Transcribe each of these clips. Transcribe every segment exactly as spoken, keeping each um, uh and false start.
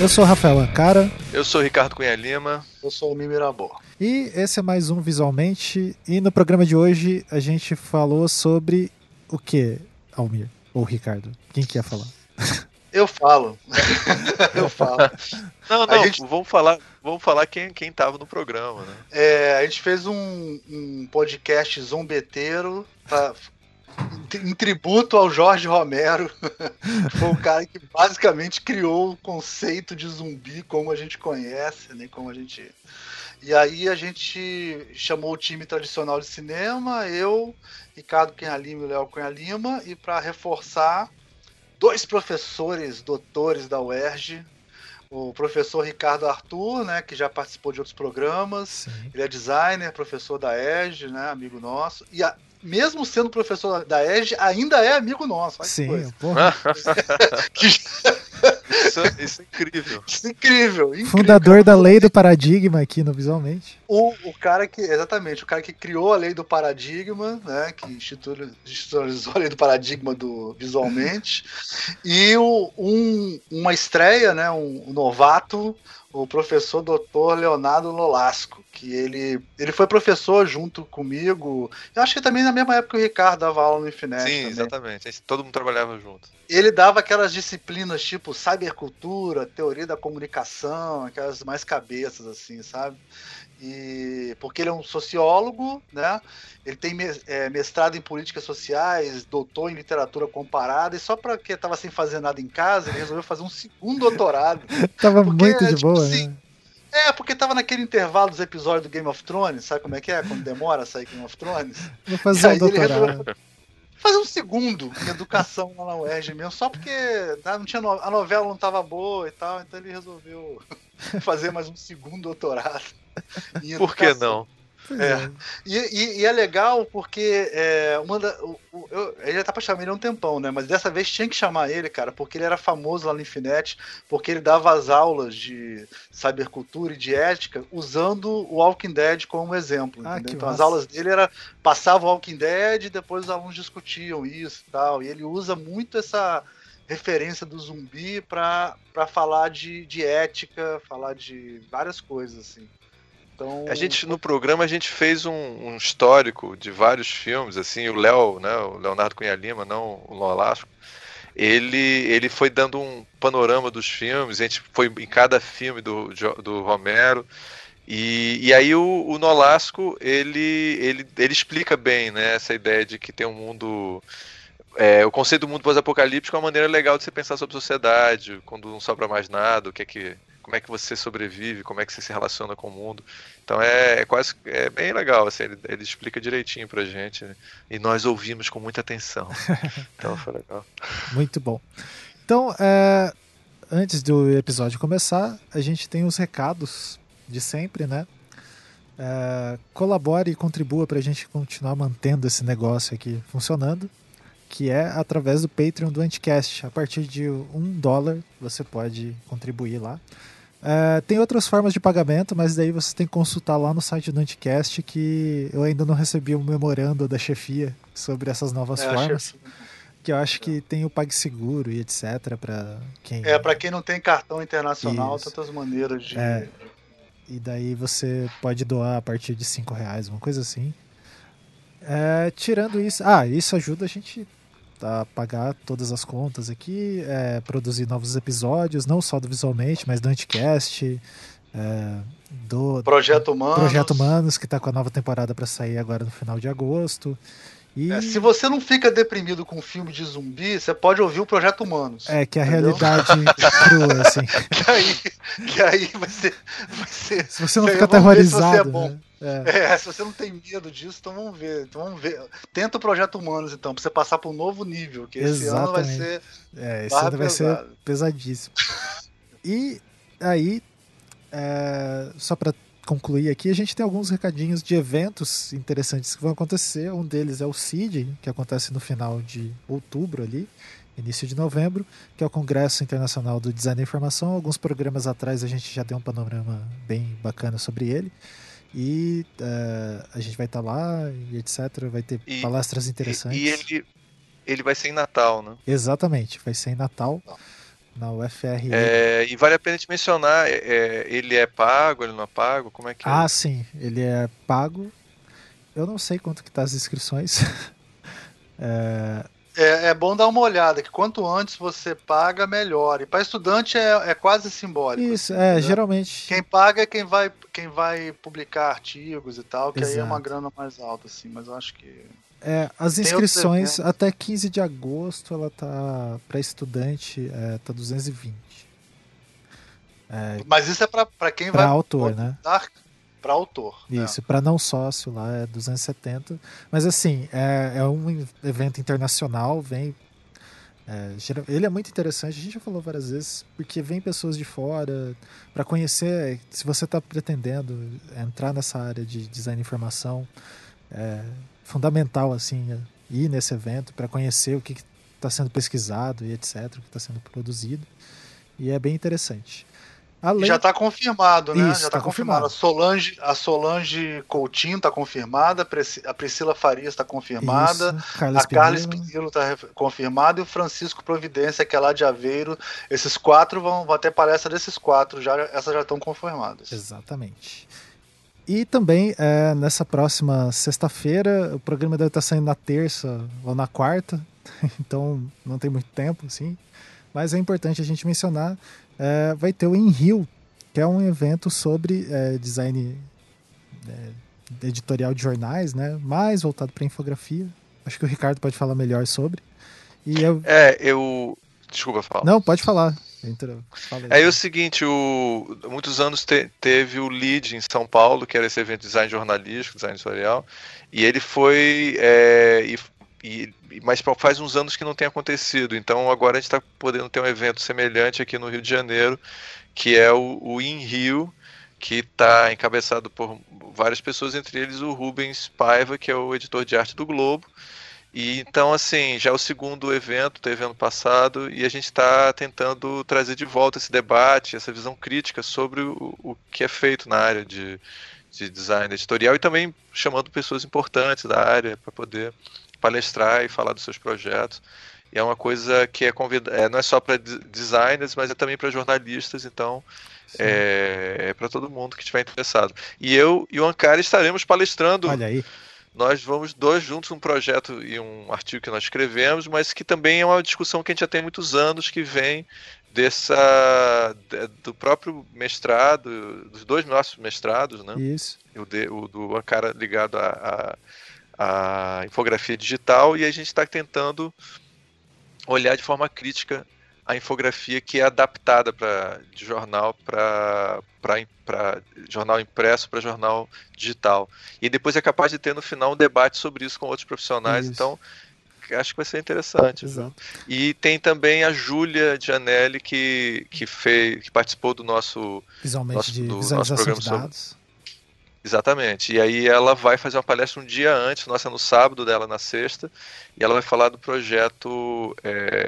Eu sou o Rafael Ancara. Eu sou o Ricardo Cunha Lima. Eu sou o Mimirabô. E esse é mais um Visualmente. E no programa de hoje a gente falou sobre o que, Almir? Ou Ricardo? Quem que ia falar? Eu falo. Eu falo. Não, não, gente... vamos falar, vamos falar quem, quem tava no programa, né? É, a gente fez um, um podcast zombeteiro pra, em tributo ao Jorge Romero. Foi o cara que basicamente criou o conceito de zumbi como a gente conhece, né? Como a gente... E aí a gente chamou o time tradicional de cinema, eu, Ricardo Cunha Lima e o Léo Cunha Lima, e para reforçar, dois professores, doutores da U E R J, o professor Ricardo Arthur, né, que já participou de outros programas. Sim. Ele é designer, professor da E R J, né, amigo nosso, e a, mesmo sendo professor da E R J, ainda é amigo nosso. Olha Sim, porra. que... isso, isso é incrível. Isso é incrível, incrível. Fundador da lei do paradigma aqui no Visualmente. O, o cara que, exatamente, o cara que criou a lei do paradigma, né, que institucionalizou a lei do paradigma do Visualmente, e o, um, uma estreia, né, um, um novato, o professor doutor Leonardo Nolasco, que ele, ele foi professor junto comigo, eu acho que também na mesma época que o Ricardo dava aula no Infinet. Sim, também. Exatamente, todo mundo trabalhava junto. Ele dava aquelas disciplinas tipo cybercultura, teoria da comunicação, aquelas mais cabeças assim, sabe? E porque ele é um sociólogo, né? Ele tem mestrado em políticas sociais, doutor em literatura comparada, e só porque estava sem fazer nada em casa, ele resolveu fazer um segundo doutorado. Tava porque, muito de tipo, boa, assim, né? É, porque tava naquele intervalo dos episódios do Game of Thrones, sabe como é que é? Quando demora a sair Game of Thrones. Vou fazer um doutorado. Fazer um segundo em educação lá na U E R J mesmo, só porque tá, não tinha no... a novela não tava boa e tal, então ele resolveu fazer mais um segundo doutorado. Por que não? É. E, e, e é legal porque é, uma da, o, o, eu, ele já tá pra chamar ele há um tempão, né? Mas dessa vez tinha que chamar ele, cara, porque ele era famoso lá no Infinet, porque ele dava as aulas de cybercultura e de ética usando o Walking Dead como exemplo. Ah, entendeu? Então massa. as aulas dele era passava o Walking Dead e depois os alunos discutiam isso e tal. E ele usa muito essa referência do zumbi pra, pra falar de, de ética, falar de várias coisas, assim. Então... A gente, no programa, a gente fez um, um histórico de vários filmes, assim, o Léo, né, o Leonardo Cunha Lima, não o Nolasco, ele, ele foi dando um panorama dos filmes, a gente foi em cada filme do, do Romero, e, e aí o, o Nolasco, ele, ele, ele explica bem, né, essa ideia de que tem um mundo... É, o conceito do mundo pós-apocalíptico é uma maneira legal de você pensar sobre sociedade, quando não sobra mais nada, o que é que... como é que você sobrevive, como é que você se relaciona com o mundo. Então é, é quase é bem legal, assim, ele, ele explica direitinho pra gente, né? E nós ouvimos com muita atenção. Então foi legal. Muito bom. Então, é, antes do episódio começar, a gente tem os recados de sempre, né? É, colabore e contribua pra gente continuar mantendo esse negócio aqui funcionando, que é através do Patreon do Anticast. A partir de um dólar você pode contribuir lá. Uh, tem outras formas de pagamento, mas daí você tem que consultar lá no site do Anticast, que eu ainda não recebi um memorando da chefia sobre essas novas é, formas. Que eu acho que tem o PagSeguro e etc. Para quem... É, para quem não tem cartão internacional, Isso. tantas maneiras de... É, e daí você pode doar a partir de cinco reais, uma coisa assim. É, tirando isso... Ah, isso ajuda a gente a pagar todas as contas aqui, é, produzir novos episódios, não só do Visualmente, mas do Anticast, é, do Projeto Humanos, Projeto Humanos, que está com a nova temporada para sair agora no final de agosto. E... É, se você não fica deprimido com um filme de zumbi, você pode ouvir o Projeto Humanos. É, que é a entendeu? realidade crua, assim. que, aí, que aí vai ser, vai ser... Se você não fica aterrorizado, se é né? É. é, se você não tem medo disso, então vamos ver. Então vamos ver. Tenta o Projeto Humanos, então, pra você passar para um novo nível, que esse Exatamente. ano vai ser. É, esse ano vai pesado. ser pesadíssimo. E aí, é, só para concluir aqui, a gente tem alguns recadinhos de eventos interessantes que vão acontecer. Um deles é o C I D, que acontece no final de outubro ali, início de novembro, que é o Congresso Internacional do Design da Informação. Alguns programas atrás a gente já deu um panorama bem bacana sobre ele. E uh, a gente vai estar tá lá e etcétera. Vai ter e, palestras interessantes. E, e ele, ele vai ser em Natal, né? Exatamente, vai ser em Natal. na U F R. É, e vale a pena te mencionar, é, ele é pago, ele não é pago? Como é que Ah, é? sim, ele é pago. Eu não sei quanto que tá as inscrições. é... É, é bom dar uma olhada, que quanto antes você paga, melhor. E para estudante é, é quase simbólico. Isso, assim, é, entendeu? geralmente... Quem paga é quem vai, quem vai publicar artigos e tal, que Exato. aí é uma grana mais alta, assim, mas eu acho que... É, as inscrições até quinze de agosto, ela tá para estudante, é, tá duzentos e vinte. É, mas isso é para quem pra vai autor, né? Para autor. Isso, né? para não sócio lá é duzentos e setenta. Mas assim, é, é um evento internacional, vem. É, ele é muito interessante, a gente já falou várias vezes, porque vem pessoas de fora para conhecer. Se você está pretendendo entrar nessa área de design de informação, é fundamental assim ir nesse evento para conhecer o que está sendo pesquisado e etc, o que está sendo produzido, e é bem interessante. Além... Já está confirmado, né? Isso, já está tá confirmado. confirmado. A Solange, a Solange Coutinho está confirmada, a Priscila Farias está confirmada, Isso, Carla a Carla Espinilo está confirmada e o Francisco Providência, que é lá de Aveiro. Esses quatro vão, vão ter palestra desses quatro, já, essas já estão confirmadas. Exatamente. E também, é, nessa próxima sexta-feira, o programa deve estar saindo na terça ou na quarta, então não tem muito tempo, assim. Mas é importante a gente mencionar, é, vai ter o InRio, que é um evento sobre é, design é, editorial de jornais, né, mais voltado para infografia. Acho que o Ricardo pode falar melhor sobre. E eu... É, eu... Desculpa falar. Não, pode falar. É, é o seguinte, o, muitos anos te, teve o LEAD em São Paulo, que era esse evento de design jornalístico, design editorial, e ele foi... É, e, e, mas faz uns anos que não tem acontecido, então agora a gente está podendo ter um evento semelhante aqui no Rio de Janeiro, que é o, o InRio, que está encabeçado por várias pessoas, entre eles o Rubens Paiva, que é o editor de arte do Globo. E então, assim, já é o segundo evento, teve ano passado, e a gente está tentando trazer de volta esse debate, essa visão crítica sobre o, o que é feito na área de, de design editorial, e também chamando pessoas importantes da área para poder palestrar e falar dos seus projetos. E é uma coisa que é convida- é, não é só para designers, mas é também para jornalistas, então é, é para todo mundo que estiver interessado. E eu e o Ancari estaremos palestrando. Olha aí. Nós vamos dois juntos um projeto e um artigo que nós escrevemos, mas que também é uma discussão que a gente já tem há muitos anos, que vem dessa do próprio mestrado, dos dois nossos mestrados, né? Isso. O, de, o do Ankara ligado à a, a infografia digital, e a gente está tentando olhar de forma crítica a infografia que é adaptada pra, de jornal para jornal impresso para jornal digital. E depois é capaz de ter no final um debate sobre isso com outros profissionais, isso. Então acho que vai ser interessante. Exato. E tem também a Júlia Gianelli, que, que, fez, que participou do nosso, Visualmente nosso, de do visualização nosso programa de dados. Sobre... Exatamente. E aí ela vai fazer uma palestra um dia antes, nossa no sábado, dela na sexta, e ela vai falar do projeto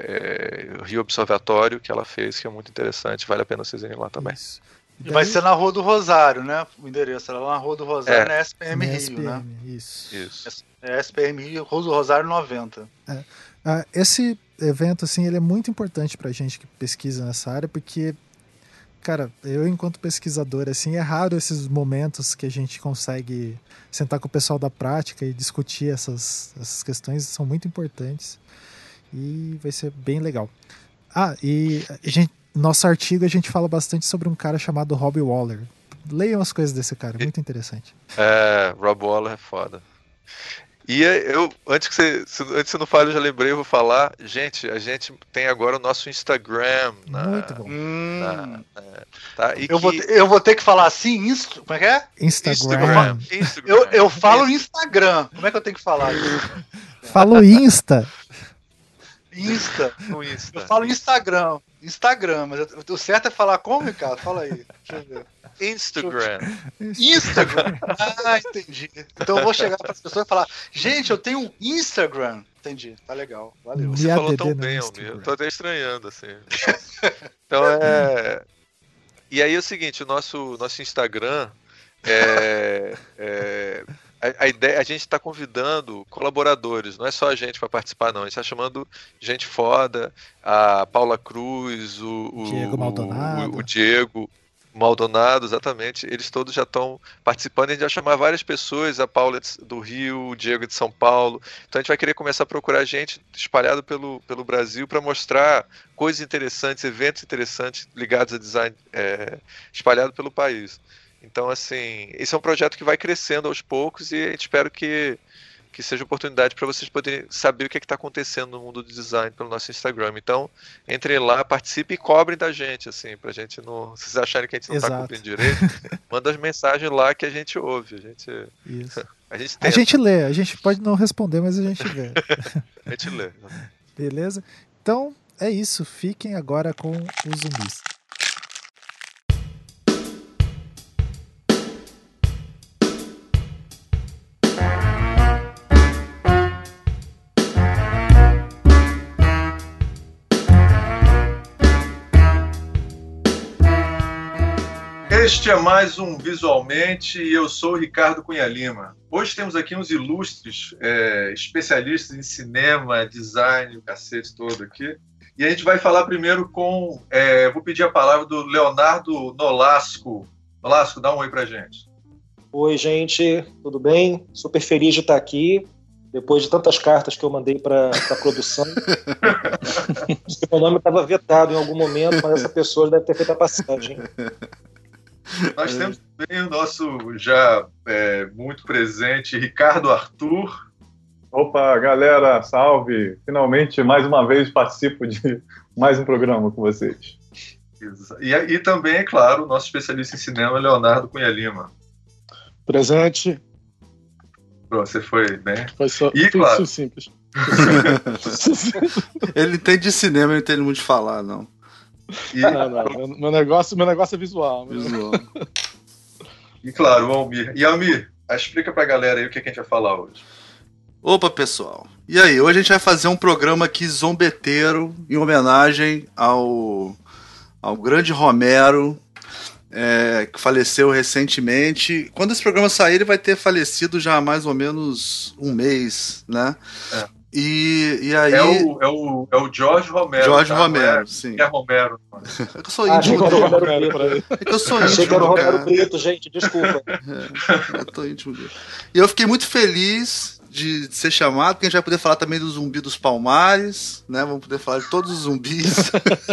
é, Rio Observatório que ela fez, que é muito interessante, vale a pena vocês irem lá também. Isso. E daí... vai ser na Rua do Rosário, né? O endereço era lá na Rua do Rosário, é. na S P M na Rio, S P M, né? Isso. Isso. É S P M Rio, Rua do Rosário noventa. É. Ah, esse evento, assim, ele é muito importante pra gente que pesquisa nessa área, porque cara, eu enquanto pesquisador, assim, é raro esses momentos que a gente consegue sentar com o pessoal da prática e discutir essas, essas questões, são muito importantes e vai ser bem legal. Ah, e a gente, nosso artigo a gente fala bastante sobre um cara chamado Robbie Waller. Leiam as coisas desse cara, muito interessante. É, Rob Waller é foda. E eu, antes que você, antes que você não fale, eu já lembrei, eu vou falar. Gente, a gente tem agora o nosso Instagram. Na, Muito bom. Na, na, tá? e eu, que... vou ter, eu vou ter que falar assim, inst... como é que é? Instagram. Instagram. Eu, eu falo Instagram. Como é que eu tenho que falar isso? Falo Insta. Insta. No Insta. Eu falo Instagram. Instagram, mas eu, o certo é falar como, Ricardo? Fala aí. Deixa eu ver. Instagram. Instagram. Ah, entendi. Então eu vou chegar para as pessoas e falar: gente, eu tenho um Instagram. Entendi, tá legal. Valeu. Você falou tão bem, Almir. Eu tô até estranhando, assim. Então é. E aí é o seguinte: o nosso, nosso Instagram é. é... A, a a ideia, a gente está convidando colaboradores, não é só a gente para participar, não. A gente está chamando gente foda, a Paula Cruz, o, o Diego Maldonado. O, o Diego Maldonado, exatamente. Eles todos já estão participando. A gente vai chamar várias pessoas, a Paula do Rio, o Diego de São Paulo. Então a gente vai querer começar a procurar gente espalhado pelo, pelo Brasil para mostrar coisas interessantes, eventos interessantes ligados a design é, espalhado pelo país. Então, assim, esse é um projeto que vai crescendo aos poucos e a gente espera que, que seja oportunidade para vocês poderem saber o que é está acontecendo no mundo do design pelo nosso Instagram. Então, entrem lá, participem e cobrem da gente, assim, pra gente não... Se vocês acharem que a gente não está cumprindo direito, manda as mensagens lá que a gente ouve. A gente, Isso. a gente, a gente lê, a gente pode não responder, mas a gente lê. A gente lê. Beleza? Então, é isso. Fiquem agora com os zumbis. Este é mais um Visualmente e eu sou o Ricardo Cunha Lima. Hoje temos aqui uns ilustres é, especialistas em cinema, design, o cacete todo aqui. E a gente vai falar primeiro com... É, vou pedir a palavra do Leonardo Nolasco. Nolasco, dá um oi pra gente. Oi, gente. Tudo bem? Super feliz de estar aqui. Depois de tantas cartas que eu mandei para a produção. Meu nome estava vetado em algum momento, mas essa pessoa deve ter feito a passagem. Nós temos também o nosso já é, muito presente Ricardo Arthur. Opa, galera, salve! Finalmente, mais uma vez, participo de mais um programa com vocês. E, e também, é claro, o nosso especialista em cinema, Leonardo Cunha Lima. Presente. Pronto, você foi bem. Foi só e, claro, simples. Ele entende de cinema, não entende muito de falar, não. E... Não, não, meu, negócio, meu negócio é visual. visual. E claro, o Almir. E Almir, explica pra galera aí o que a gente vai falar hoje. Opa, pessoal. E aí, hoje a gente vai fazer um programa aqui zombeteiro em homenagem ao, ao grande Romero, é, que faleceu recentemente. Quando esse programa sair, ele vai ter falecido já há mais ou menos um mês, né? É. E, e aí... É o, é, o, é o Jorge Romero. Jorge tá? Romero, é, sim. É Romero. É que eu sou íntimo ah, dele. Romero É que eu sou íntimo. Achei que era o Romero Brito, gente, desculpa. É, eu tô íntimo dele. E eu fiquei muito feliz de ser chamado, porque a gente vai poder falar também do Zumbi dos Palmares, né? Vamos poder falar de todos os zumbis.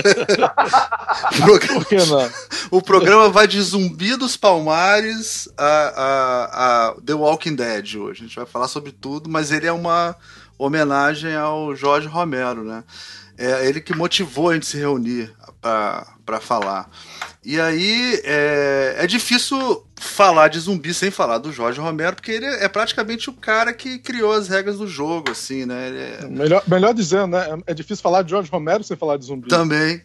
Por que não? O programa vai de Zumbi dos Palmares a, a, a The Walking Dead hoje. A gente vai falar sobre tudo, mas ele é uma homenagem ao Jorge Romero, né? É ele que motivou a gente se reunir para falar. E aí é, é difícil falar de zumbi sem falar do Jorge Romero, porque ele é praticamente o cara que criou as regras do jogo, assim, né? Ele é... melhor, melhor dizendo, né? É difícil falar de Jorge Romero sem falar de zumbi. Também.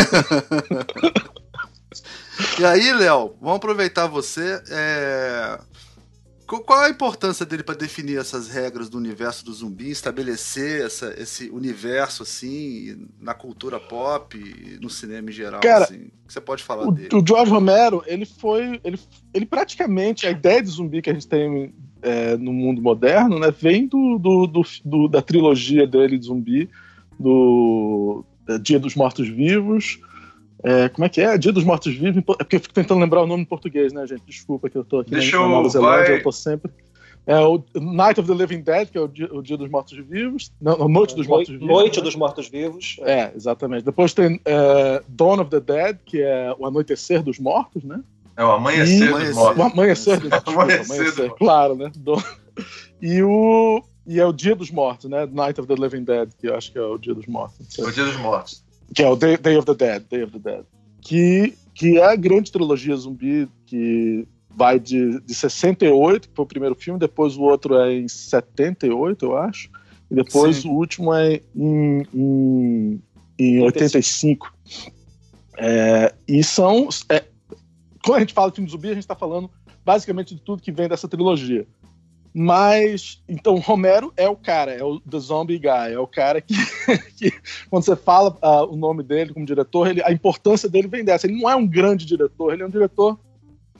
E aí, Léo, vamos aproveitar você. É... Qual a importância dele para definir essas regras do universo do zumbi, estabelecer essa, esse universo assim na cultura pop e no cinema em geral? Cara, assim? O que você pode falar o, dele? O Jorge Romero, ele foi, ele, ele praticamente, a ideia de zumbi que a gente tem é, no mundo moderno, né, vem do, do, do, do, da trilogia dele de zumbi, do Dia dos Mortos-Vivos. É, como é que é? Dia dos Mortos-Vivos. É porque eu fico tentando lembrar o nome em português, né, gente? Desculpa que eu tô aqui Deixa na, na Nova eu, Zelândia, vai... eu tô sempre... É o Night of the Living Dead, que é o Dia, o dia dos Mortos-Vivos. Não, Noite dos Mortos-Vivos. Noite né? dos Mortos-Vivos. É. é, exatamente. Depois tem é, Dawn of the Dead, que é o Anoitecer dos Mortos, né? É o Amanhecer e... dos Mortos. O Amanhecer dos Mortos. Amanhecer, amanhecer claro, né? E, o... e é o Dia dos Mortos, né? Night of the Living Dead, que eu acho que é o Dia dos Mortos. O Dia dos Mortos. Que é o Day, Day of the Dead. Day of the Dead. Que, que é a grande trilogia zumbi que vai de, de sessenta e oito, que foi o primeiro filme, depois o outro é em setenta e oito, eu acho, e depois Sim. o último é em, em, em oitenta e cinco. É, e são... É, quando a gente fala de filme zumbi, a gente está falando basicamente de tudo que vem dessa trilogia. Mas, então, Romero é o cara, é o The Zombie Guy, é o cara que, que quando você fala uh, o nome dele como diretor, ele, a importância dele vem dessa. Ele não é um grande diretor, ele é um diretor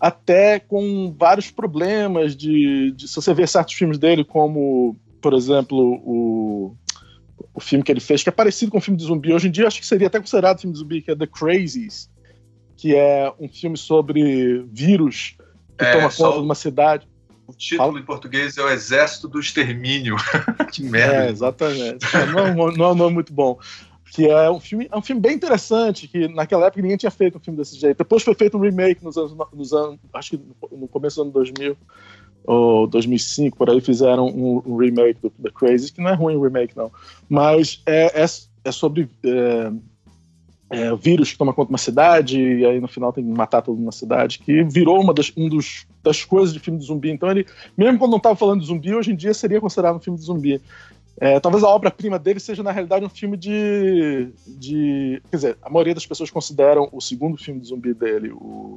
até com vários problemas de, de se você ver certos filmes dele, como, por exemplo, o, o filme que ele fez, que é parecido com um filme de zumbi, hoje em dia acho que seria até considerado filme de zumbi, que é The Crazies, que é um filme sobre vírus que É, toma só conta o- de uma cidade. O título Fala. em português é O Exército do Extermínio. Que merda. É, exatamente. É, não, é um- não é um nome muito bom. Que é um filme, é um filme bem interessante, que naquela época ninguém tinha feito um filme desse jeito. Depois foi feito um remake nos anos, nos anos acho que no começo do ano dois mil, ou dois mil e cinco, por aí fizeram um, um remake do The Crazy, que não é ruim o remake, não. Mas é, é, é sobre é, é, o vírus que toma conta de uma cidade, e aí no final tem que matar todo mundo na cidade, que virou uma das, um dos, das coisas de filme de zumbi. Então ele, mesmo quando não estava falando de zumbi, hoje em dia seria considerado um filme de zumbi. É, talvez a obra-prima dele seja, na realidade, um filme de, de... Quer dizer, a maioria das pessoas consideram o segundo filme de zumbi dele, o,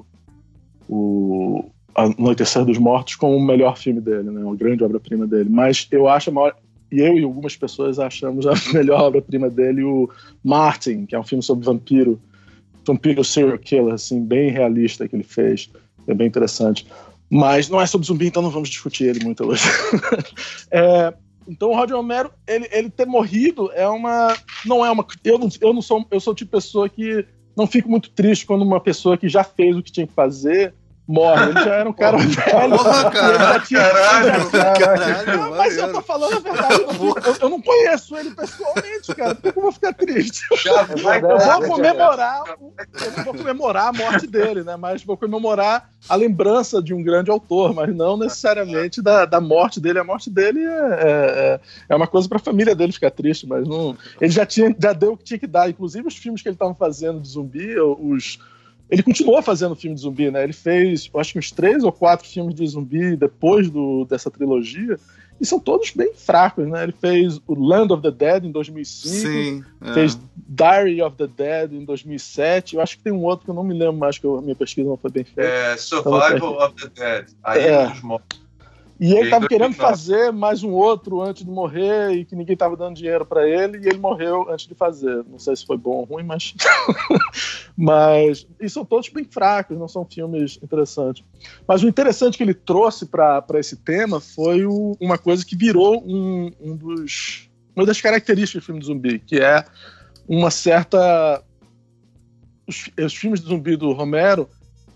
o Anoitecer dos Mortos, como o melhor filme dele, né? Uma grande obra-prima dele. Mas eu acho a maior... E eu e algumas pessoas achamos a melhor obra-prima dele o Martin, que é um filme sobre vampiro, vampiro serial killer, assim, bem realista que ele fez. É bem interessante. Mas não é sobre zumbi, então não vamos discutir ele muito hoje. é... Então o Roger Romero, ele, ele ter morrido é uma... Não é uma... Eu não, eu não sou... Eu sou o tipo de pessoa que não fico muito triste quando uma pessoa que já fez o que tinha que fazer morre. Ele já era um cara velho. Porra, cara, ele já tinha- caralho, caralho, Não, mas eu tô falando a verdade. Eu, não fico- eu- eu não conheço ele pessoalmente, cara. Por que eu vou ficar triste? Já vai- Eu É, vou comemorar, o- eu não vou comemorar a morte dele, né? Mas vou comemorar a lembrança de um grande autor, mas não necessariamente da, da morte dele. A morte dele é, é, é uma coisa para a família dele ficar triste, mas não. Ele já tinha, já deu o que tinha que dar. Inclusive os filmes que ele estava fazendo de zumbi, os ele continuou fazendo filme de zumbi, né? Ele fez, eu acho que uns três ou quatro filmes de zumbi depois do, dessa trilogia. E são todos bem fracos, né? Ele fez o Land of the Dead em dois mil e cinco. Sim. é. Fez Diary of the Dead em dois mil e sete. Eu acho que tem um outro que eu não me lembro mais, que eu- a minha pesquisa não foi bem feita. É, Survival of the Dead. A Ilha É. dos Mortos. E ele Em estava querendo dois mil e nove. fazer mais um outro antes de morrer e que ninguém estava dando dinheiro para ele e ele morreu antes de fazer. Não sei se foi bom ou ruim, mas. mas. E são todos bem fracos, não são filmes interessantes. Mas o interessante que ele trouxe para esse tema foi o- uma coisa que virou um, um dos, uma das características do filme de zumbi, que é uma certa. Os, os filmes de zumbi do Romero.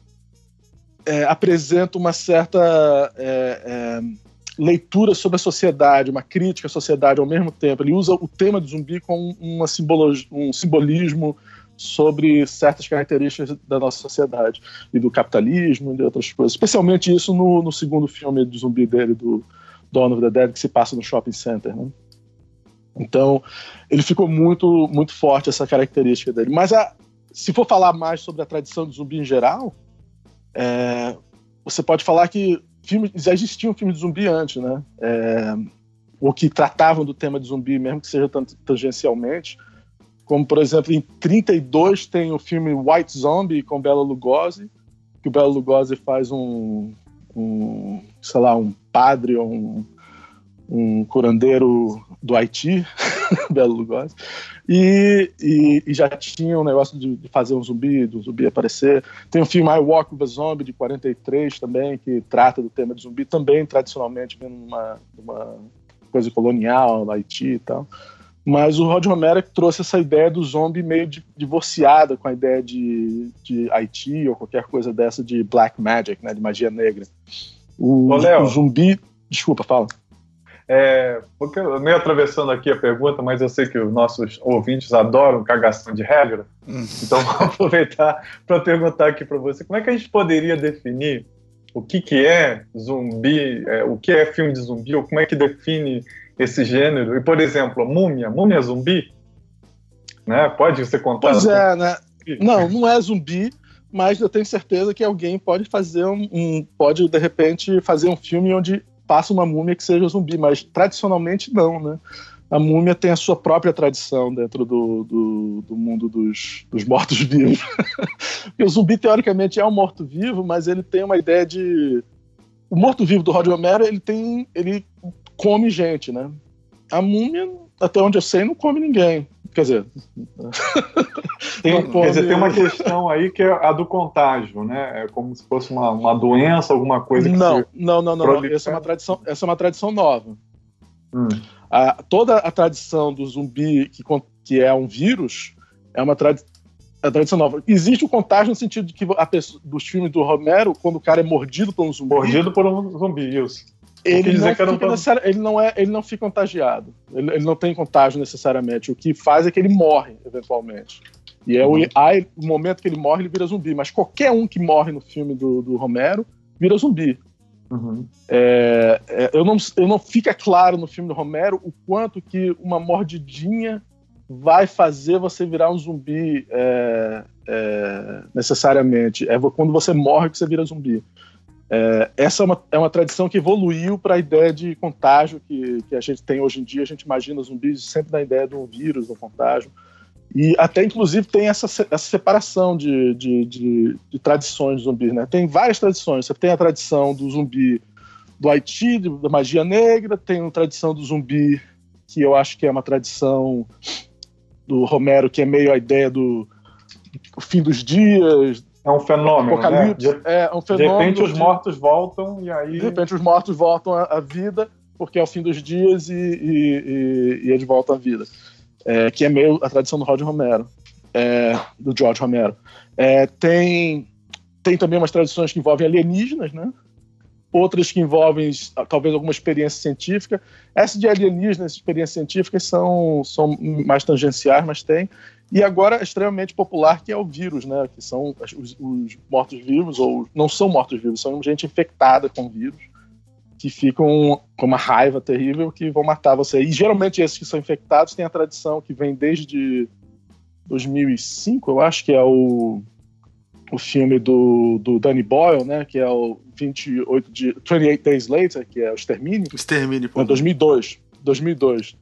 É, apresenta uma certa é, é, leitura sobre a sociedade, uma crítica à sociedade ao mesmo tempo. Ele usa o tema do zumbi como uma simbologia, um simbolismo sobre certas características da nossa sociedade e do capitalismo e de outras coisas. Especialmente isso no, no segundo filme de zumbi dele, do Dawn of the Dead, que se passa no shopping center, né? Então, ele ficou muito, muito forte, essa característica dele. Mas a, se for falar mais sobre a tradição do zumbi em geral, É, você pode falar que filmes, já existiam filmes de zumbi antes, né? É, ou que tratavam do tema de zumbi, mesmo que seja tant- tangencialmente. Como, por exemplo, em trinta e dois tem o filme White Zombie com Bela Lugosi, que o Bela Lugosi faz um, um sei lá, um padre ou um, um curandeiro do Haiti, Bela Lugosi. E, e, e já tinha um negócio de, de fazer um zumbi, do zumbi aparecer. Tem o filme I Walk with a Zombie, de quarenta e três também, que trata do tema de zumbi, também tradicionalmente vendo uma, uma coisa colonial no Haiti e tal. Mas o Roger Romero trouxe essa ideia do zombie meio de, divorciada com a ideia de, de Haiti ou qualquer coisa dessa de black magic, né, de magia negra. O, Ô, Léo. o zumbi... Desculpa, fala. É, porque eu meio atravessando aqui a pergunta, mas eu sei que os nossos ouvintes adoram cagação de regra, Hum. então vou aproveitar para perguntar aqui para você, como é que a gente poderia definir o que, que é zumbi, é, o que é filme de zumbi, ou como é que define esse gênero? E, por exemplo, Múmia, Múmia é zumbi? Né? Pode você contar? Pois é, né? Não, não é zumbi, mas eu tenho certeza que alguém pode fazer um, um pode de repente fazer um filme onde passa uma múmia que seja zumbi, mas tradicionalmente não, né? A múmia tem a sua própria tradição dentro do, do, do mundo dos, dos mortos-vivos. Porque o zumbi, teoricamente, é um morto-vivo, mas ele tem uma ideia de... O morto-vivo do Roger Romero, ele tem... ele come gente, né? A múmia, até onde eu sei, não come ninguém. Quer dizer. Tem, quer dizer, tem uma questão aí que é a do contágio, né? É como se fosse uma, uma doença, alguma coisa que não, se não, não, não, não. Essa é uma tradição, essa é uma tradição nova. Hum. A, toda a tradição do zumbi que, que é um vírus é uma tradi a tradição nova. Existe o contágio no sentido de que a pessoa, dos filmes do Romero, quando o cara é mordido por um zumbi. Mordido por um zumbi, isso. Ele não, fica tão... ele, não é, ele não fica contagiado. Ele, ele não tem contágio necessariamente. O que faz é que ele morre, eventualmente. E é uhum. o, aí, o momento que ele morre, ele vira zumbi. Mas qualquer um que morre no filme do, do Romero vira zumbi. Uhum. É, é, eu, não, eu não fica claro no filme do Romero o quanto que uma mordidinha vai fazer você virar um zumbi é, é, necessariamente. É quando você morre que você vira zumbi. É, essa é uma, é uma tradição que evoluiu para a ideia de contágio que, que a gente tem hoje em dia. A gente imagina zumbis sempre na ideia de um vírus, de um contágio. E até, inclusive, tem essa, essa separação de, de, de, de tradições de zumbis, né? Tem várias tradições. Você tem a tradição do zumbi do Haiti, de, da magia negra. Tem a tradição do zumbi, que eu acho que é uma tradição do Romero, que é meio a ideia do, do fim dos dias. É um fenômeno, né? De, é um fenômeno. De repente os mortos voltam e aí... De repente os mortos voltam à, à vida, porque é o fim dos dias e, e, e, e eles voltam à vida. É, que é meio a tradição do Roger Romero, é, do George Romero. É, tem, tem também umas tradições que envolvem alienígenas, né? Outras que envolvem talvez alguma experiência científica. Essas de alienígenas, experiências científicas, são, são mais tangenciais, mas tem. E agora é extremamente popular, que é o vírus, né? Que são os, os mortos-vivos, ou não são mortos-vivos, são gente infectada com vírus, que ficam com uma raiva terrível que vão matar você. E geralmente esses que são infectados têm a tradição que vem desde dois mil e cinco, eu acho que é o, o filme do, do Danny Boyle, né? Que é o vinte e oito de, vinte e oito Days Later, que é o Extermínio. Extermínio, pô. É dois mil e dois. dois mil e dois.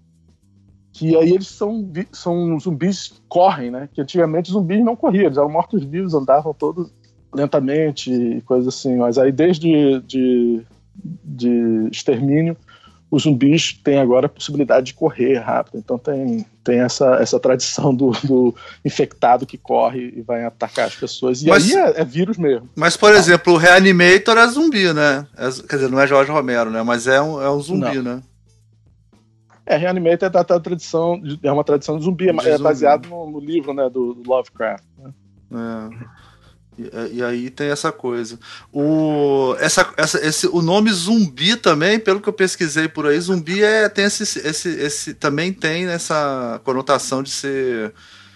Que aí eles são, são zumbis que correm, né? Que antigamente zumbis não corriam, eles eram mortos-vivos, andavam todos lentamente e coisas assim. Mas aí desde de, de Extermínio, os zumbis têm agora a possibilidade de correr rápido. Então tem, tem essa, essa tradição do, do infectado que corre e vai atacar as pessoas. E mas, aí é, é vírus mesmo. Mas, por exemplo, o Reanimator é zumbi, né? É, quer dizer, não é Jorge Romero, né? Mas é um, é um zumbi, não. né? É, Reanimator é, da, da tradição, é uma tradição de zumbi, de é zumbi. baseado no, no livro, né, do, do Lovecraft. Né? É. E, e aí tem essa coisa. O, essa, essa, esse, o nome zumbi também, pelo que eu pesquisei por aí, zumbi é, tem esse, esse, esse, também tem essa conotação de ser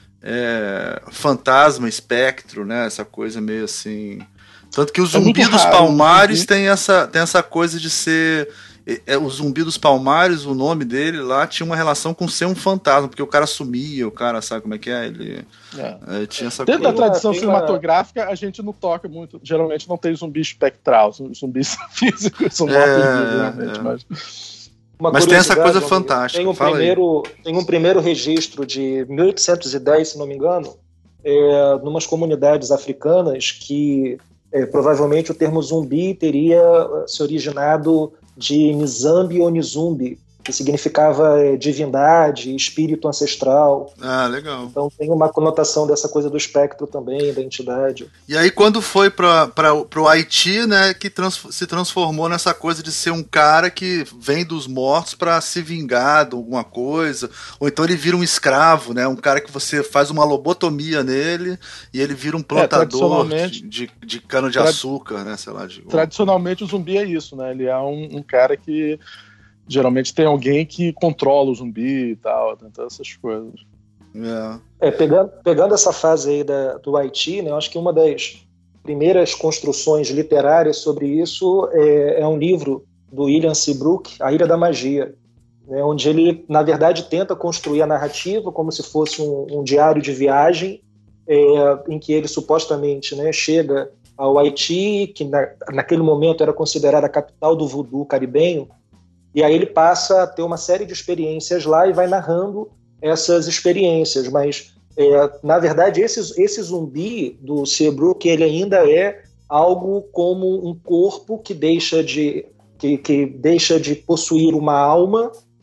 é, fantasma, espectro, né? Essa coisa meio assim. Tanto que o Zumbi é dos raro, Palmares tem essa, tem essa coisa de ser... É, o Zumbi dos Palmares, o nome dele lá tinha uma relação com ser um fantasma, porque o cara sumia, o cara sabe como é que é, ele é. É, tinha essa Dentro coisa. Da tradição tem cinematográfica, uma... a gente não toca muito, geralmente não tem zumbi espectral, zumbis físicos são mortos é, realmente, é. mas... Uma mas tem essa coisa fantástica. Tem um, primeiro, tem um primeiro registro de mil oitocentos e dez, se não me engano, é, numas comunidades africanas que é, provavelmente o termo zumbi teria se originado de Nizambi ou Nizumbi, que significava é, divindade, espírito ancestral. Ah, legal. Então tem uma conotação dessa coisa do espectro também, da entidade. E aí quando foi para o Haiti, né, que trans, se transformou nessa coisa de ser um cara que vem dos mortos para se vingar de alguma coisa, ou então ele vira um escravo, né, um cara que você faz uma lobotomia nele e ele vira um plantador é, de, de, de cana-de-açúcar, né, sei lá. De... Tradicionalmente o zumbi é isso, né, ele é um, um cara que geralmente tem alguém que controla o zumbi e tal, tem todas essas coisas. Yeah. É, pegando, pegando essa fase aí da, do Haiti, né, eu acho que uma das primeiras construções literárias sobre isso é, é um livro do William Seabrook, A Ilha da Magia, né, onde ele, na verdade, tenta construir a narrativa como se fosse um, um diário de viagem, é, em que ele supostamente, né, chega ao Haiti, que na, naquele momento era considerada a capital do voodoo caribenho. E aí ele passa a ter uma série de experiências lá e vai narrando essas experiências. Mas, é, na verdade, esse, esse zumbi do Seabrook, ele ainda é algo como um corpo que deixa de, que, que deixa de possuir uma alma,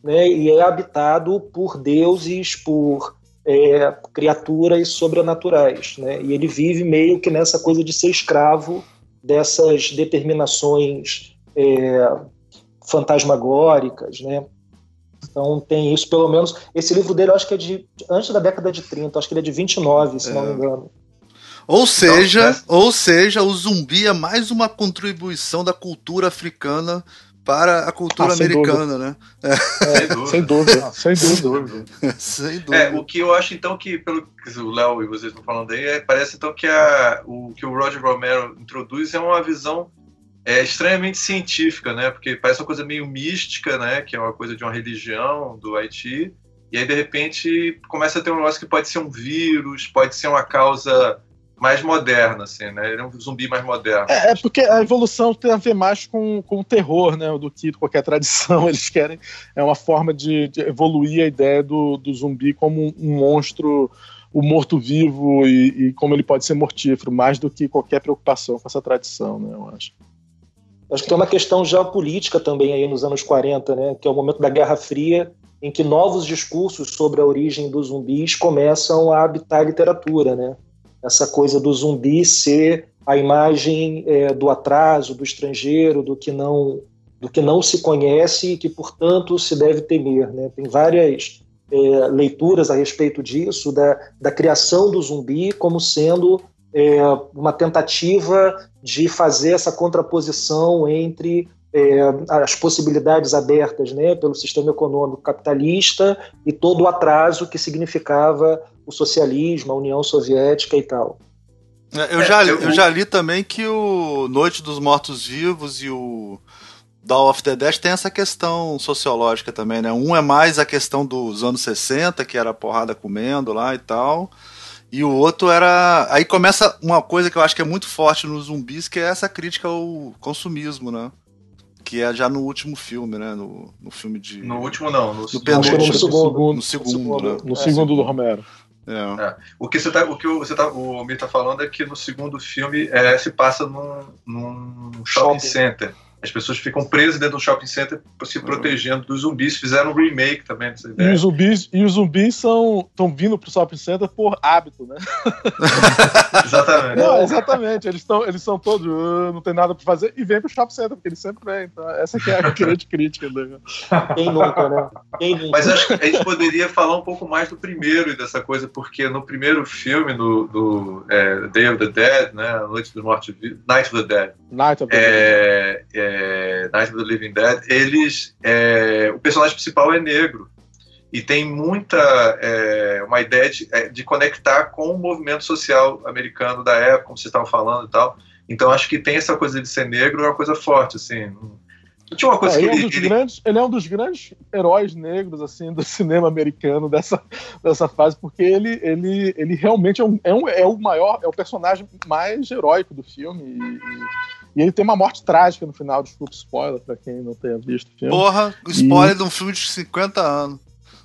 né, e é habitado por deuses, por é, criaturas sobrenaturais, né, e ele vive meio que nessa coisa de ser escravo dessas determinações é, fantasmagóricas, né. Então tem isso, pelo menos. Esse livro dele eu acho que é de antes da década de trinta, acho que ele é de vinte e nove, se é. não me engano. Ou seja, não, ou seja, o zumbi é mais uma contribuição da cultura africana para a cultura ah, americana, né? É, sem dúvida, sem dúvida. Sem dúvida. É, o que eu acho então que, pelo que o Léo e vocês estão falando aí, é, parece então que a, o que o Roger Romero introduz é uma visão é, extremamente científica, né? Porque parece uma coisa meio mística, né? Que é uma coisa de uma religião do Haiti, e aí de repente começa a ter um negócio que pode ser um vírus, pode ser uma causa mais moderna, assim, né? Ele é um zumbi mais moderno. É, é porque a evolução tem a ver mais com, com o terror, né? Do que qualquer tradição. Eles querem... É uma forma de, de evoluir a ideia do, do zumbi como um, um monstro, o morto-vivo e, e como ele pode ser mortífero, mais do que qualquer preocupação com essa tradição, né? Eu acho. Acho que tem uma questão geopolítica também aí nos anos quarenta, né? Que é o momento da Guerra Fria, em que novos discursos sobre a origem dos zumbis começam a habitar a literatura, né? Essa coisa do zumbi ser a imagem é, do atraso, do estrangeiro, do que não, do que não se conhece e que, portanto, se deve temer, né? Tem várias é, leituras a respeito disso, da, da criação do zumbi como sendo é, uma tentativa de fazer essa contraposição entre é, as possibilidades abertas, né, pelo sistema econômico capitalista e todo o atraso que significava o socialismo, a União Soviética e tal. Eu já, li, eu já li também que o Noite dos Mortos-Vivos e o Dawn of the Dead tem essa questão sociológica também, né? Um é mais a questão dos anos sessenta, que era a porrada comendo lá e tal, e o outro era... Aí começa uma coisa que eu acho que é muito forte nos zumbis, que é essa crítica ao consumismo, né? Que é já no último filme, né? No, no filme de... No último não, no, no penúltimo. No segundo. No segundo, no, né? no segundo do Romero. É. É. O que, você tá, o, que você tá, o Mir tá falando é que no segundo filme é, se passa num, num shopping, shopping center. As pessoas ficam presas dentro do shopping center se protegendo dos zumbis. Fizeram um remake também dessa ideia. E os zumbis, e os zumbis são, estão vindo pro shopping center por hábito, né? Exatamente. Não, exatamente. Eles, tão, eles são todos, uh, não tem nada pra fazer, e vêm pro shopping center, porque eles sempre vêm. Então, essa que é a grande crítica. Né? Quem nunca, né? Quem nunca? Mas acho que a gente poderia falar um pouco mais do primeiro e dessa coisa, porque no primeiro filme, do, do é, Day of the Dead, né? A Noite dos Mortos-Vivos, Night of the Dead. Night of the é, Dead. É, É, Night of the Living Dead, eles, é, o personagem principal é negro e tem muita é, uma ideia de, de conectar com o movimento social americano da época, como vocês estavam falando e tal. Então acho que tem essa coisa de ser negro, é uma coisa forte, assim. Não tinha uma coisa é, que ele, ele, é um dos ele... grandes, ele é um dos grandes heróis negros assim do cinema americano dessa, dessa fase, porque ele, ele, ele realmente é, um, é, um, é o maior, é o personagem mais heróico do filme e, e... E ele tem uma morte trágica no final, desculpa spoiler pra quem não tenha visto o filme. Porra, spoiler e... de um filme de cinquenta anos.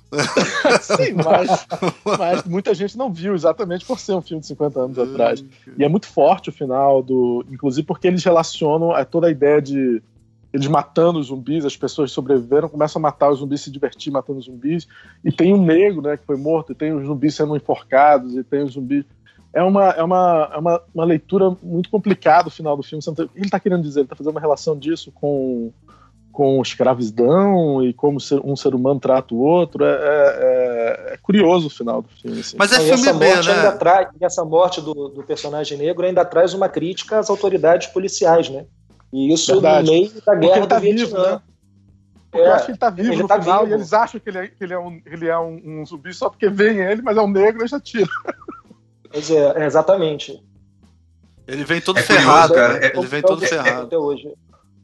Sim, mas, mas muita gente não viu, exatamente por ser um filme de cinquenta anos hum, atrás. E é muito forte o final, do, inclusive porque eles relacionam a toda a ideia de eles matando os zumbis, as pessoas sobreviveram, começam a matar os zumbis, se divertir matando os zumbis. E tem um negro, né, que foi morto, e tem os zumbis sendo enforcados, e tem os zumbis... É uma, é uma, é uma, uma leitura muito complicada o final do filme. Ele está querendo dizer, ele está fazendo uma relação disso com, com escravidão e como ser, um ser humano trata o outro. É, é, é curioso o final do filme. Assim. Mas é e filme essa B, morte né? ainda traz, e essa morte do, do personagem negro ainda traz uma crítica às autoridades policiais, né? E isso Verdade. No meio da guerra tá do Vietnã. Vivo, né? Porque é, eu acho que ele tá vivo ele no tá final vivo. E eles acham que ele é, que ele é, um, ele é um, um zumbi só porque vem ele, mas é um negro e já tira. Pois é, é, exatamente. Ele vem todo É ferrado, curioso, cara. né? É- Ele vem todo é- ferrado. Até hoje.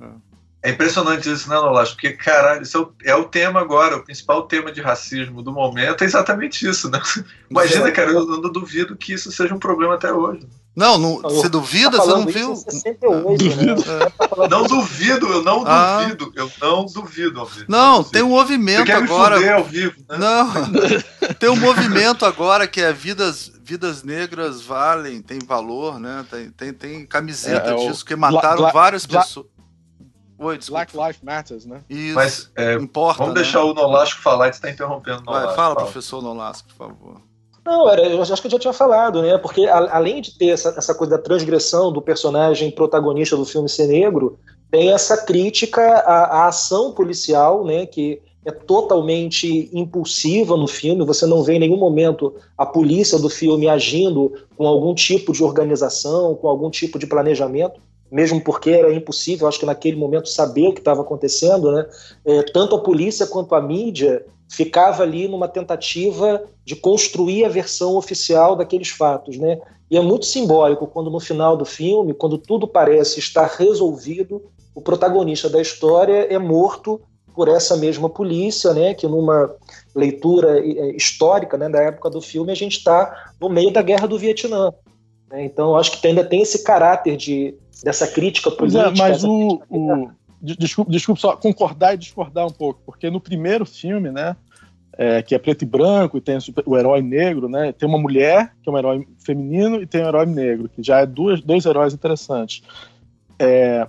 É impressionante isso, né, Nolasco? Porque, caralho, isso é o, é o tema agora, o principal tema de racismo do momento é exatamente isso, né? Imagina, cara, eu não duvido que isso seja um problema até hoje. Não, não Não, você duvida? Tá Você não falando viu? isso em sessenta e oito, né? Tá falando Não isso- duvido, eu não Ah. duvido, eu não duvido. Alvito. Não, duvido. tem um Você movimento quer me agora. fuder ao vivo, né? Não, tem um movimento agora que é vidas, vidas negras valem, tem valor, né? Tem, tem, tem camiseta É, é o disso, que mataram Bla- Bla- várias Bla- pessoas. Oi, desculpa. Black Lives Matters, né? Isso. Mas é, Importa, vamos né? deixar o Nolasco falar, a gente está interrompendo o Vai, Nolasco. fala, fala. professor Nolasco, por favor. Não, era, eu acho que eu já tinha falado, né? Porque a, além de ter essa, essa coisa da transgressão do personagem protagonista do filme ser negro, tem essa crítica à, à ação policial, né? Que é totalmente impulsiva no filme. Você não vê em nenhum momento a polícia do filme agindo com algum tipo de organização, com algum tipo de planejamento, mesmo porque era impossível, acho que naquele momento, saber o que estava acontecendo, né? É, tanto a polícia quanto a mídia ficava ali numa tentativa de construir a versão oficial daqueles fatos, né? E é muito simbólico quando no final do filme, quando tudo parece estar resolvido, o protagonista da história é morto por essa mesma polícia, né? Que numa leitura histórica, né, da época do filme, a gente está no meio da Guerra do Vietnã, né? Então acho que ainda tem esse caráter de, dessa crítica política. Pois é, mas o, o desculpa, desculpa só concordar e discordar um pouco, porque no primeiro filme, né, é, que é preto e branco e tem o, super, o herói negro, né, tem uma mulher que é um herói feminino e tem um herói negro, que já é duas, dois heróis interessantes. É,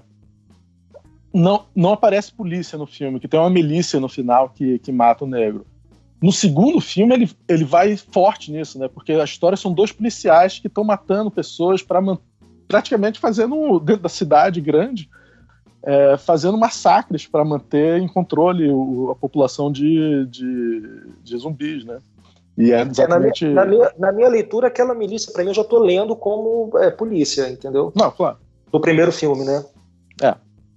não, não aparece polícia no filme, que tem uma milícia no final que, que mata o negro. No segundo filme ele, ele vai forte nisso, né, porque a história são dois policiais que estão matando pessoas para praticamente fazendo dentro da cidade grande, É, fazendo massacres para manter em controle o, a população de, de, de zumbis, né? E é exatamente... É, na, minha, na, minha, na minha leitura, aquela milícia, para mim, eu já estou lendo como é, polícia, entendeu? Não, claro. Do primeiro filme, né? É.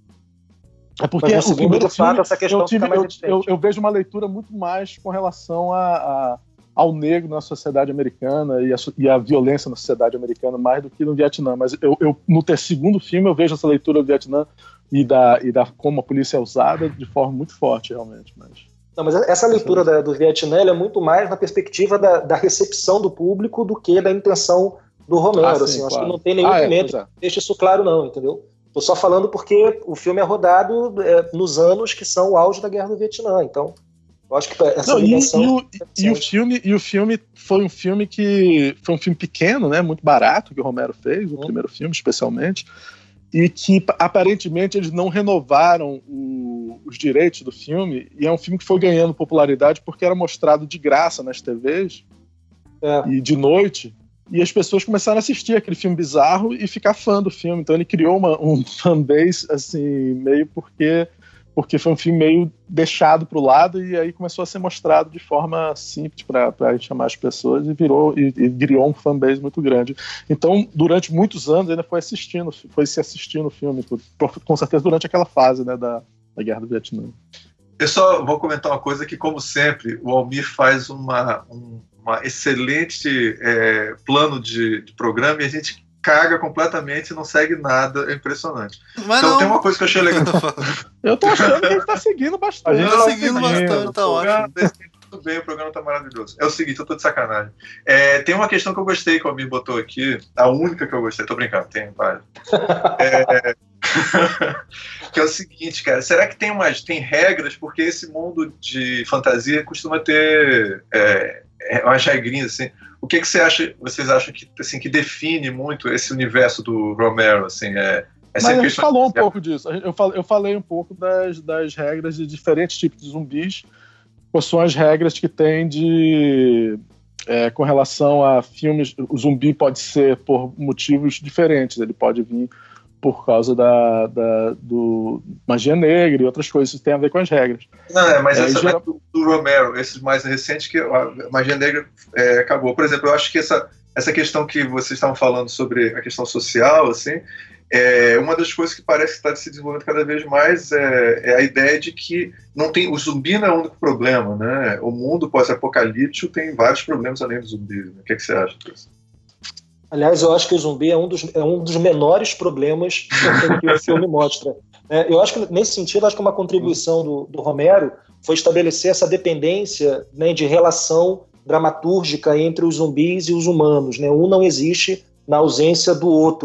É porque Mas, o primeiro de fato, filme, essa questão eu, tive, fica mais eu, eu, eu vejo uma leitura muito mais com relação a, a, ao negro na sociedade americana e a, e a violência na sociedade americana mais do que no Vietnã. Mas eu, eu, no ter, segundo filme eu vejo essa leitura do Vietnã e da, e da como a polícia é usada de forma muito forte, realmente. Mas, Não, mas essa leitura da, do Vietnã é muito mais na perspectiva da, da recepção do público do que da intenção do Romero. Ah, sim, assim, claro. Acho que não tem nenhum ah, momento é, é. que deixe isso claro, não, entendeu? Tô só falando porque o filme é rodado é, nos anos que são o auge da Guerra do Vietnã, então eu acho que essa Não, e, ligação... e, o, e, o filme, e o filme foi um filme que foi um filme pequeno, né, muito barato que o Romero fez, o hum. primeiro filme especialmente, e que aparentemente eles não renovaram o, os direitos do filme, e é um filme que foi ganhando popularidade porque era mostrado de graça nas T Vs é. e de noite, e as pessoas começaram a assistir aquele filme bizarro e ficar fã do filme. Então ele criou uma, um fanbase assim, meio porque, porque foi um filme meio deixado pro lado, e aí começou a ser mostrado de forma simples para chamar as pessoas, e virou e, e criou um fanbase muito grande. Então durante muitos anos ainda foi assistindo, foi se assistindo o filme, com certeza durante aquela fase, né, da, da Guerra do Vietnã. Eu só vou comentar uma coisa que, como sempre, o Almir faz uma, um uma excelente é, plano de, de programa, e a gente caga completamente e não segue nada, é impressionante. Mas então não. Tem uma coisa que eu achei legal. Eu tô achando que a gente tá seguindo bastante. A gente tá seguindo bastante, tá ótimo. Tudo bem, o programa tá maravilhoso. É o seguinte, eu tô de sacanagem. É, tem uma questão que eu gostei que o Almir botou aqui, a única que eu gostei, tô brincando, tem várias. É... que é o seguinte, cara, será que tem umas tem regras, porque esse mundo de fantasia costuma ter é, umas regrinhas assim. O que que você acha, vocês acham que assim que define muito esse universo do Romero, assim, é, é Mas a gente falou um pouco disso. Eu falei, eu falei um pouco das, das regras de diferentes tipos de zumbis, quais são as regras que tem de é, com relação a filmes. O zumbi pode ser por motivos diferentes, ele pode vir por causa da, da do magia negra e outras coisas, isso tem a ver com as regras. Não, é, mas é, essa geral... do, do Romero, esses mais recentes, que a magia negra é, acabou. Por exemplo, eu acho que essa, essa questão que vocês estavam falando sobre a questão social, assim, é uma das coisas que parece que está se desenvolvendo cada vez mais é, é a ideia de que não tem, o zumbi não é o único problema, né? O mundo pós-apocalíptico tem vários problemas além do zumbi. Né? O que, é que você acha disso? Aliás, eu acho que o zumbi é um dos, é um dos menores problemas que o filme mostra. É, eu acho que, nesse sentido, acho que uma contribuição do, do Romero foi estabelecer essa dependência, né, de relação dramatúrgica entre os zumbis e os humanos. Né? Um não existe na ausência do outro.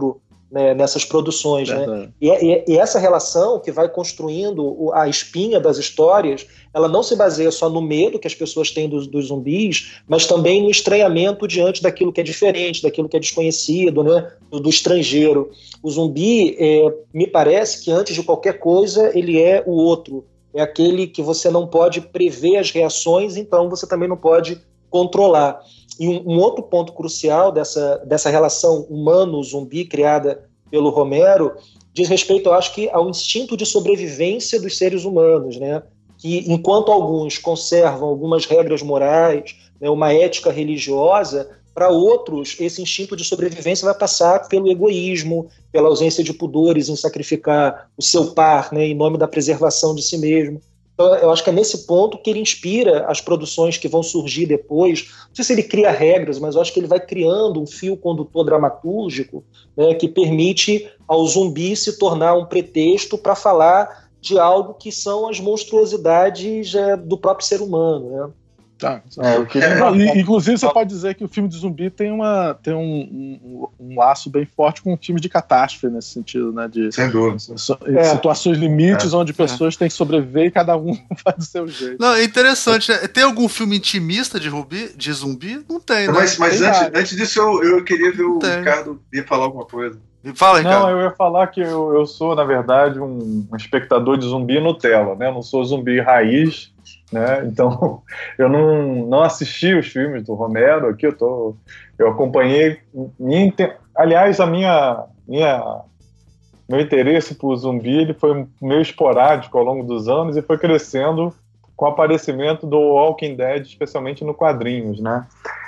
né, nessas produções. É, né? E, e, e essa relação que vai construindo a espinha das histórias, ela não se baseia só no medo que as pessoas têm dos, dos zumbis, mas também no estranhamento diante daquilo que é diferente, daquilo que é desconhecido, né, do, do estrangeiro. O zumbi, é, me parece que antes de qualquer coisa, ele é o outro. É aquele que você não pode prever as reações, então você também não pode controlar. E um, um outro ponto crucial dessa, dessa relação humano-zumbi criada pelo Romero diz respeito, eu acho que, ao instinto de sobrevivência dos seres humanos, né? Que enquanto alguns conservam algumas regras morais, né, uma ética religiosa, para outros esse instinto de sobrevivência vai passar pelo egoísmo, pela ausência de pudores em sacrificar o seu par, né, em nome da preservação de si mesmo. Então, eu acho que é nesse ponto que ele inspira as produções que vão surgir depois. Não sei se ele cria regras, mas eu acho que ele vai criando um fio condutor dramatúrgico, né, que permite ao zumbi se tornar um pretexto para falar de algo que são as monstruosidades é, do próprio ser humano. Né? Tá. É, e, inclusive, você pode dizer que o filme de zumbi tem, uma, tem um, um, um laço bem forte com um filme de catástrofe nesse sentido, né? De, Sem dúvida. É. Situações limites é. onde pessoas é. têm que sobreviver e cada um faz do seu jeito. Não, é interessante. Né? Tem algum filme intimista de, rubi, de zumbi? Não tem, né? Mas, mas tem antes, antes disso, eu, eu queria ver o Ricardo ia falar alguma coisa. Fala, Ricardo. Não, eu ia falar que eu, eu sou, na verdade, um, um espectador de zumbi Nutella, né? Eu não sou zumbi raiz, né? Então eu não, não assisti os filmes do Romero aqui, eu, tô, eu acompanhei. Minha, aliás, a minha, minha, meu interesse por zumbi ele foi meio esporádico ao longo dos anos e foi crescendo com o aparecimento do Walking Dead, especialmente no quadrinhos, né?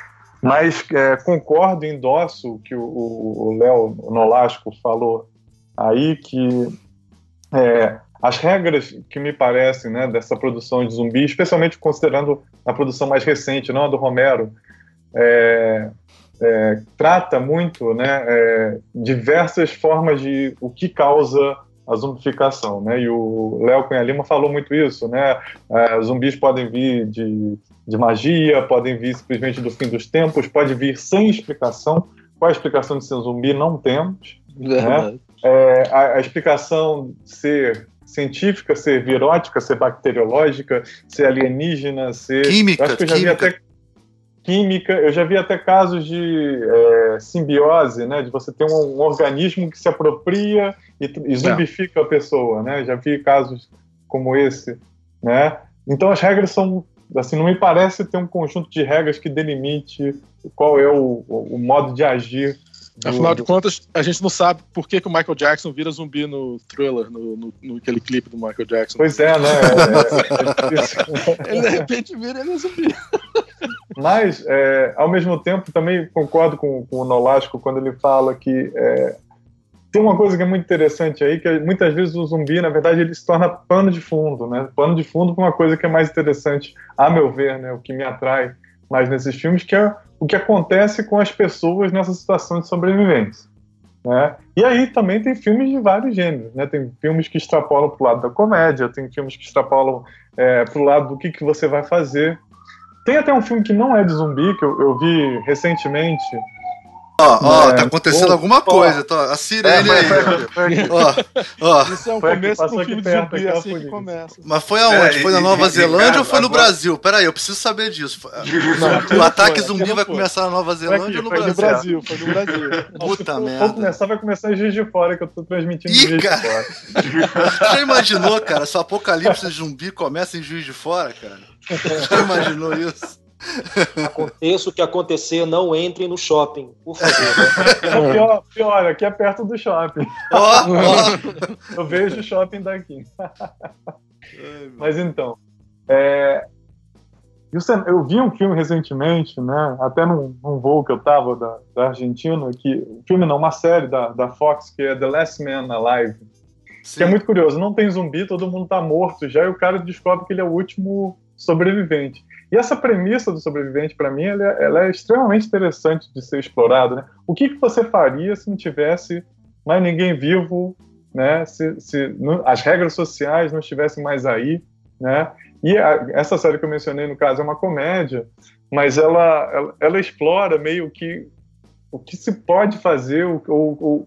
Mas é, concordo e endosso o que o Léo Nolasco falou aí, que é, as regras que me parecem, né, dessa produção de zumbi, especialmente considerando a produção mais recente, não a do Romero, é, é, trata muito, né, é, diversas formas de o que causa a zumbificação, né? E o Léo Cunha Lima falou muito isso, né? É, zumbis podem vir de, de magia, podem vir simplesmente do fim dos tempos, pode vir sem explicação. Qual a explicação de ser zumbi? Não temos. Né? É, a, a explicação ser científica, ser virótica, ser bacteriológica, ser alienígena, ser... Química, eu acho que eu já química. vi até química, eu já vi até casos de é, simbiose, né? De você ter um, um organismo que se apropria e, e zumbifica a pessoa, né? Já vi casos como esse, né? Então as regras são, assim, não me parece ter um conjunto de regras que delimite qual é o, o, o modo de agir. Do, Afinal de do... contas, a gente não sabe por que, que o Michael Jackson vira zumbi no Thriller, no, no, no aquele clipe do Michael Jackson. Pois é, né? É, é, ele de repente vira ele é zumbi. Mas, é, ao mesmo tempo, também concordo com, com o Nolasco quando ele fala que é, tem uma coisa que é muito interessante aí, que muitas vezes o zumbi, na verdade, ele se torna pano de fundo, né? Pano de fundo para uma coisa que é mais interessante, a meu ver, né? O que me atrai mais nesses filmes, que é o que acontece com as pessoas nessa situação de sobrevivência, né? E aí também tem filmes de vários gêneros, né? Tem filmes que extrapolam para o lado da comédia, tem filmes que extrapolam é, para o lado do que, que você vai fazer. Tem até um filme que não é de zumbi, que eu, eu vi recentemente. Ó, ó, é, tá acontecendo oh, alguma coisa. Tô, a sirene é, aí. Ó, ó. Isso é o Foi começo aqui, do filme de perto, zumbi, aqui, assim aqui, que começa. Mas foi aonde? É, foi na e- Nova e- Zelândia e- ou foi no agora- Brasil? Peraí, eu preciso saber disso. Foi- Não, aqui o não ataque foi, zumbi aqui vai não foi. começar na Nova Zelândia aqui, ou no foi Foi no Brasil? Brasil, foi no Brasil. Puta Vou merda. começar, vai começar em Juiz de Fora, que eu tô transmitindo em Ih, Juiz de cara. Fora. Tu já imaginou, cara? Se o apocalipse zumbi começa em Juiz de Fora, cara? Já imaginou isso? Aconteça o que acontecer, não entrem no shopping, por favor. É pior, pior, aqui é perto do shopping. Ó, ó. Eu vejo o shopping daqui. Mas então, é, eu, se- eu vi um filme recentemente, né, até num, num voo que eu tava da, da Argentina, que, um filme não, uma série da, da Fox, que é The Last Man Alive, que é muito curioso, não tem zumbi, todo mundo tá morto já, e o cara descobre que ele é o último sobrevivente. E essa premissa do sobrevivente, para mim, ela é, ela é extremamente interessante de ser explorada, né? O que, que você faria se não tivesse mais ninguém vivo, né? Se, se não- as regras sociais não estivessem mais aí, né? E a- essa série que eu mencionei, no caso, é uma comédia, mas ela, ela, ela explora meio que o que se pode fazer, o, o, o,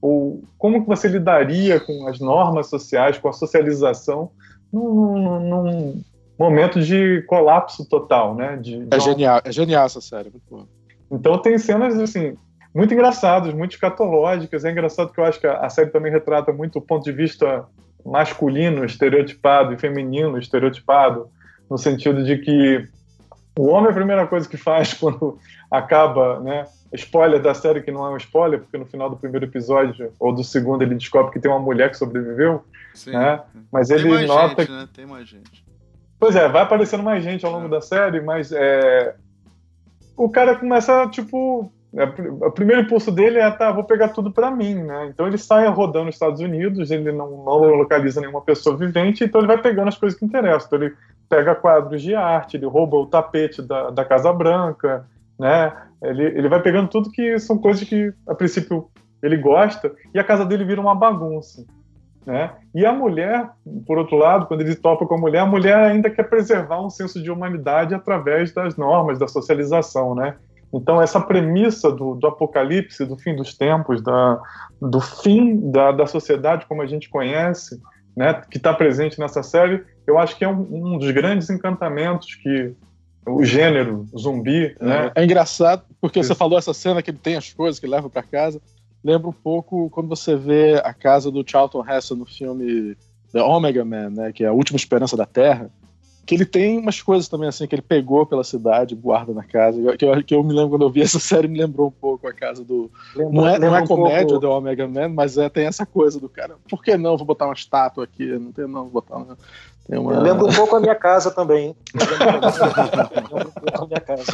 ou como que você lidaria com as normas sociais, com a socialização num, num momento de colapso total, né? De, de É uma... genial, é genial essa série. Muito boa. Então tem cenas assim muito engraçadas, muito escatológicas. É engraçado que eu acho que a série também retrata muito o ponto de vista masculino, estereotipado, e feminino, estereotipado, no sentido de que o homem, a primeira coisa que faz quando acaba, né, spoiler da série, que não é um spoiler, porque no final do primeiro episódio ou do segundo ele descobre que tem uma mulher que sobreviveu, Sim. né? Mas Tem ele mais nota gente, né? Tem mais gente. Pois é, vai aparecendo mais gente ao longo é. da série, mas é... o cara começa, tipo... O primeiro impulso dele é, tá, vou pegar tudo pra mim, né? Então ele sai rodando os Estados Unidos, ele não, não localiza nenhuma pessoa vivente, então ele vai pegando as coisas que interessam. Então ele pega quadros de arte, ele rouba o tapete da, da Casa Branca, né? Ele, ele vai pegando tudo que são coisas que, a princípio, ele gosta, e a casa dele vira uma bagunça, né? E a mulher, por outro lado, quando ele topa com a mulher, a mulher ainda quer preservar um senso de humanidade através das normas, da socialização, né? Então, essa premissa do, do apocalipse, do fim dos tempos, da, do fim da, da sociedade como a gente conhece, né, que está presente nessa série, eu acho que é um, um dos grandes encantamentos que o gênero zumbi... É, né? é engraçado, porque Isso. você falou essa cena que ele tem as coisas que ele leva para casa. Lembra um pouco quando você vê a casa do Charlton Heston no filme The Omega Man, né, que é a última esperança da Terra, que ele tem umas coisas também assim que ele pegou pela cidade, guarda na casa, que eu, que eu me lembro quando eu vi essa série, me lembrou um pouco a casa do... Lembra, não é, não é um comédia pouco... do Omega Man, mas é, tem essa coisa do cara, por que não, vou botar uma estátua aqui, não tem não, vou botar uma... Tem uma... Lembra um pouco a minha casa também. Lembra um pouco a minha casa.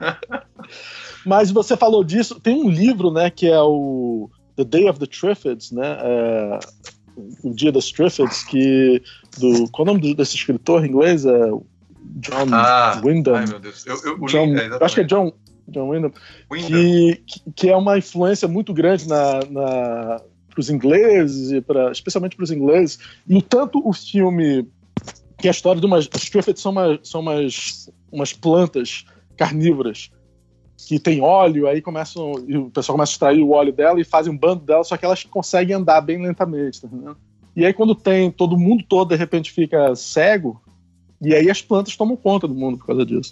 Mas você falou disso, tem um livro, né, que é o The Day of the Triffids, né, é... o Dia das Triffids, que do, qual é o nome desse escritor em inglês? É John ah, Wyndham. Ai, meu Deus. Eu, eu, John, li, é, acho que é John, John Wyndham, Wyndham. Que, que é uma influência muito grande na, na, para os ingleses, e pra, especialmente para os ingleses. E tanto o filme, que é a história de umas... As Triffids são, uma, são umas, umas plantas carnívoras que tem óleo, aí começam, e o pessoal começa a extrair o óleo dela e fazem um bando dela, só que elas conseguem andar bem lentamente, tá entendendo? E aí quando tem, todo mundo todo de repente fica cego, e aí as plantas tomam conta do mundo por causa disso.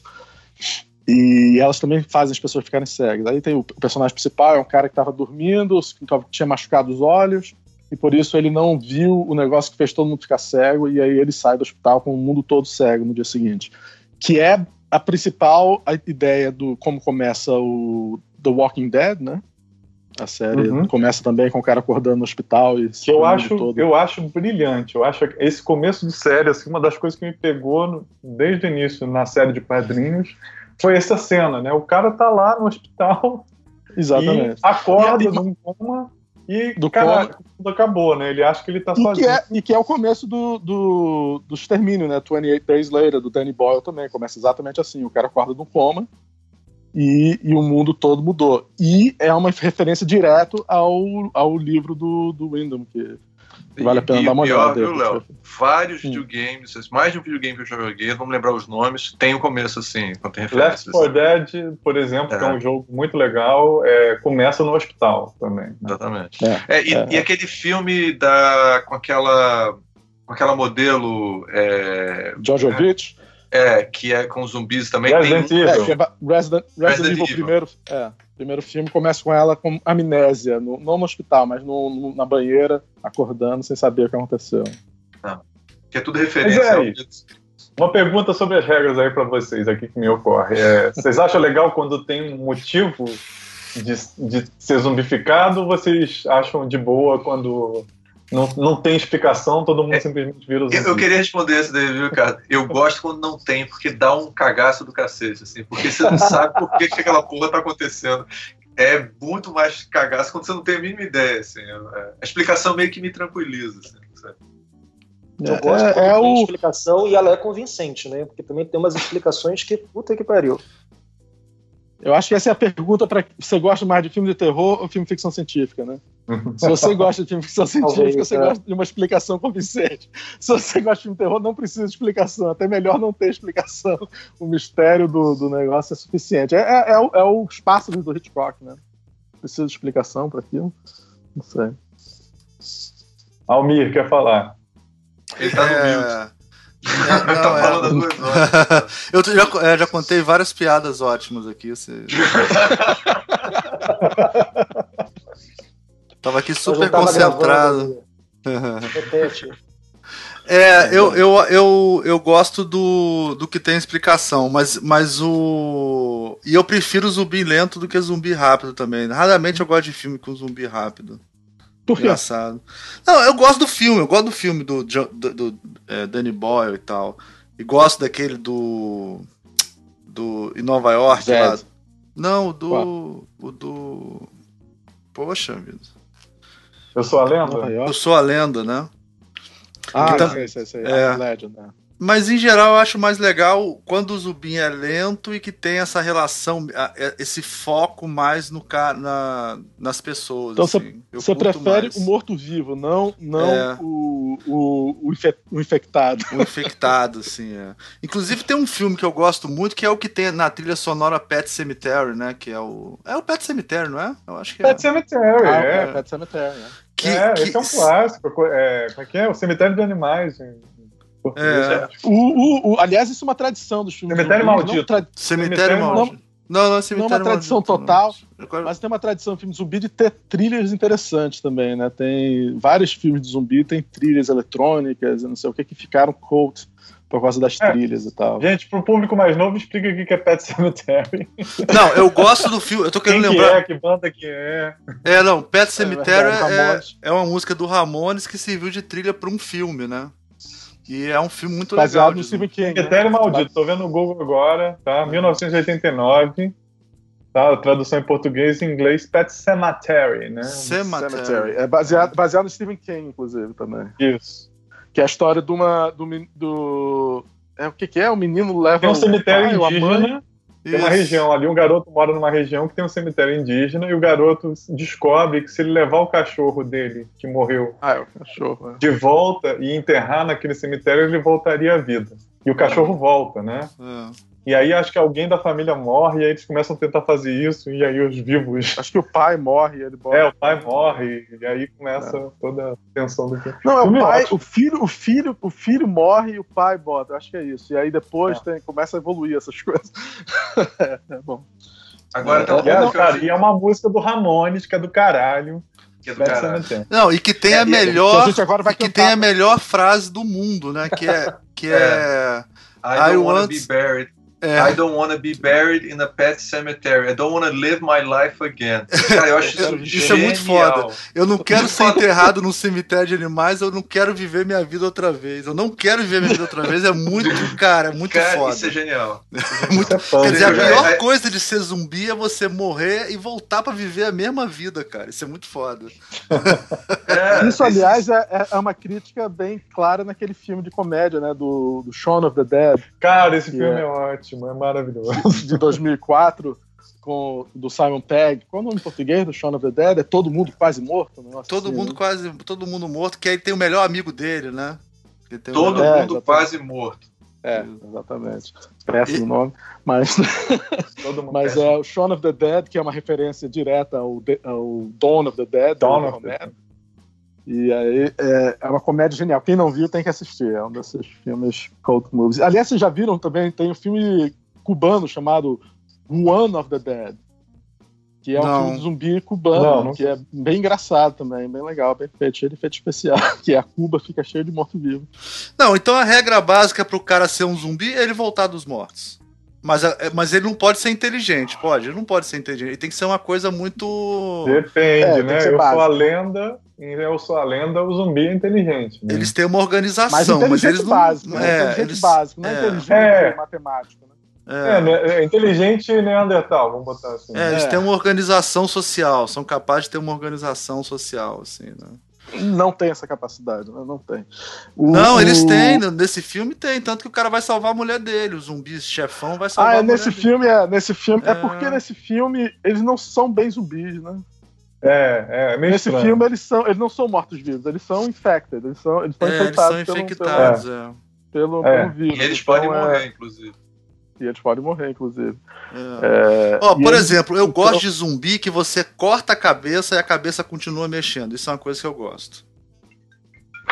E elas também fazem as pessoas ficarem cegas. Aí tem o personagem principal, é um cara que estava dormindo, que tinha machucado os olhos, e por isso ele não viu o negócio que fez todo mundo ficar cego, e aí ele sai do hospital com o mundo todo cego no dia seguinte. Que é a principal a ideia do como começa o The Walking Dead, né? A série uhum. começa também com o cara acordando no hospital e que eu acho todo. eu acho brilhante. Eu acho que esse começo de série, assim, uma das coisas que me pegou no, desde o início na série de Padrinhos foi essa cena, né? O cara tá lá no hospital, exatamente, e acorda num coma e do cara, coma. Tudo acabou, né? Ele acha que ele tá e sozinho. Que é, e que é o começo do, do, do extermínio, né? vinte e oito Days Later, do Danny Boyle também. Começa exatamente assim. O cara acorda no coma e, e o mundo todo mudou. E é uma referência direto ao, ao livro do, do Wyndham, que, que vale a pena e dar uma pior, olhada. Viu, Léo? Vários hum. videogames, mais de um videogame que eu já joguei, vamos lembrar os nomes, tem um começo assim, quando tem referências. Left four Dead, por exemplo, é. que é um jogo muito legal, é, começa no hospital também. Né? Exatamente. É, é, e, é. e aquele filme da, com aquela com aquela modelo... É, Jojo Rabbit? É, que é com zumbis também. Resident tem um, Evil. É, é Resident, Resident, Resident Evil, Evil. Primeiro, é, primeiro filme começa com ela com amnésia, no, não no hospital, mas no, no, na banheira, acordando, sem saber o que aconteceu. Não. Que é tudo referência. É aí, uma pergunta sobre as regras aí pra vocês aqui que me ocorre. É, vocês acham legal quando tem um motivo de, de ser zumbificado ou vocês acham de boa quando... Não, não tem explicação, todo mundo é, simplesmente vira os eu, eu queria responder isso daí, viu, cara? Eu gosto quando não tem, porque dá um cagaço do cacete, assim, porque você não sabe por que, que aquela porra tá acontecendo. É muito mais cagaço quando você não tem a mínima ideia, assim. A explicação meio que me tranquiliza, assim, sabe? Eu gosto é, quando é tem o... explicação e ela é convincente, né? Porque também tem umas explicações que puta que pariu. Eu acho que essa é a pergunta para você gosta mais de filme de terror ou filme de ficção científica, né? Se você gosta de filme de ficção científica, Talvez, você é. gosta de uma explicação convincente. Se você gosta de filme de terror, não precisa de explicação. Até melhor não ter explicação. O mistério do, do negócio é suficiente. É, é, é, o, é os pássaros do Hitchcock, né? Precisa de explicação para aquilo? Não sei. Almir, quer falar? Ele tá no É... mute. É, Ele tá falando as duas horas. Eu já, é, já contei várias piadas ótimas aqui. Você... Tava aqui super tava concentrado. Repete. É, eu, eu, eu, eu gosto do, do que tem explicação, mas, mas o. E eu prefiro zumbi lento do que zumbi rápido também. Raramente eu gosto de filme com zumbi rápido. Por quê? Engraçado. Não, eu gosto do filme, eu gosto do filme do, do, do, do é, Danny Boyle e tal. E gosto daquele do. Do. Em Nova York Zed. lá. Não, do. Qual? O do. Poxa vida. Eu sou a Nova lenda? York? Eu sou a lenda, né? Ah, Então- sei, sei, sei. É. Legend, né? Mas em geral eu acho mais legal quando o zumbi é lento e que tem essa relação, a- é- esse foco mais no ca- na, nas pessoas. Então você- assim. Eu Você curto prefere mais. o morto-vivo, não, não É. o, o, o, infe- o infectado. O infectado, assim, é. Inclusive tem um filme que eu gosto muito, que é o que tem na trilha sonora Pet Sematary, né? Que é o. É o Pet Sematary, não é? Eu acho que é. Pet Cemetery, Ah, é. é, Pet Sematary, né? Que, é, que- esse é um clássico. É, como é que é? O Cemitério de Animais. Em português, É. né? O, o, o- aliás, isso é uma tradição dos filmes. Cemitério zumbis, Maldito. Não, tra- Cemitério Cemitério Maldito. Não, não, é não é Cemitério uma tradição Maldito, não. total, Agora- mas tem uma tradição em filme de zumbi de ter trilhas interessantes também, né? Tem vários filmes de zumbi, tem trilhas eletrônicas, não sei o que, que ficaram cult por causa das É. trilhas e tal. Gente, pro público mais novo, explica o que é Pet Cemetery. Não, eu gosto do filme. Eu tô Quem querendo que lembrar. é, que banda que é. É, não, Pet Sematary verdade, é, Ramones. é uma música do Ramones que serviu de trilha para um filme, né? E é um filme muito Baseado legal. no de- Stephen King. Cemitério né? Maldito, tô vendo no Google agora, tá? mil novecentos e oitenta e nove, tá? A tradução em português e em inglês, Pet Cemetery, né? Cemetery. Cemetery. É baseado, baseado no Stephen King, inclusive, também. Isso. Que é a história de uma. Do, men- do, é o que, que é? O menino leva. Tem um o cemitério pai, ou a mãe. indígena, tem uma Isso. região ali, um garoto mora numa região que tem um cemitério indígena e o garoto descobre que se ele levar o cachorro dele, que morreu, Ah, é o cachorro. é. de volta e enterrar naquele cemitério, ele voltaria à vida. E o cachorro volta, né? É. E aí acho que alguém da família morre, e aí eles começam a tentar fazer isso, e aí os vivos. Acho que o pai morre, ele bota. É, o pai morre, e aí começa toda a tensão do que. Não, é Filme o pai, ótimo. o filho, o filho, o filho morre e o pai bota. Acho que é isso. E aí depois tem- começa a evoluir essas coisas. é, é bom. Agora tá um E é, ponto que eu cara, achei e é uma música do Ramones, que é do caralho. que é do Pet caralho. Sematary. Não, e que tem É, a e- melhor. a gente agora vai e que cantar. tem a melhor frase do mundo, né? Que é. Que é, I don't I wanna want- be buried. é, I don't wanna be buried in a pet cemetery. I don't wanna live my life again. Cara, eu acho isso, Isso é muito genial. foda. eu não quero Muito ser foda. enterrado num cemitério de animais, eu não quero viver minha vida outra vez. Eu não quero viver minha vida outra vez. É muito, cara, é muito Cara, foda. isso é genial. É muito- Isso é punk, Quer dizer, a cara. pior É- coisa de ser zumbi é você morrer e voltar pra viver a mesma vida, cara. Isso é muito foda. É, Isso, aliás, é, é- é uma crítica bem clara naquele filme de comédia, né? Do, do Shaun of the Dead, Cara, esse Que filme é- é ótimo, é maravilhoso. de dois mil e quatro, com, do Simon Pegg. Qual é o nome em português do Shaun of the Dead? É Todo Mundo Quase Morto? Um negócio Todo assim, mundo né? quase, todo mundo morto, que aí tem o melhor amigo dele, né? Que tem o todo melhor- É, mundo exatamente. quase morto. É, exatamente. Péssimo E- nome. Mas, Todo mundo mas quer. é o Shaun of the Dead, que é uma referência direta ao, de- ao Dawn of the Dead. Dawn do of the Romero. E aí é, é uma comédia genial. Quem não viu tem que assistir. É um desses filmes cult movies. Aliás, vocês já viram também? Tem um filme cubano chamado One of the Dead, que é um Não. filme de zumbi cubano, Não, não que é bem engraçado também, bem legal, bem feito, cheio de efeito especial. Que a Cuba fica cheia de morto-vivo. Não, então a regra básica pro cara ser um zumbi é ele voltar dos mortos. Mas, a- mas ele não pode ser inteligente, pode? Ele não pode ser inteligente. Ele tem que ser uma coisa muito. Depende, É, tem que né? ser Eu básico. sou a lenda, em Eu Sou a Lenda, o zumbi é inteligente. Né? Eles têm uma Mas organização, inteligente mas eles não. básico, né? é, inteligente eles- básico, não é, é. inteligente É. matemático, né? É, né? É inteligente e Neandertal, vamos botar assim. É, eles É. têm uma organização social, são capazes de ter uma organização social, assim, né? Não tem essa capacidade, né? Não tem. O- Não, eles o- têm, nesse filme tem, tanto que o cara vai salvar a mulher dele, o zumbi chefão vai salvar Ah, é a mulher nesse dele. filme, é, nesse filme. É. É. porque nesse filme eles não são bem zumbis, né? É, é, é meio Nesse estranho. filme eles são, eles não são mortos-vivos, eles são infected, eles são, eles são É, eles infectados são pelo, infectados, é. pelo, pelo, É. pelo vírus. E eles Então, podem é- morrer, inclusive. E eles podem morrer, inclusive. É. É, Ó, e por eles- exemplo, eu então- gosto de zumbi que você corta a cabeça e a cabeça continua mexendo. Isso é uma coisa que eu gosto.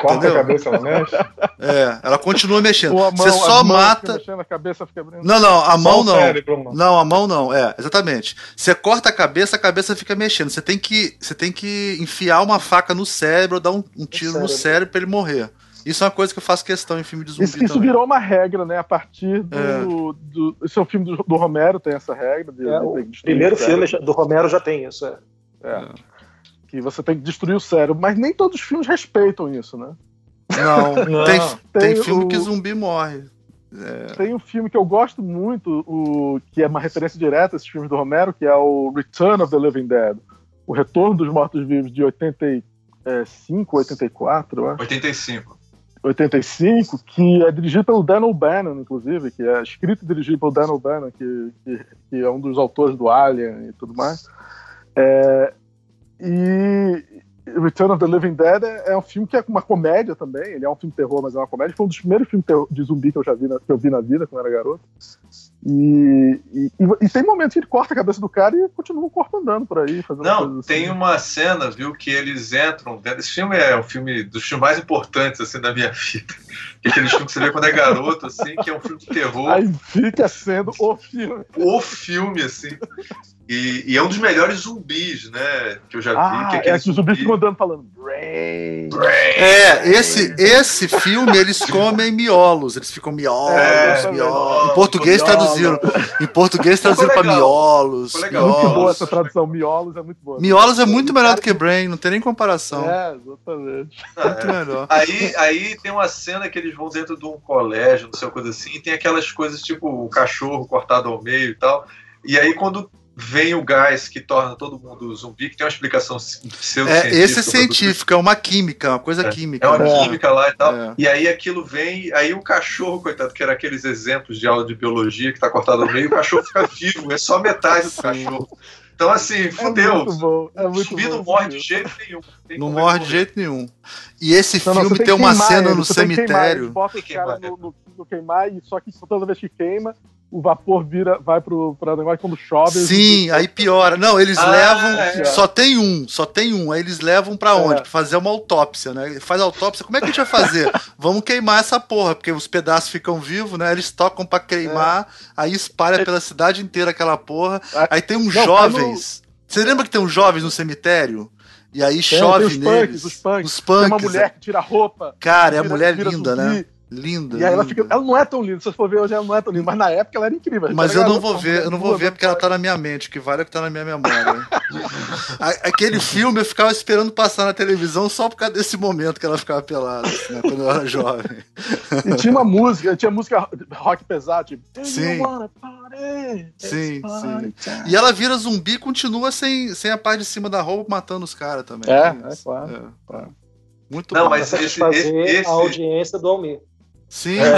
corta Entendeu? a cabeça, ela mexe. É, ela continua mexendo. Ou a mão, Você só as mãos mata. ficam mexendo, a cabeça fica abrindo. Não, não, a Só mão o não. cérebro, mano. Não, a mão não. É, exatamente. Você corta a cabeça, a cabeça fica mexendo. Você tem que, você tem que enfiar uma faca no cérebro, dar um, um tiro no cérebro. cérebro pra ele morrer. Isso é uma coisa que eu faço questão em filme de zumbi Isso, isso também. virou uma regra, né? A partir do. É. do esse é o filme do, do Romero, tem essa regra. De, É, de o ter que destruir primeiro o cérebro. filme do Romero já tem isso. É. É. Que você tem que destruir o cérebro. Mas nem todos os filmes respeitam isso, né? Não, Não. tem, tem Tem filme o- que zumbi morre. Tem um filme que eu gosto muito, o, que é uma referência direta a esses filmes do Romero, que é o Return of the Living Dead. O Retorno dos Mortos-Vivos, de oitenta e cinco, oitenta e quatro, eu acho. oitenta e cinco. oitenta e cinco, que é dirigido pelo Dan O'Bannon, inclusive, que é escrito e dirigido pelo Dan O'Bannon, que, que, que é um dos autores do Alien e tudo mais. É, e Return of the Living Dead é, é um filme que é uma comédia também, ele é um filme de terror, mas é uma comédia. Foi um dos primeiros filmes de, terror, de zumbi que eu já vi na, que eu vi na vida, quando eu era garoto. E, e, e, e tem momentos que ele corta a cabeça do cara e continua o corpo andando por aí, fazendo Não, coisas assim. tem uma cena, viu, que eles entram dentro. Esse filme é um filme dos filmes mais importantes, assim, da minha vida. Que é aqueles filmes que você vê quando é garoto, assim, que é um filme de terror. Aí fica sendo o filme. O filme, assim. E, e é um dos melhores zumbis, né, que eu já vi. Ah, que é, é aquele que os zumbis ficam andando falando Brain. É, esse, esse filme eles comem miolos, eles ficam miolos, É, miolos. Em é, português miolos. traduziram. Em português traduziram pra legal. miolos. Ficou É legal. muito boa miolos. essa tradução. Miolos é muito boa. Miolos é muito melhor do que Brain, não tem nem comparação. É, exatamente. Muito melhor. Aí, aí tem uma cena que eles vão dentro de um colégio, não sei, coisa assim, e tem aquelas coisas tipo o cachorro cortado ao meio e tal. E aí quando vem o gás que torna todo mundo zumbi, que tem uma explicação pseudocientífica. É, esse é pra tudo. científico, é uma química, uma coisa química. É uma É. química lá e tal. É. E aí aquilo vem, aí o cachorro, coitado, que era aqueles exemplos de aula de biologia que tá cortado ao meio, o cachorro fica vivo, é só metade do cachorro. Então, assim, É fudeu. muito bom. É O muito zumbi bom, não morre esse de filme. jeito nenhum. Tem Não como morre ele de jeito nenhum. E esse Não, não, filme você tem que uma queimar cena ele, no você tem que queimar, cemitério. eles botam Tem os que caras queimar, no, no, no queimar, e só que toda vez que queima, o vapor vira, vai pro, pra negócio, quando chove... eles- Sim, aí piora. Não, eles Ah, levam. é. Só tem um, só tem um. Aí eles levam pra onde? É. Pra fazer uma autópsia, né? Faz autópsia. Como é que a gente vai fazer? Vamos queimar essa porra, porque os pedaços ficam vivos, né? Eles tocam pra queimar, aí espalha pela cidade inteira aquela porra. Aí tem uns Não, jovens. Você lembra que tem uns jovens no cemitério? E aí Tem, chove tem os neles. punks, os punks. Os Tem uma punks. mulher que tira a roupa. Cara, é a vira- mulher vira linda, zumbi. né? Linda. E aí ela linda. fica. Ela não é tão linda, se você for ver hoje, ela não é tão linda, mas na época ela era incrível. A gente Mas era eu não garoto, vou uma ver, mulher eu não vou boa, ver porque ela tá na minha mente, o que vale é o que tá na minha memória. A- Aquele filme eu ficava esperando passar na televisão só por causa desse momento que ela ficava pelada, né, quando eu era jovem. E tinha uma música, tinha música rock pesado, tipo. "Do you Sim. wanna party? Sim, It's sim. party time." E ela vira zumbi e continua sem, sem a parte de cima da roupa matando os caras também. É, Tem é isso. claro, É. claro. Muito Não, bom. mas Pra esse- satisfazer esse- a audiência do Almir. Sim, sim.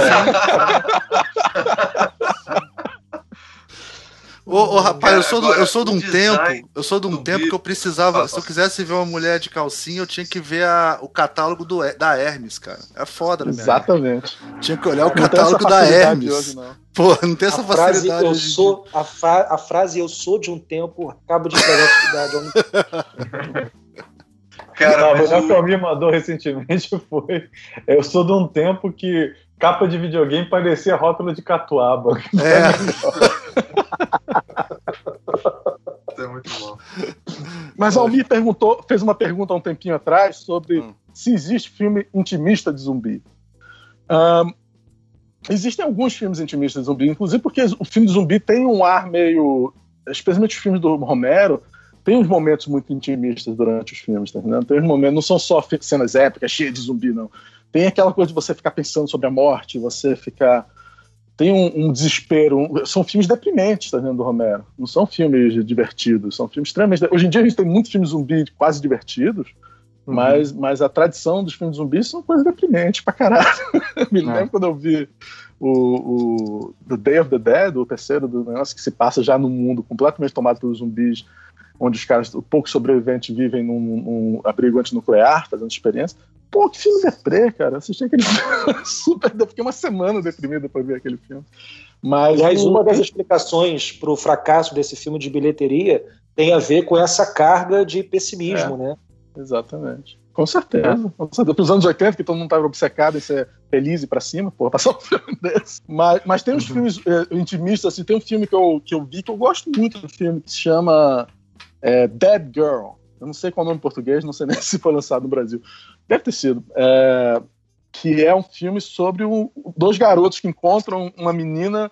Ô, ô, rapaz, eu sou, do, eu sou de um Agora, o design tempo, eu sou de um do tempo vídeo- que eu precisava, Fala, se eu fala. quisesse ver uma mulher de calcinha, eu tinha que ver a- o catálogo do, da Hermes, cara. É foda, né? minha Exatamente. época. Tinha que olhar o Não tem essa catálogo da facilidade Hermes. hoje, não. Pô, não tem A essa frase, facilidade. eu hoje em sou, a, fra- a frase eu sou de um tempo, acabo de entregar a cidade. Almir. Cara, Não, a mas melhor o- que o Almir mandou recentemente foi: eu sou de um tempo que capa de videogame parecia rótulo de catuaba. dia. É, Isso é muito bom. Mas Almir perguntou, fez uma pergunta há um tempinho atrás sobre Hum. se existe filme intimista de zumbi. Ahn, existem alguns filmes intimistas de zumbi, inclusive porque o filme de zumbi tem um ar meio. Especialmente os filmes do Romero, tem uns momentos muito intimistas durante os filmes, tá entendendo? Tem uns momentos, não são só fi- cenas épicas, cheias de zumbi, não. Tem aquela coisa de você ficar pensando sobre a morte, você ficar. Tem um, um desespero. um- São filmes deprimentes, tá vendo, do Romero? Não são filmes divertidos, são filmes extremamente. Hoje em dia a gente tem muitos filmes zumbi quase divertidos, mas, mas a tradição dos filmes zumbis são coisas deprimentes pra caralho. Eu me lembro quando eu vi o, o The Day of the Dead, o terceiro do negócio, que se passa já num mundo completamente tomado pelos zumbis, onde os caras, poucos sobreviventes, vivem num, num abrigo antinuclear, fazendo experiência. Pô, que filme deprê, cara. Eu assisti aquele filme super. Eu fiquei uma semana deprimido depois de ver aquele filme. Mas. Aliás, o- uma das explicações para o fracasso desse filme de bilheteria tem a ver com essa carga de pessimismo, né? Exatamente. Com certeza. Com certeza. Nos anos oitenta, que todo mundo tava obcecado em ser feliz e pra cima, porra, passar um filme desse. Mas, mas tem uns uhum. filmes é, intimistas, assim, tem um filme que eu, que eu vi que eu gosto muito do filme, que se chama é, Dead Girl. Eu não sei qual é o nome em português, não sei nem se foi lançado no Brasil. Deve ter sido. É, que é um filme sobre um, dois garotos que encontram uma menina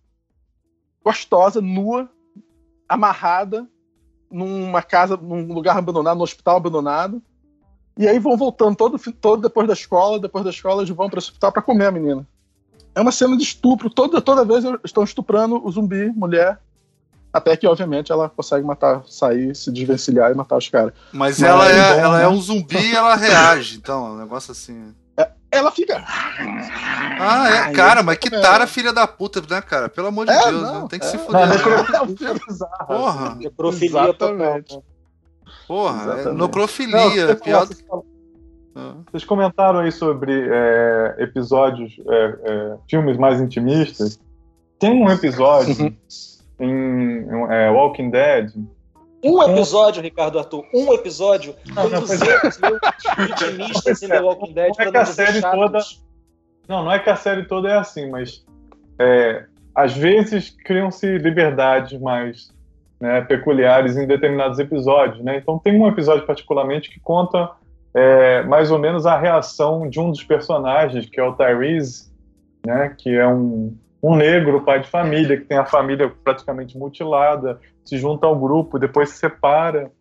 gostosa, nua, amarrada, numa casa, num lugar abandonado, num hospital abandonado. E aí vão voltando todo, todo depois da escola, depois da escola eles vão para o hospital para comer a menina. É uma cena de estupro, toda, toda vez eles estão estuprando o zumbi, mulher, até que, obviamente, ela consegue matar, sair, se desvencilhar e matar os caras. Mas, Mas ela, é, bom, ela né? é um zumbi e ela reage, então, é um negócio assim... É, ela fica... Ah, é, Ai, cara, mas que tara filha da puta, né, cara? Pelo amor de é, Deus, não, né? Tem que é. se fuder. Não, Porra. Necrofilia total. Porra, é necrofilia. Não, pior... vocês, vocês comentaram aí sobre é, episódios, é, é, filmes mais intimistas. Tem um episódio em é, Walking Dead. Um episódio, Ricardo Arthur, um episódio com duzentos mil intimistas em The Walking Dead. Não é que a série toda... Não, não é que a série toda é assim, mas é, às vezes criam-se liberdades mais, né, peculiares em determinados episódios, né? Então tem um episódio particularmente que conta é, mais ou menos a reação de um dos personagens, que é o Tyrese, né, que é um, um negro, pai de família, que tem a família praticamente mutilada, se junta ao grupo, depois se separa.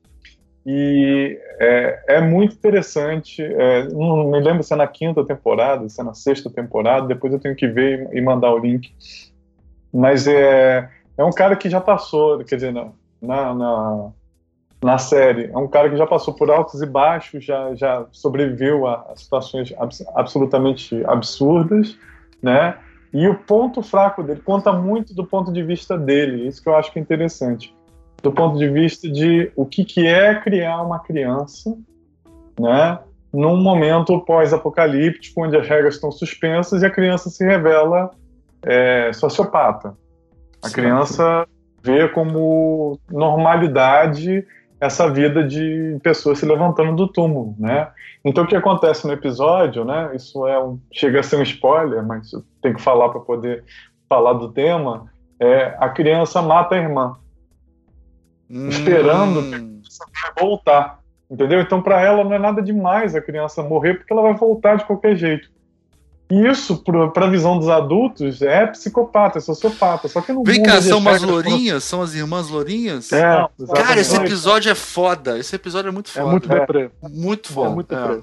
E é, é muito interessante, é, não me lembro se é na quinta temporada, se é na sexta temporada, depois eu tenho que ver e mandar o link. Mas é, é um cara que já passou, quer dizer, na, na, na série, é um cara que já passou por altos e baixos, já, já sobreviveu a, a situações abs, absolutamente absurdas, né? E o ponto fraco dele conta muito do ponto de vista dele, isso que eu acho que é interessante. Do ponto de vista de o que, que é criar uma criança, né, num momento pós-apocalíptico, onde as regras estão suspensas e a criança se revela é, sociopata. A Sim. criança vê como normalidade essa vida de pessoas se levantando do túmulo, né? Então o que acontece no episódio, né, isso é um, chega a ser um spoiler, mas eu tenho que falar para poder falar do tema, é a criança mata a irmã. Hum. Esperando que a criança vai voltar, entendeu? Então para ela não é nada demais a criança morrer, porque ela vai voltar de qualquer jeito. E isso, para a visão dos adultos, é psicopata, é sociopata. Só que no Vem cá, são umas lourinhas? São as irmãs lourinhas? É, não, cara, esse episódio é foda. Esse episódio é muito foda. É muito deprê. Muito foda. É muito deprê.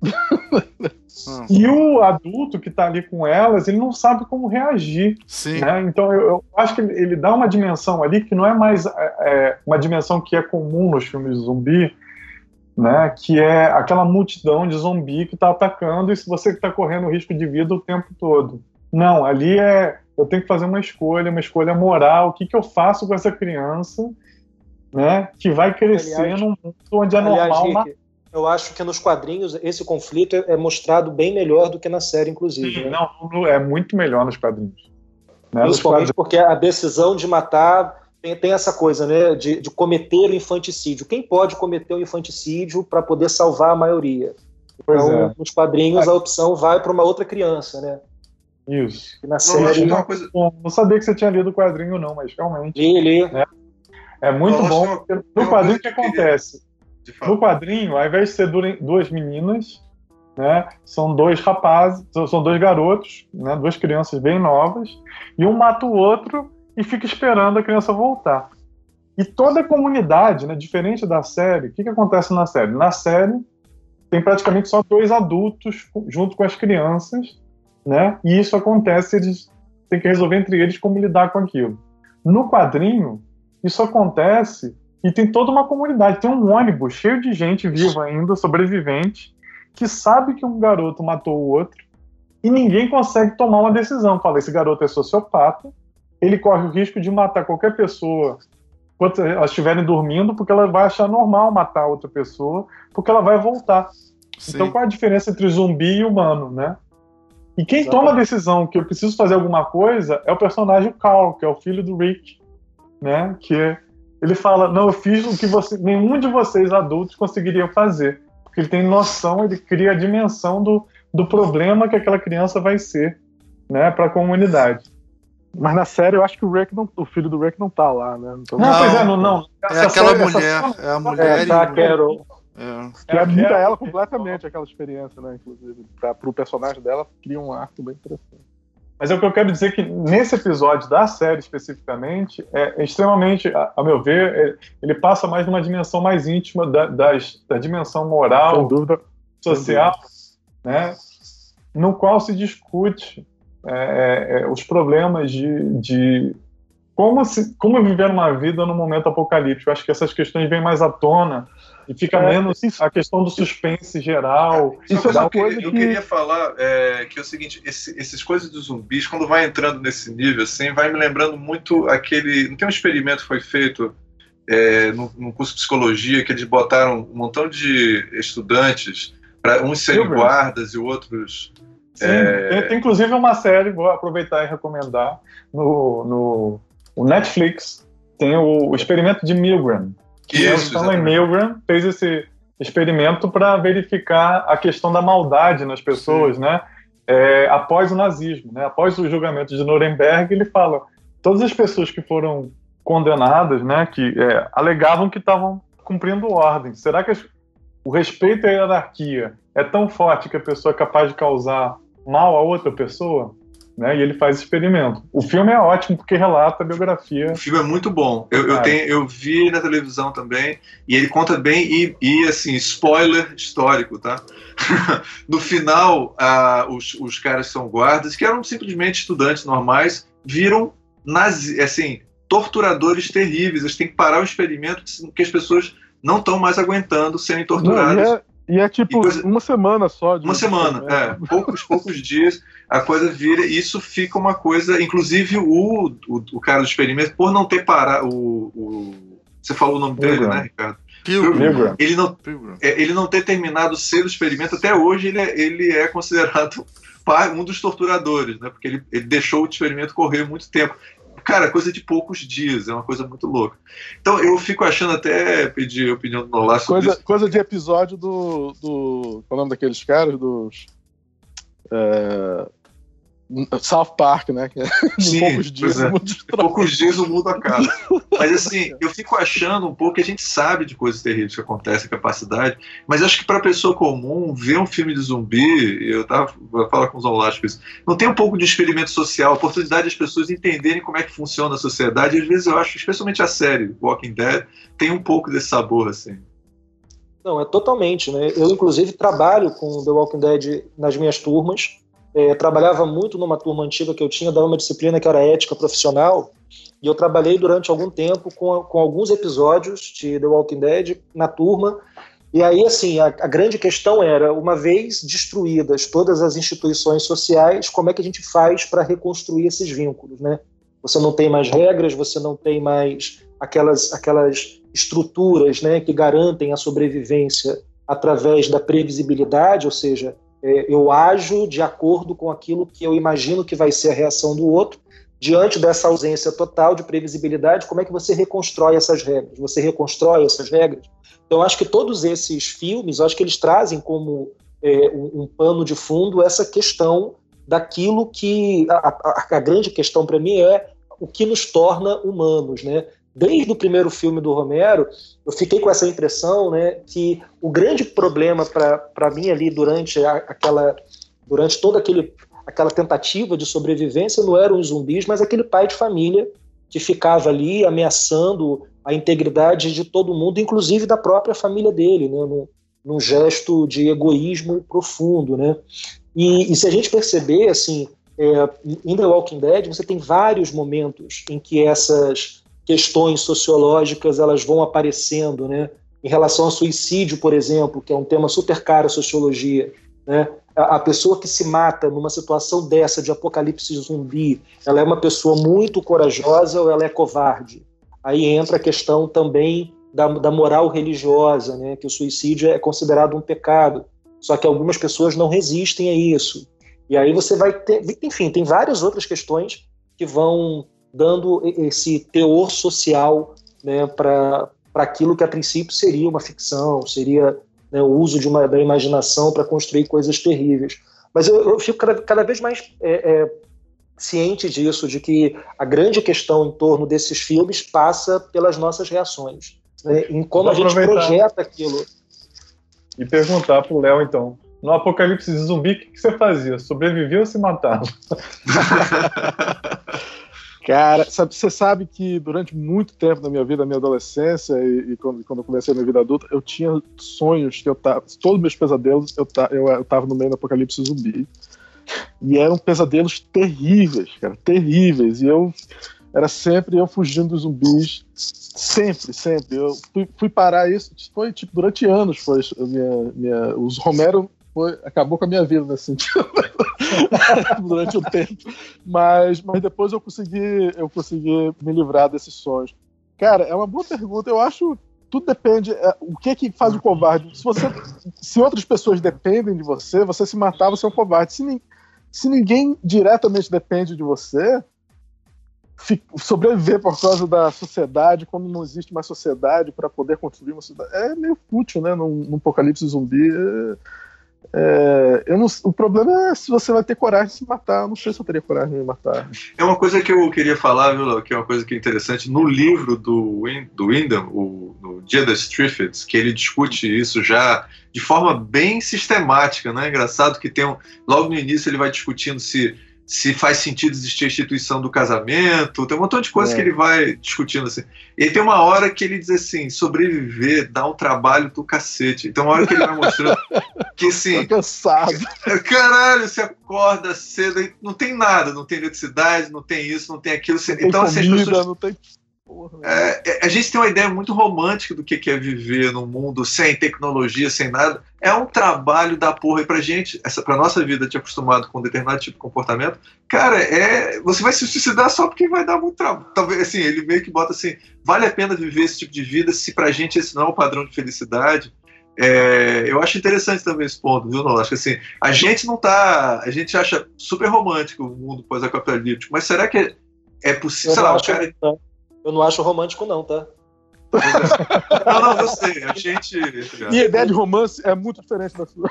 É. E o adulto que tá ali com elas, ele não sabe como reagir. Sim. Né? Então eu, eu acho que ele, ele dá uma dimensão ali que não é mais é, uma dimensão que é comum nos filmes de zumbi, né? Que é aquela multidão de zumbi que tá atacando e se você está correndo risco de vida o tempo todo. Não, ali é eu tenho que fazer uma escolha, uma escolha moral. O que, que eu faço com essa criança, né? Que vai crescer aliás, num mundo onde é aliás, normal. Uma... Rick, eu acho que nos quadrinhos esse conflito é mostrado bem melhor do que na série, inclusive. Sim, né? Não, é muito melhor nos quadrinhos. Né? Principalmente porque a decisão de matar tem, tem essa coisa, né, de, de cometer o infanticídio. Quem pode cometer o infanticídio para poder salvar a maioria? Então, é. nos quadrinhos, a opção vai para uma outra criança, né? Isso. E na série... Não, coisa... não sabia que você tinha lido o quadrinho, não, mas realmente... Li, li. É, é muito não, bom. Porque no quadrinho o que acontece? No quadrinho, ao invés de ser duas meninas, né, são dois rapazes, são dois garotos, né, duas crianças bem novas, e um mata o outro e fica esperando a criança voltar. E toda a comunidade, né, diferente da série, o que, que acontece na série? Na série, tem praticamente só dois adultos junto com as crianças, né, e isso acontece, eles têm que resolver entre eles como lidar com aquilo. No quadrinho, isso acontece... E tem toda uma comunidade, tem um ônibus cheio de gente viva ainda, sobrevivente, que sabe que um garoto matou o outro e ninguém consegue tomar uma decisão. Fala, esse garoto é sociopata, ele corre o risco de matar qualquer pessoa enquanto elas estiverem dormindo, porque ela vai achar normal matar outra pessoa, porque ela vai voltar. Sim. Então qual a diferença entre zumbi e humano, né? E quem Exatamente. toma a decisão que eu preciso fazer alguma coisa é o personagem Carl, que é o filho do Rick, né? Que ele fala, não, eu fiz o que você, nenhum de vocês adultos conseguiria fazer. porque ele tem noção, ele cria a dimensão do, do problema que aquela criança vai ser, né, para a comunidade. Mas na série eu acho que o Rick não, o filho do Rick não tá lá, né? Então, não, pois é, não, não. É aquela série, mulher, essa... é a mulher. É, tá, e... Carol. É. que muda é, ela é, completamente, aquela experiência, né? Inclusive, pra, pro personagem dela, cria um arco bem interessante. Mas é o que eu quero dizer que nesse episódio da série especificamente, é extremamente, a, a meu ver, é, ele passa mais numa dimensão mais íntima da, das, da dimensão moral, Sem dúvida, social, né, no qual se discute é, é, os problemas de, de como, se, como viver uma vida no momento apocalíptico. Eu acho que essas questões vêm mais à tona e fica É, menos isso- a questão do suspense geral. Isso é Só uma que eu, coisa queria, eu que- queria falar é, que é o seguinte, esse, esses coisas dos zumbis, quando vai entrando nesse nível, assim, vai me lembrando muito aquele... Não tem um experimento que foi feito é, no, no curso de psicologia, que eles botaram um montão de estudantes, para uns serem Pilgrim. guardas e outros... Sim, É. tem, tem inclusive uma série, vou aproveitar e recomendar, no, no o Netflix, tem o, o experimento de Milgram. Que Isso, o Stanley exatamente. Milgram fez esse experimento para verificar a questão da maldade nas pessoas, né? É, após o nazismo, né? Após o julgamento de Nuremberg, ele fala, todas as pessoas que foram condenadas, né, que é, alegavam que estavam cumprindo ordem. Será que as, o respeito à hierarquia é tão forte que a pessoa é capaz de causar mal a outra pessoa? Né? E ele faz esse experimento. O filme é ótimo porque relata a biografia. O filme é muito bom. Eu, eu, Cara. tenho, eu vi na televisão também, e ele conta bem, e, e assim, spoiler histórico, tá? No final, ah, os, os caras são guardas, que eram simplesmente estudantes normais, viram nazi, assim, torturadores terríveis. Eles têm que parar o experimento, porque as pessoas não estão mais aguentando serem Não, torturadas. e, é, e é tipo E coisa- uma semana só. De Uma semana, é, poucos, poucos dias, a coisa vira, e isso fica uma coisa, inclusive o, o, o cara do experimento, por não ter parado, o, o, você falou o nome dele, Milgram. né, Ricardo? Pilgrim. Milgram. Ele não, Pilgrim. é, ele não ter terminado cedo o experimento, até hoje ele é, ele é considerado pa- um dos torturadores, né, porque ele, ele deixou o experimento correr muito tempo. Cara, coisa de poucos dias, é uma coisa muito louca. Então eu fico achando, até pedir a opinião do Nolar sobre Coisa, isso. coisa de episódio do, do. Qual é o nome daqueles caras? Dos. é, South Park, né? Que em Sim, poucos dias pois é. o mundo Em destrói. poucos dias o mundo acaba. Mas assim, eu fico achando um pouco que a gente sabe de coisas terríveis que acontecem, capacidade, mas acho que para a pessoa comum, ver um filme de zumbi, eu tava vou falar com os holásticos, não tem um pouco de experimento social, a oportunidade das pessoas entenderem como é que funciona a sociedade, e às vezes eu acho, especialmente a série Walking Dead, tem um pouco desse sabor, assim. Não, é totalmente, né? Eu, inclusive, trabalho com The Walking Dead nas minhas turmas. É, trabalhava muito numa turma antiga que eu tinha, dava uma disciplina que era ética profissional, e eu trabalhei durante algum tempo com, com alguns episódios de The Walking Dead na turma. E aí, assim, a, a grande questão era, uma vez destruídas todas as instituições sociais, como é que a gente faz para reconstruir esses vínculos, né? Você não tem mais regras, você não tem mais aquelas, aquelas estruturas, né, que garantem a sobrevivência através da previsibilidade, ou seja, é, eu ajo de acordo com aquilo que eu imagino que vai ser a reação do outro. Diante dessa ausência total de previsibilidade, como é que você reconstrói essas regras? Você reconstrói essas regras? Então, eu acho que todos esses filmes, eu acho que eles trazem como é, um, um pano de fundo essa questão daquilo que... A, a, a grande questão para mim é o que nos torna humanos, né? Desde o primeiro filme do Romero, eu fiquei com essa impressão, né, que o grande problema para mim ali durante, a, aquela, durante toda aquele, aquela tentativa de sobrevivência não eram os zumbis, mas aquele pai de família que ficava ali ameaçando a integridade de todo mundo, inclusive da própria família dele, né, num, num gesto de egoísmo profundo, né? E, e se a gente perceber, assim, é, em The Walking Dead, você tem vários momentos em que essas questões sociológicas elas vão aparecendo, né? Em relação ao suicídio, por exemplo, que é um tema super caro à sociologia, né? A, a pessoa que se mata numa situação dessa de apocalipse zumbi, ela é uma pessoa muito corajosa ou ela é covarde? Aí entra a questão também da, da moral religiosa, né? Que o suicídio é considerado um pecado, só que algumas pessoas não resistem a isso. E aí você vai ter, enfim, tem várias outras questões que vão dando esse teor social, né, para aquilo que a princípio seria uma ficção, seria né, o uso de uma, da imaginação para construir coisas terríveis. Mas eu, eu fico cada, cada vez mais é, é, ciente disso, de que a grande questão em torno desses filmes passa pelas nossas reações, né, em como Vou a gente aproveitar projeta aquilo. e perguntar pro Léo, então. No apocalipse de zumbi, o que, que você fazia? Sobrevivia ou se matava? Cara, sabe, você sabe que durante muito tempo da minha vida, da minha adolescência e, e quando, quando eu comecei a minha vida adulta, eu tinha sonhos que eu tava, todos os meus pesadelos, eu, ta, eu, eu tava no meio do apocalipse zumbi. E eram pesadelos terríveis, cara, terríveis. E eu era sempre eu fugindo dos zumbis, sempre, sempre. Eu fui, fui parar isso, foi tipo, durante anos, foi a minha, minha, os Romero foi, acabou com a minha vida nesse sentido. Durante um tempo, mas, mas depois eu consegui, eu consegui me livrar desses sonhos. Cara, é uma boa pergunta. Eu acho tudo depende. É, o que é que faz o covarde? Se você, se outras pessoas dependem de você, você se matar, você é um covarde. Se, ni, se ninguém diretamente depende de você, fi, sobreviver por causa da sociedade, quando não existe mais sociedade para poder construir uma sociedade, é meio fútil, né? Num, num apocalipse zumbi. É, É, eu não, o problema é se você vai ter coragem de se matar. Eu não sei se eu teria coragem de me matar. É uma coisa que eu queria falar, viu, Léo, que é uma coisa que é interessante. No livro do, Win, do Wyndham, o, no Dia das Triffids, que ele discute isso já de forma bem sistemática, né? Engraçado que tem um, logo no início ele vai discutindo se, se faz sentido existir a instituição do casamento, tem um montão de coisas é. que ele vai discutindo assim. E tem uma hora que ele diz assim, sobreviver dá um trabalho do cacete. Então uma hora que ele vai mostrando que assim, tô cansado. Caralho, você acorda cedo, não tem nada, não tem eletricidade, não tem isso, não tem aquilo. Você, não tem então comida, assim, as pessoas, não tem... Porra, é, a gente tem uma ideia muito romântica do que é viver num mundo sem tecnologia, sem nada. É um trabalho da porra. E pra gente, essa, pra nossa vida, te acostumado com um determinado tipo de comportamento, cara, é, você vai se suicidar só porque vai dar muito trabalho. Talvez, assim, ele meio que bota assim, vale a pena viver esse tipo de vida se pra gente esse não é o padrão de felicidade. É, eu acho interessante também esse ponto, viu, Nolan? Acho que assim, a gente não tá. A gente acha super romântico o mundo pós-apocalíptico, mas será que é, é possível? Sei lá, o cara. Eu não acho romântico, não, tá? Não, não, eu sei. A gente. Minha ideia de romance é muito diferente da sua.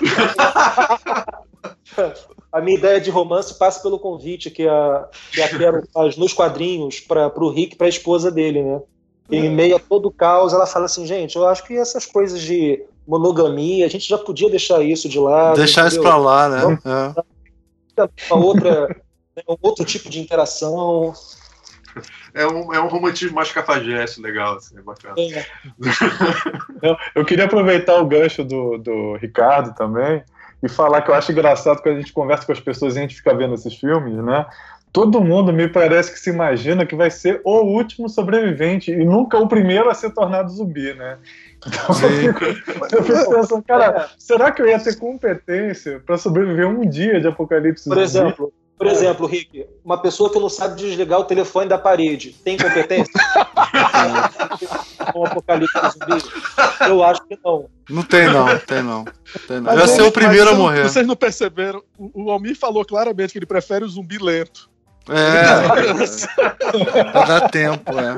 A minha ideia de romance passa pelo convite que a, que a Carol faz nos quadrinhos para o Rick e para a esposa dele, né? E em meio a todo o caos, ela fala assim, gente, eu acho que essas coisas de monogamia, a gente já podia deixar isso de lado. Deixar entendeu? Isso pra lá, né? Vamos, é. Uma outra, um outro tipo de interação. É um, é um romantismo mais cafajeste, legal, assim, é bacana. É. Eu queria aproveitar o gancho do, do Ricardo também e falar que eu acho engraçado quando a gente conversa com as pessoas e a gente fica vendo esses filmes, né? Todo mundo me parece que se imagina que vai ser o último sobrevivente e nunca o primeiro a ser tornado zumbi, né? Então eu fico, eu fico pensando, cara, será que eu ia ter competência para sobreviver um dia de apocalipse Por zumbi? exemplo, Por exemplo, Rick, uma pessoa que não sabe desligar o telefone da parede, tem competência? Um apocalipse zumbi? Eu acho que não. Não tem não, tem não. Tem não. Mas Eu ia ser ele- o primeiro a mas morrer. Vocês não perceberam? O, o Almir falou claramente que ele prefere o zumbi lento. É, pra dar tempo, é.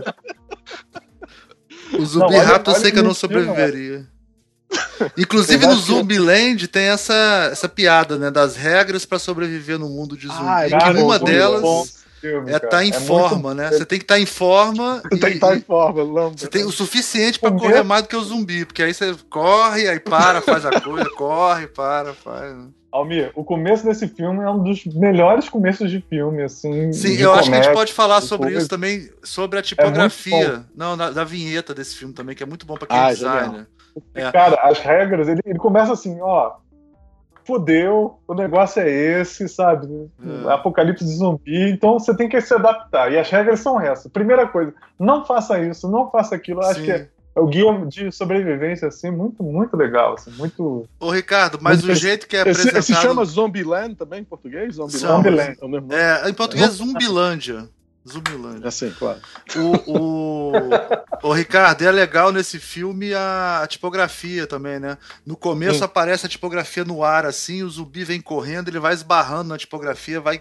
O zumbi Não, olha- rápido eu olha sei que eu não esse filme, sobreviveria. Inclusive Eu no acho que- Zumbiland tem essa, essa piada, né? Das regras pra sobreviver no mundo de zumbi. Ah, é que Cara, uma é muito delas bom esse filme, é cara. estar em É forma, muito- né? Você tem que estar em forma Tem que e, estar em e forma, lambda. você tem o suficiente pra O correr meu- mais do que o zumbi, porque aí você corre, aí para, faz a coisa, corre, para, faz. né? Almir, o começo desse filme é um dos melhores começos de filme, assim. Sim, de eu acho que a gente comédia, pode falar de sobre coisa. isso também, sobre a É tipografia. muito Não, na- da vinheta desse filme também, que é muito bom pra quem Ah, é designer. É. Cara, as regras, ele, ele começa assim, ó. Fudeu, o negócio é esse, sabe? É. Apocalipse de zumbi, então você tem que se adaptar. E as regras são essas. Primeira coisa, não faça isso, não faça aquilo. Eu acho Sim. que é, é o guia de sobrevivência, assim, muito, muito legal. Assim, muito. Ô, Ricardo, mas Esse- o jeito que é Esse, apresentado... esse chama Zombieland também em português? Zombieland. Zombieland. É o mesmo nome? É, em português, Zumbilândia. Zumbilândia. Assim, claro. O, o, o Ricardo, é legal nesse filme a, a tipografia também, né? No começo Sim. aparece a tipografia no ar, assim, o zumbi vem correndo, ele vai esbarrando na tipografia, vai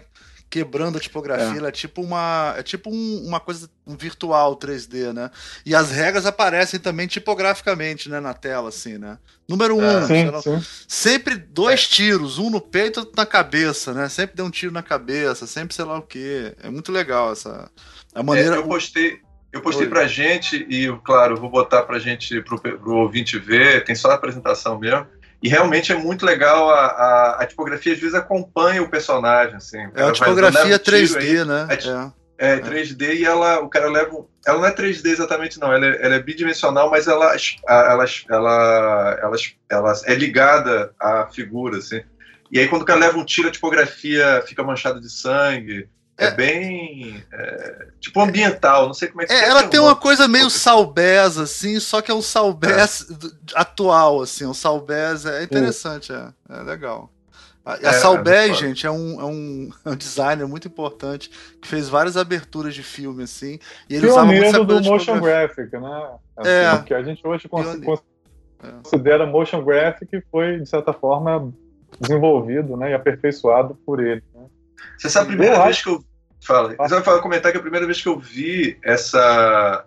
quebrando a tipografia, É. ela é tipo uma é tipo um- uma coisa um virtual três D, né? E as regras aparecem também tipograficamente, né, na tela, assim, né? Número um, É. sei Sim, lá, sim. sempre dois tiros, um no peito e outro na cabeça, né? Sempre deu um tiro na cabeça, sempre sei lá o quê. É muito legal essa a maneira. É, eu postei, eu postei Oi. pra gente, e claro, eu vou botar pra gente, pro, pro ouvinte ver, tem só a apresentação mesmo. E realmente é muito legal, a, a, a tipografia às vezes acompanha o personagem, assim. O É cara uma vai- tipografia leva um tiro três D, aí, né? a ti- É. É três D e ela, o cara leva. um- Ela não é três D exatamente, não. Ela é, ela é bidimensional, mas ela, ela, ela, ela, ela é ligada à figura, assim. E aí, quando o cara leva um tiro, a tipografia fica manchada de sangue. É, É. bem. é, tipo ambiental, não sei como é que É, é. ela um tem uma nome. coisa meio Salbés, assim, só que é um Salbés do- atual, assim, um Salbés é interessante, é, é legal. A, a É, Salbés, é gente, é um, é, um, é um designer muito importante, que fez várias aberturas de filme, assim, e ele usava muito essa Pioneiro coisa do de motion tipografia. graphic, né? Assim, É. que a gente hoje cons- Pioneiro. considera motion graphic e foi, de certa forma, desenvolvido, né, e aperfeiçoado por ele. Né? Você sabe a primeira Eu vez acho- que eu. Fala. Eu só vou comentar que a primeira vez que eu vi essa,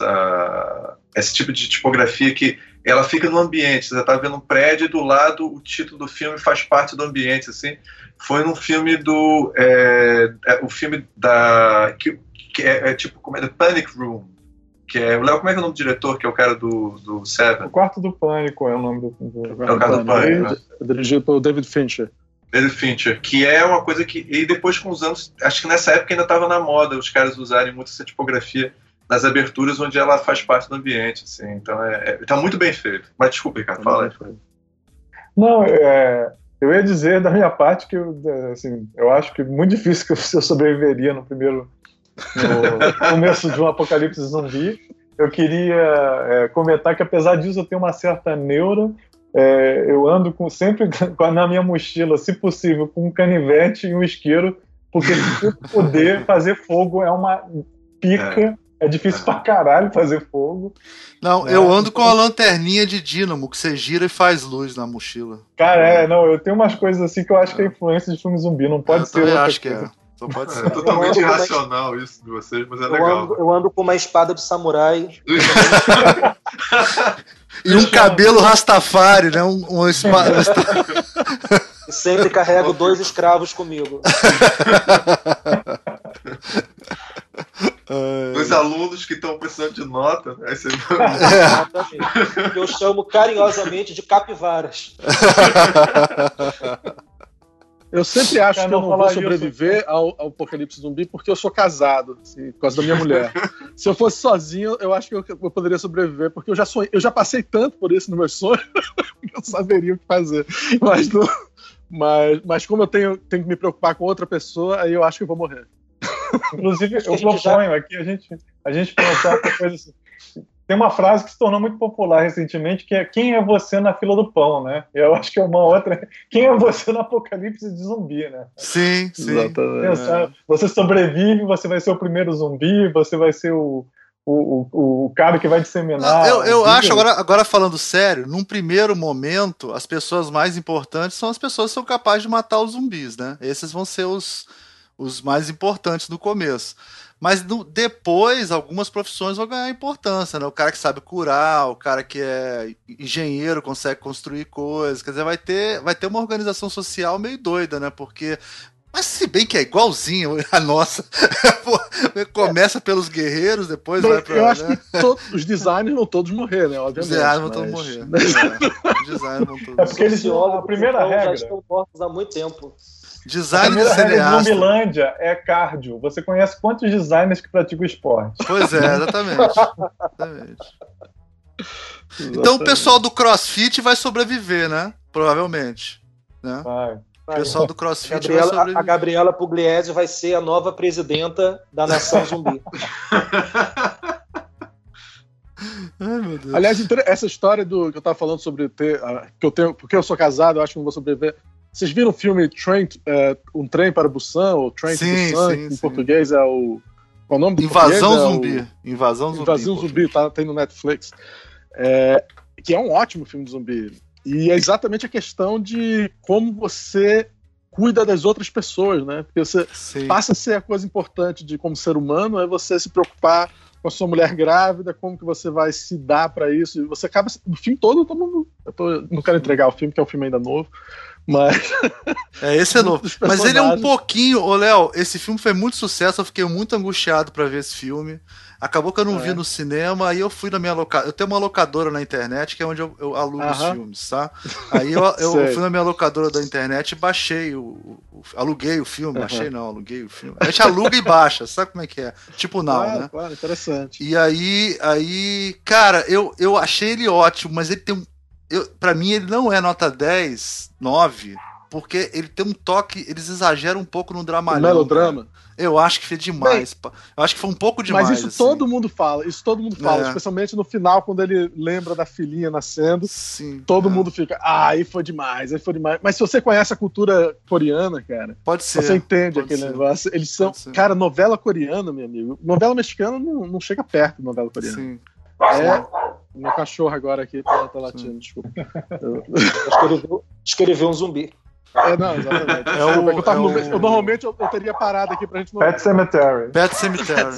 essa, esse tipo de tipografia que ela fica no ambiente. Você tá vendo um prédio e do lado o título do filme faz parte do ambiente, assim. Foi num filme do. É, é, o filme da. Que, que é, é tipo como é The Panic Room. Que é. Léo, como é que é o nome do diretor, que é o cara do, do Seven? O Quarto do Pânico é o nome do... do... É o cara do Pânico, né? Dirigido pelo David Fincher. David Fincher, que é uma coisa que. E depois, com os anos, acho que nessa época ainda estava na moda os caras usarem muito essa tipografia nas aberturas onde ela faz parte do ambiente, assim. Então é, é tá muito bem feito. Mas desculpa, Ricardo, fala aí. Não, é, eu ia dizer da minha parte que eu, assim, eu acho que é muito difícil que eu sobreviveria no primeiro no começo de um apocalipse zumbi. Eu queria é, comentar que apesar disso eu tenho uma certa neura. É, eu ando com, sempre com- na minha mochila, se possível, com um canivete e um isqueiro, porque se eu poder fazer fogo é uma pica, é, difícil pra caralho fazer fogo. Não, É, eu ando com então- a lanterninha de dínamo, que você gira e faz luz na mochila. Cara, é, não, eu tenho umas coisas assim que eu acho que é influência de filme zumbi, não pode eu ser também outra acho que coisa. é. Só pode É ser. totalmente Eu ando com irracional isso de vocês, mas é Eu legal. ando, eu ando com uma espada de samurai. E um cabelo rastafari, né? Um, um espa- E sempre carrego dois escravos comigo. Dois alunos que estão precisando de nota, né? Aí você... Exatamente. Que eu chamo carinhosamente de capivaras. Eu sempre acho Cara, que eu não não vou falar sobreviver ao, ao apocalipse zumbi porque eu sou casado, assim, por causa da minha mulher. Se eu fosse sozinho, eu acho que eu, eu poderia sobreviver, porque eu já, sonhei, eu já passei tanto por isso no meu sonho que eu saberia o que fazer. Mas, não- mas, mas como eu tenho, tenho que me preocupar com outra pessoa, aí eu acho que eu vou morrer. Inclusive, Acho que eu a gente já- proponho aqui a gente, a gente pensar uma coisa assim. Tem uma frase que se tornou muito popular recentemente, que é quem é você na fila do pão, né? Eu acho que é uma outra. Quem é você no apocalipse de zumbi, né? Sim, sim. Exatamente. Pensar, você sobrevive, você vai ser o primeiro zumbi, você vai ser o, o, o, o cara que vai disseminar. Não, eu eu o acho, vírus. agora, agora falando sério, num primeiro momento, as pessoas mais importantes são as pessoas que são capazes de matar os zumbis, né? Esses vão ser os, os mais importantes no começo. Mas no- depois, algumas profissões vão ganhar importância, né? O cara que sabe curar, o cara que é engenheiro, consegue construir coisas. Quer dizer, vai ter, vai ter uma organização social meio doida, né? Porque. Mas se bem que é igualzinho a nossa. Pô, começa pelos guerreiros, depois Bem, vai pra. eu acho né? que to- os designers vão todos morrer, né? Os Obviamente. designers vão todos mas- morrer. É, os designers vão todos É porque eles Sociólogos, a primeira então, regra. já estão mortos há muito tempo. A Design de primeira regra de cineasta. Zumbilândia é cardio. Você conhece quantos designers que praticam esporte? Pois é, exatamente. Exatamente. Então o pessoal do CrossFit vai sobreviver, né? Provavelmente. Né? Vai. O pessoal do CrossFit vai Gabriela, a sobreviver. Gabriela Pugliese vai ser a nova presidenta da nação zumbi. Ai, meu Deus. Aliás, inter- essa história do que eu tava falando sobre ter. ah, que eu tenho, porque eu sou casado, eu acho que não vou sobreviver. Vocês viram o filme Train, eh, Um Trem para Busan, ou Train Sim, to Busan, sim, que em sim. português é o. Qual é o nome do Invasão português? É o- zumbi. Invasão zumbi. Invasão pô. Zumbi, tá, tem no Netflix. É, que é um ótimo filme de zumbi. E é exatamente a questão de como você cuida das outras pessoas, né? Porque você Sim. passa a ser a coisa importante de como ser humano, é você se preocupar com a sua mulher grávida, como que você vai se dar pra isso. E você acaba, no filme todo, todo mundo, eu tô, não quero entregar o filme, que é um filme ainda novo, mas... É, esse é novo. Dos Mas ele é um personagens. pouquinho... Ô, Léo, esse filme fez muito sucesso, eu fiquei muito angustiado pra ver esse filme. Acabou que eu não É. vi no cinema, aí eu fui na minha locadora. Eu tenho uma locadora na internet, que é onde eu, eu alugo os Aham. filmes, tá? Aí eu, eu Sei. fui na minha locadora da internet e baixei o. o- o- aluguei o filme, Aham. baixei não, aluguei o filme. A gente aluga e baixa, sabe como é que é? Tipo não, claro, né? claro, interessante. E aí, aí, cara, eu, eu achei ele ótimo, mas ele tem um. Eu, pra mim, ele não é nota dez, nove, porque ele tem um toque, eles exageram um pouco no dramalhão. Melodrama. cara. Eu acho que foi demais. pá. Eu acho que foi um pouco demais. Mas isso assim. todo mundo fala, isso todo mundo fala, É. especialmente no final, quando ele lembra da filhinha nascendo, Sim. todo é. mundo fica, ah, aí foi demais, aí foi demais. Mas se você conhece a cultura coreana, cara, Pode ser. você entende pode aquele ser. negócio. Eles são, Pode ser. cara, novela coreana, meu amigo. Novela mexicana não, não chega perto de novela coreana. Sim. É. Meu cachorro agora aqui tá, tá latindo, desculpa. Eu- Acho que ele viu, acho que ele viu um zumbi. É, não, exatamente. É Desculpa, o- é que eu tava é no o- meio- eu, normalmente eu, eu teria parado aqui pra gente não. Pet Cemetery. Pet Cemetery.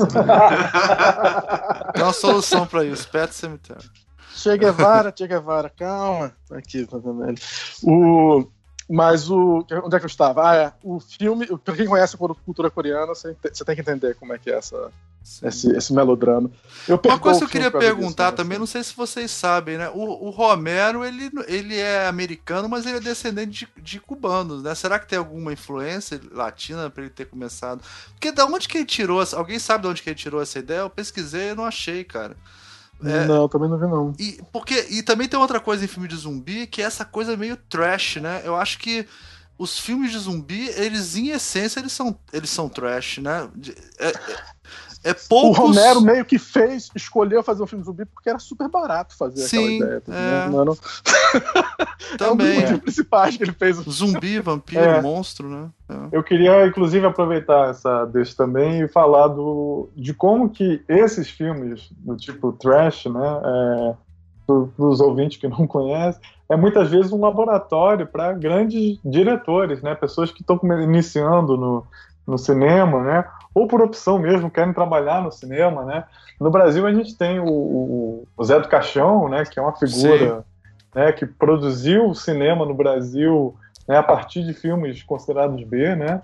Tem uma solução pra isso. Pet Cemetery. Che Guevara, Che Guevara, calma. Tá aqui, tá vendo ele. O, mas o. Onde é que eu estava? Ah, é. O filme. Pra quem conhece a cultura coreana, você, ente- você tem que entender como é que é essa, esse, esse melodrama. Eu Uma perdoo coisa que o eu filme queria por causa perguntar disso, né? também, não sei se vocês sabem, né? O, o Romero, ele, ele é americano, mas ele é descendente de, de cubanos, né? Será que tem alguma influência latina pra ele ter começado? Porque da onde que ele tirou essa... Alguém sabe de onde que ele tirou essa ideia? Eu pesquisei e não achei, cara. É, Não, também não vi, não. E, porque, e também tem outra coisa em filme de zumbi, que é essa coisa meio trash, né? Eu acho que os filmes de zumbi, eles em essência, eles são, eles são trash, né? De- É, é, é O poucos... Romero meio que fez, escolheu fazer um filme zumbi porque era super barato fazer Sim, aquela ideia. tá é. vendo? Não, não. É um dos Também. motivos principais que ele fez. o- Zumbi, vampiro, É. monstro, né? É. Eu queria, inclusive, aproveitar essa deixa também e falar do, de como que esses filmes do tipo trash, né, é, para os ouvintes que não conhecem, é muitas vezes um laboratório para grandes diretores, né, pessoas que estão iniciando no, no cinema, né, ou por opção mesmo, querem trabalhar no cinema, né. No Brasil a gente tem o, o, o Zé do Caixão, né, que é uma figura, né, que produziu o cinema no Brasil, né, a partir de filmes considerados B, né?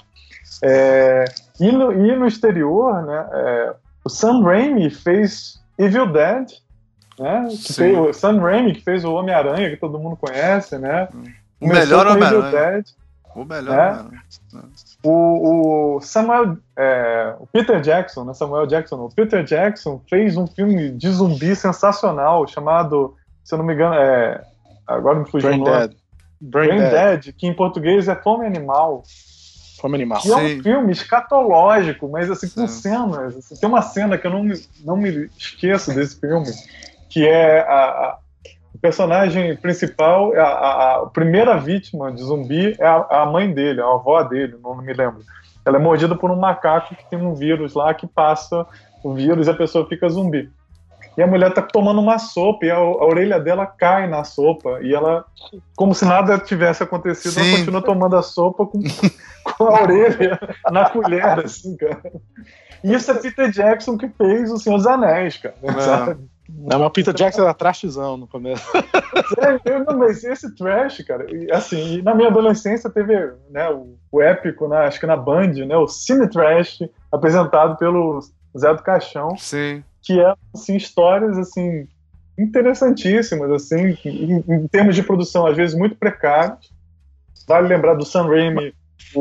É, e, no, e no exterior, né, é, o Sam Raimi fez Evil Dead, né? Que Sim. fez, o Sam Raimi que fez o Homem-Aranha, que todo mundo conhece, né? O melhor Começou com Evil Homem-Aranha. Dead. O melhor, É. Homem-Aranha. O, o Samuel, é, o Peter Jackson, né? Samuel Jackson, não. O Peter Jackson fez um filme de zumbi sensacional chamado, se eu não me engano, é, agora me fugiu o Brain nome. Dead. Brain, Brain Dead. Dead, que em português é Fome Animal. Fome Animal. Que é Sim. um filme escatológico, mas assim, com Sim. cenas. Assim, tem uma cena que eu não me, não me esqueço desse filme, que é a, a- o personagem principal, a, a- a primeira vítima de zumbi é a, a mãe dele, a avó dele, não me lembro. Ela é mordida por um macaco que tem um vírus lá que passa o vírus e a pessoa fica zumbi. E a mulher tá tomando uma sopa e a, a orelha dela cai na sopa e ela, como se nada tivesse acontecido, ela Sim. continua tomando a sopa com, com a orelha na colher, assim, cara. E isso é Peter Jackson que fez O Senhor dos Anéis, cara. Sabe? Não, mas o Peter Jackson era trashzão no começo. É, eu não, mas esse trash, cara, e, assim, e na minha adolescência teve, né, o, o épico, né, acho que na Band, né, o Cine Trash, apresentado pelo Zé do Caixão, Sim. que é, assim, histórias, assim, interessantíssimas, assim, em, em termos de produção, às vezes, muito precárias. Vale lembrar do Sam Raimi,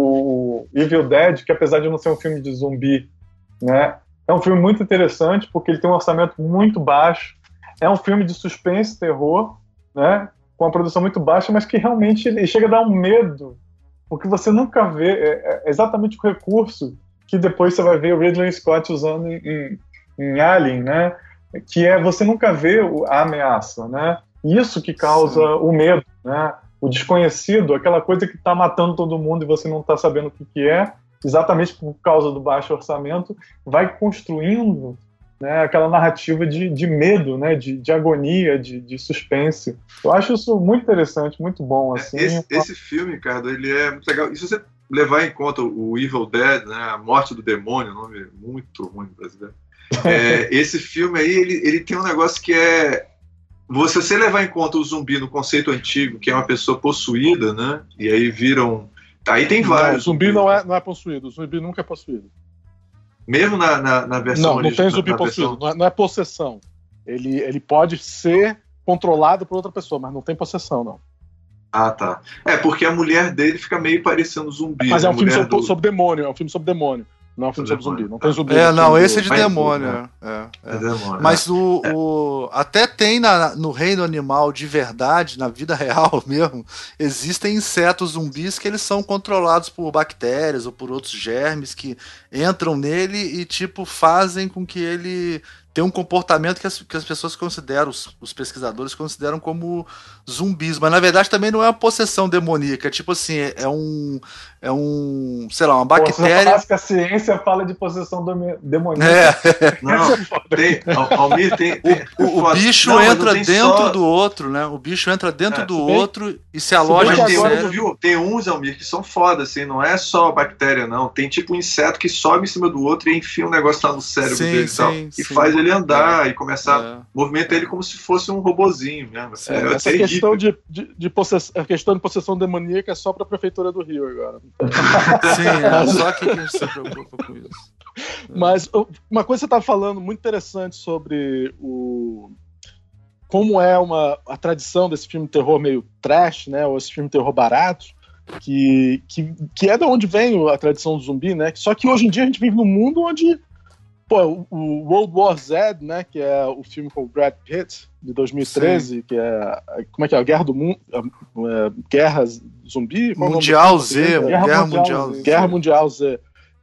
o Evil Dead, que apesar de não ser um filme de zumbi, né, é um filme muito interessante, porque ele tem um orçamento muito baixo, é um filme de suspense, terror, né, com uma produção muito baixa, mas que realmente ele chega a dar um medo, porque você nunca vê, é, é exatamente o recurso que depois você vai ver o Ridley Scott usando em, em, em Alien, né, que é você nunca vê o- a ameaça, né, isso que causa Sim. o medo, né, o desconhecido, aquela coisa que está matando todo mundo e você não está sabendo o que, que é, exatamente por causa do baixo orçamento, vai construindo, né, aquela narrativa de, de medo, né, de, de agonia, de, de suspense. Eu acho isso muito interessante, muito bom. Assim. Esse, esse filme, Ricardo, ele é muito legal. E se você levar em conta o Evil Dead, né, a morte do demônio, nome muito ruim brasileiro. É, esse filme aí, ele, ele tem um negócio que é... Se você levar em conta o zumbi no conceito antigo, que é uma pessoa possuída, né, e aí viram... Aí tem vários. Não, o zumbi não é, não é possuído, o zumbi nunca é possuído. Mesmo na, na, na versão Não, não tem zumbi possuído, versão... não, é, não é possessão. Ele, ele pode ser controlado por outra pessoa, mas não tem possessão, não. Ah, tá. É, porque a mulher dele fica meio parecendo zumbi. Mas né? é um filme sobre, do... sobre demônio, é um filme sobre demônio. Não é um filme sobre zumbi, não tem zumbi. É, não, esse é do... de demônio. É, é. É demônio. Mas o, o até tem na, no reino animal de verdade, na vida real mesmo, existem insetos zumbis que eles são controlados por bactérias ou por outros germes que entram nele e tipo fazem com que ele tenha um comportamento que as, que as pessoas consideram, os, os pesquisadores consideram como zumbis, mas na verdade também não é uma possessão demoníaca, tipo assim, é, é um é um, sei lá, uma bactéria. Pô, que a ciência fala de possessão demoníaca. É. Não, tem, Almir, tem, tem o, o, o bicho não, entra dentro só... do outro, né? O bicho entra dentro é, do bem, outro e se aloja no cérebro. Viu? Tem uns, Almir, que são foda, assim, não é só bactéria, não. Tem tipo um inseto que sobe em cima do outro e enfia um negócio lá no cérebro sim, dele sim, e tal. Sim. E faz ele andar é. e começar é. movimenta ele como se fosse um robozinho mesmo. É, é essa questão de, de, de possess... a questão de possessão demoníaca é só para a prefeitura do Rio agora. Sim, é só que a gente se preocupa com isso. Mas uma coisa que você estava falando muito interessante sobre o como é uma a tradição desse filme de terror meio trash, né, ou esse filme de terror barato, que, que, que é de onde vem a tradição do zumbi, né? Só que hoje em dia a gente vive num mundo onde pô, o World War Z, né, que é o filme com o Brad Pitt de dois mil e treze, sim, que é como é que é a Guerra do Mundo, Guerra Zumbi, Mundial Z, Guerra, Guerra Mundial, Mundial Z. Guerra Mundial Z,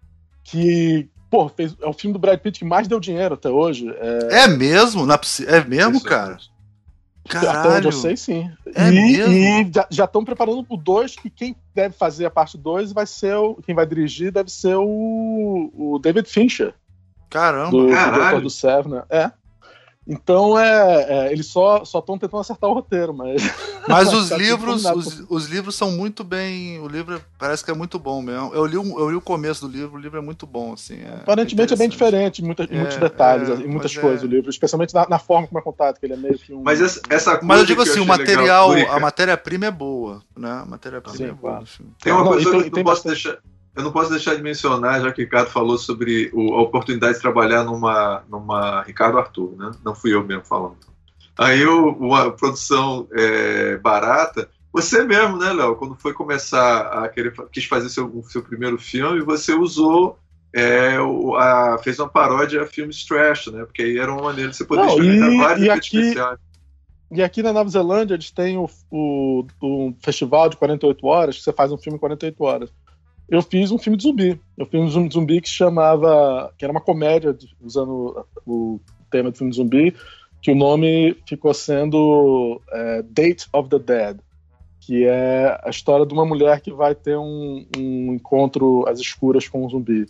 que pô, fez, é o filme do Brad Pitt que mais deu dinheiro até hoje. É, é mesmo? Na, é mesmo, isso, cara? Caralho. Até onde eu sei, sim. É e, mesmo? E já estão preparando o dois, que quem deve fazer a parte dois vai ser o, quem vai dirigir deve ser o, o David Fincher. Caramba, do, caralho. Do, do Seven, né? É. Então, é, é, eles só estão tentando acertar o roteiro, mas... Mas os livros os, os livros são muito bem... O livro parece que é muito bom mesmo. Eu li, eu li o começo do livro, o livro é muito bom, assim. É, aparentemente é, é bem diferente, muita, é, muitos detalhes, é, em muitas coisas, é... o livro, especialmente na, na forma como é contado, que ele é meio que um... Mas essa, essa coisa Mas eu digo assim, eu o material, legal, a matéria-prima é boa, né? A matéria-prima sim, é boa. Claro. Tem uma não, coisa tem, que eu tem não posso bastante... deixar... Eu não posso deixar de mencionar, já que o Ricardo falou sobre o, a oportunidade de trabalhar numa, numa... Ricardo Arthur, né? Não fui eu mesmo falando. Aí o, uma produção é, barata... Você mesmo, né, Léo? Quando foi começar a querer... Quis fazer seu, seu primeiro filme, você usou... É, o, a, fez uma paródia a filmes trash, né? Porque aí era uma maneira de você poder experimentar vários efeitos aqui... especiais. E aqui na Nova Zelândia eles têm o, o, o festival de quarenta e oito horas, que você faz um filme em quarenta e oito horas. Eu fiz um filme de zumbi. Eu fiz um filme de zumbi que se chamava... que era uma comédia, usando o tema do filme de zumbi, que o nome ficou sendo é, Date of the Dead, que é a história de uma mulher que vai ter um, um encontro às escuras com um zumbi.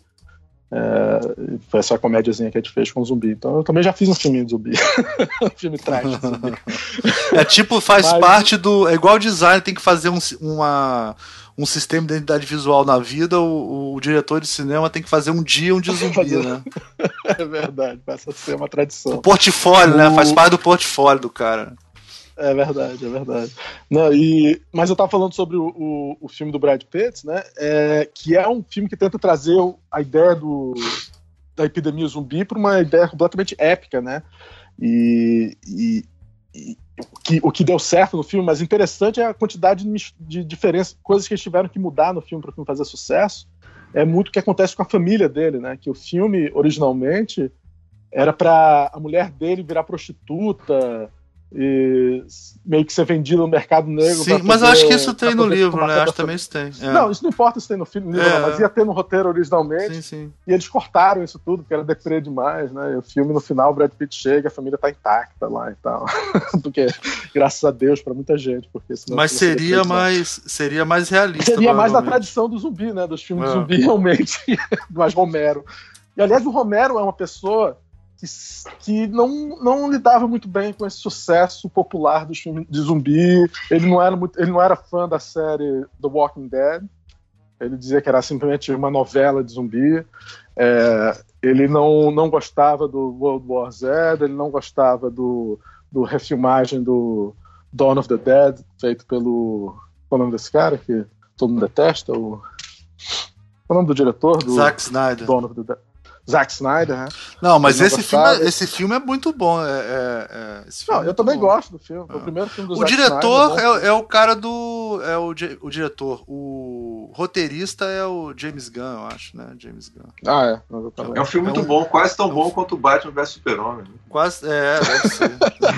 É, foi essa comédiazinha que a gente fez com o zumbi. Então eu também já fiz um filme de zumbi. Um filme trash de zumbi. É tipo, faz Mas... parte do... É igual design, tem que fazer um, uma... um sistema de identidade visual na vida, o, o diretor de cinema tem que fazer um dia um de zumbi, né? É verdade, passa a ser uma tradição. O portfólio, o... né? Faz parte do portfólio do cara. É verdade, é verdade. Não, e... Mas eu tava falando sobre o, o, o filme do Brad Pitt, né? É, que é um filme que tenta trazer a ideia do, da epidemia zumbi para uma ideia completamente épica, né? E... e, e... Que, o que deu certo no filme, mas interessante é a quantidade de, de diferenças, coisas que eles tiveram que mudar no filme para o filme fazer sucesso. É muito o que acontece com a família dele, né? Que o filme, originalmente, era para a mulher dele virar prostituta e meio que ser vendida no mercado negro. Sim, mas eu acho que isso tem no livro, né? Acho que também isso tem. É. Não, isso não importa se tem no filme, no livro, é. Mas ia ter no roteiro originalmente. Sim, sim. E eles cortaram isso tudo, porque era deprê demais, né? E o filme, no final, o Brad Pitt chega, a família tá intacta lá e tal. Porque, graças a Deus, pra muita gente. Porque senão mas seria mais, seria mais realista. Seria mais da tradição do zumbi, né? Dos filmes é. de zumbi, realmente. Mais Romero. E, aliás, o Romero é uma pessoa que, que não, não lidava muito bem com esse sucesso popular dos filmes de zumbi. Ele não era, muito, ele não era fã da série The Walking Dead. Ele dizia que era simplesmente uma novela de zumbi. É, ele não, não gostava do World War Z, ele não gostava do, do refilmagem do Dawn of the Dead, feito pelo... Qual é o nome desse cara que todo mundo detesta? O, qual é o nome do diretor? Do Zack Snyder. Dawn of the Dead. Zack Snyder, né? Não, mas não esse filme, gostava. é, esse filme é muito bom. É, é, é, esse filme Não, é eu muito também bom. gosto do filme. Ah. O primeiro filme do O Zack diretor Snyder, é, é o cara do. É o, di- o diretor. O roteirista é o James Gunn, eu acho, né? James Gunn. Ah, é. Exatamente. É um filme muito É um- bom, quase tão é um bom fi- quanto o Batman versus Super-Homem. né? Quase. É, deve ser.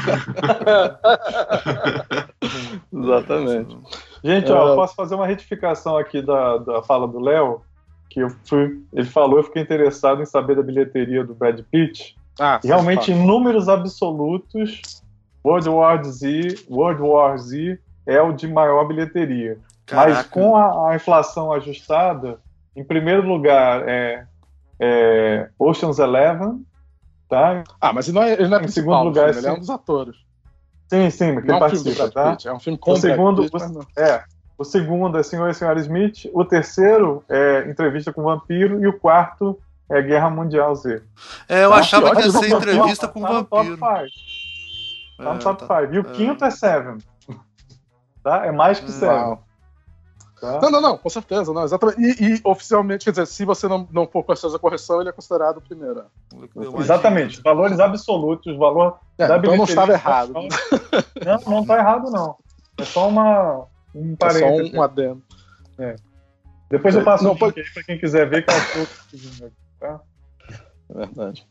Exatamente. Gente, ó, É. eu posso fazer uma retificação aqui da, da fala do Léo, que eu fui, ele falou, eu fiquei interessado em saber da bilheteria do Brad Pitt. Ah, E realmente, em números absolutos, World War Z, World War Z é o de maior bilheteria. Mas Caraca. com a, a inflação ajustada, em primeiro lugar é, é Ocean's Eleven, tá? Ah, mas ele não é, ele não é Em principal segundo do lugar, filme, ele é sim. um dos atores. Sim, sim, mas que Não ele é um filme do participa, Brad tá? Pitt, é um filme com O segundo, Brad Pitt, o- mas não. É. O segundo é Senhor e Senhora Smith, o terceiro é Entrevista com o Vampiro e o quarto é Guerra Mundial Z. É, eu Tá? achava que ia ótimo, ser tá entrevista com o Tá no top vampiro. cinco. Tá no É, top tá- cinco. E o é. quinto é Seven. Tá? É mais que Seven. Uau. Tá? Não, não, não, com certeza, não, exatamente. E, e oficialmente, quer dizer, se você não, não for com essa correção, ele é considerado o primeiro. Deu uma Exatamente. dica. Valores absolutos, valor É, da então não bilheteria. estava errado. Não, não tá errado, não. É só uma, um É só parênteses. um, um adendo. Depois eu passo Não, o link aí pra quem quiser ver que eu acho. Tá? É verdade.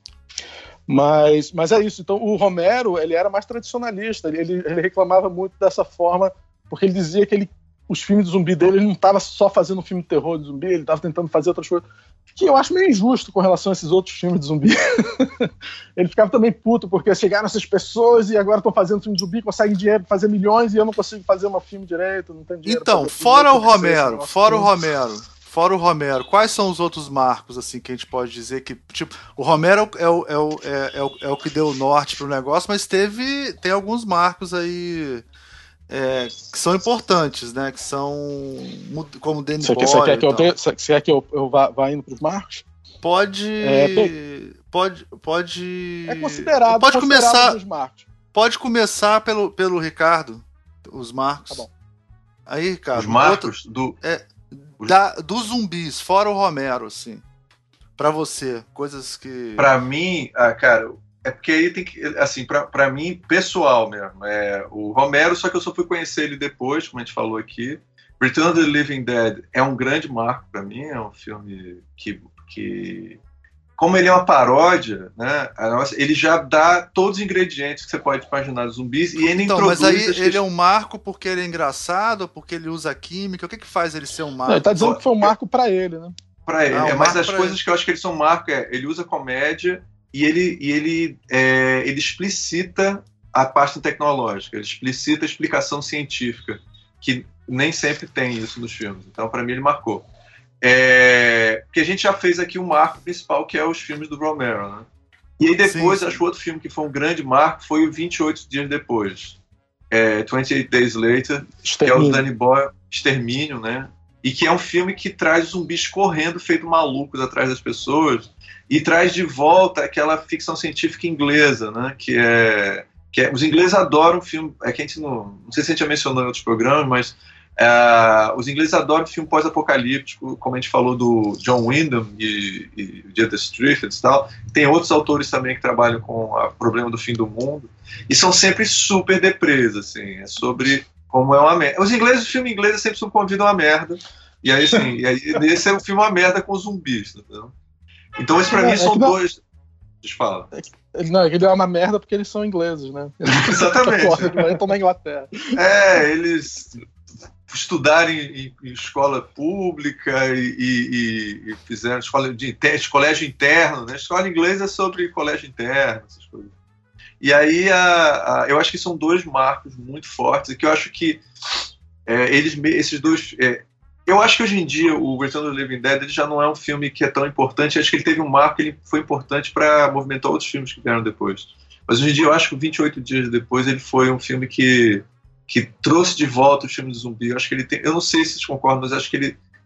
Mas, mas é isso. Então, o Romero, ele era mais tradicionalista. Ele, ele, ele reclamava muito dessa forma, porque ele dizia que ele, os filmes de zumbi dele, ele não estava só fazendo um filme de terror de zumbi, ele estava tentando fazer outras coisas. Que eu acho meio injusto com relação a esses outros filmes de zumbi. Ele ficava também puto, porque chegaram essas pessoas e agora estão fazendo filme de zumbi, conseguem dinheiro pra fazer milhões e eu não consigo fazer um filme direito, não tenho dinheiro. Então, pra fazer fora o filme, tem que ser esse Romero, negócio fora o todo. Romero, fora o Romero, quais são os outros marcos, assim, que a gente pode dizer que, tipo, o Romero é o, é o, é, é o, é o que deu o norte pro negócio, mas teve, tem alguns marcos aí é, que são importantes, né, que são como Danny Você, Boyle quer- você quer que eu, e tal. dê- você quer que eu, eu vá, vá indo pros marcos? Pode, É, pode, pode, É considerado, pode considerado começar, dos marcos. pode começar pelo, pelo Ricardo, os marcos. Tá bom. Aí, Ricardo, Os marcos do. outro- da, dos zumbis, fora o Romero, assim, pra você, coisas que... Pra mim, ah, cara, é porque aí tem que. Assim, pra, pra mim, pessoal mesmo. É, o Romero, só que eu só fui conhecer ele depois, como a gente falou aqui. Return of the Living Dead é um grande marco pra mim, é um filme que. que como ele é uma paródia, né, a nossa, ele já dá todos os ingredientes que você pode imaginar dos zumbis e ele Então, introduz... mas aí as ele é um marco porque ele é engraçado, porque ele usa química, o que que faz ele ser um marco? Não, ele tá dizendo que foi um marco pra ele, né? Pra ele, Ah, um é, mas marco as pra coisas ele. que eu acho que eles são marco é, ele usa comédia e ele, e ele, é, ele explicita a parte tecnológica, ele explicita a explicação científica, que nem sempre tem isso nos filmes, então pra mim ele marcou. É, porque a gente já fez aqui o marco principal, que é os filmes do Romero, né? E aí depois, Sim, sim. acho que outro filme que foi um grande marco foi o vinte e oito Dias Depois, é, vinte e oito Days Later, que é o do Danny Boyle, Extermínio, né? E que é um filme que traz zumbis correndo, feito malucos atrás das pessoas, e traz de volta aquela ficção científica inglesa, né? Que é, que é os ingleses adoram filme, é que a gente não, não sei se a gente já mencionou em outros programas, mas uh, os ingleses adoram filme pós-apocalíptico, como a gente falou do John Wyndham e, e o Dia das Triffids e tal. Tem outros autores também que trabalham com o problema do fim do mundo, e são sempre super deprês, assim, é sobre como é uma merda. Os ingleses, o filme inglês é sempre subconvido a uma merda, e aí, assim, e aí esse é um filme uma merda com zumbis, entendeu? Então, esse pra É, mim é são que não- dois. Deixa eu falar. Ele, não, ele é uma merda porque eles são ingleses, né? Exatamente. Eles estão na Inglaterra. É, eles estudaram em, em escola pública e, e- e fizeram escola de inter- colégio interno, né? Escola inglesa é sobre colégio interno, essas coisas. E aí, a, a- eu acho que são dois marcos muito fortes, e que eu acho que é, eles, esses dois... é, eu acho que hoje em dia o Return of the Living Dead ele já não é um filme que é tão importante. Eu acho que ele teve um marco que ele foi importante para movimentar outros filmes que vieram depois. Mas hoje em dia eu acho que vinte e oito Dias Depois ele foi um filme que, que trouxe de volta o filme de zumbi. Eu acho que ele tem, eu não sei se vocês concordam, mas acho que ele,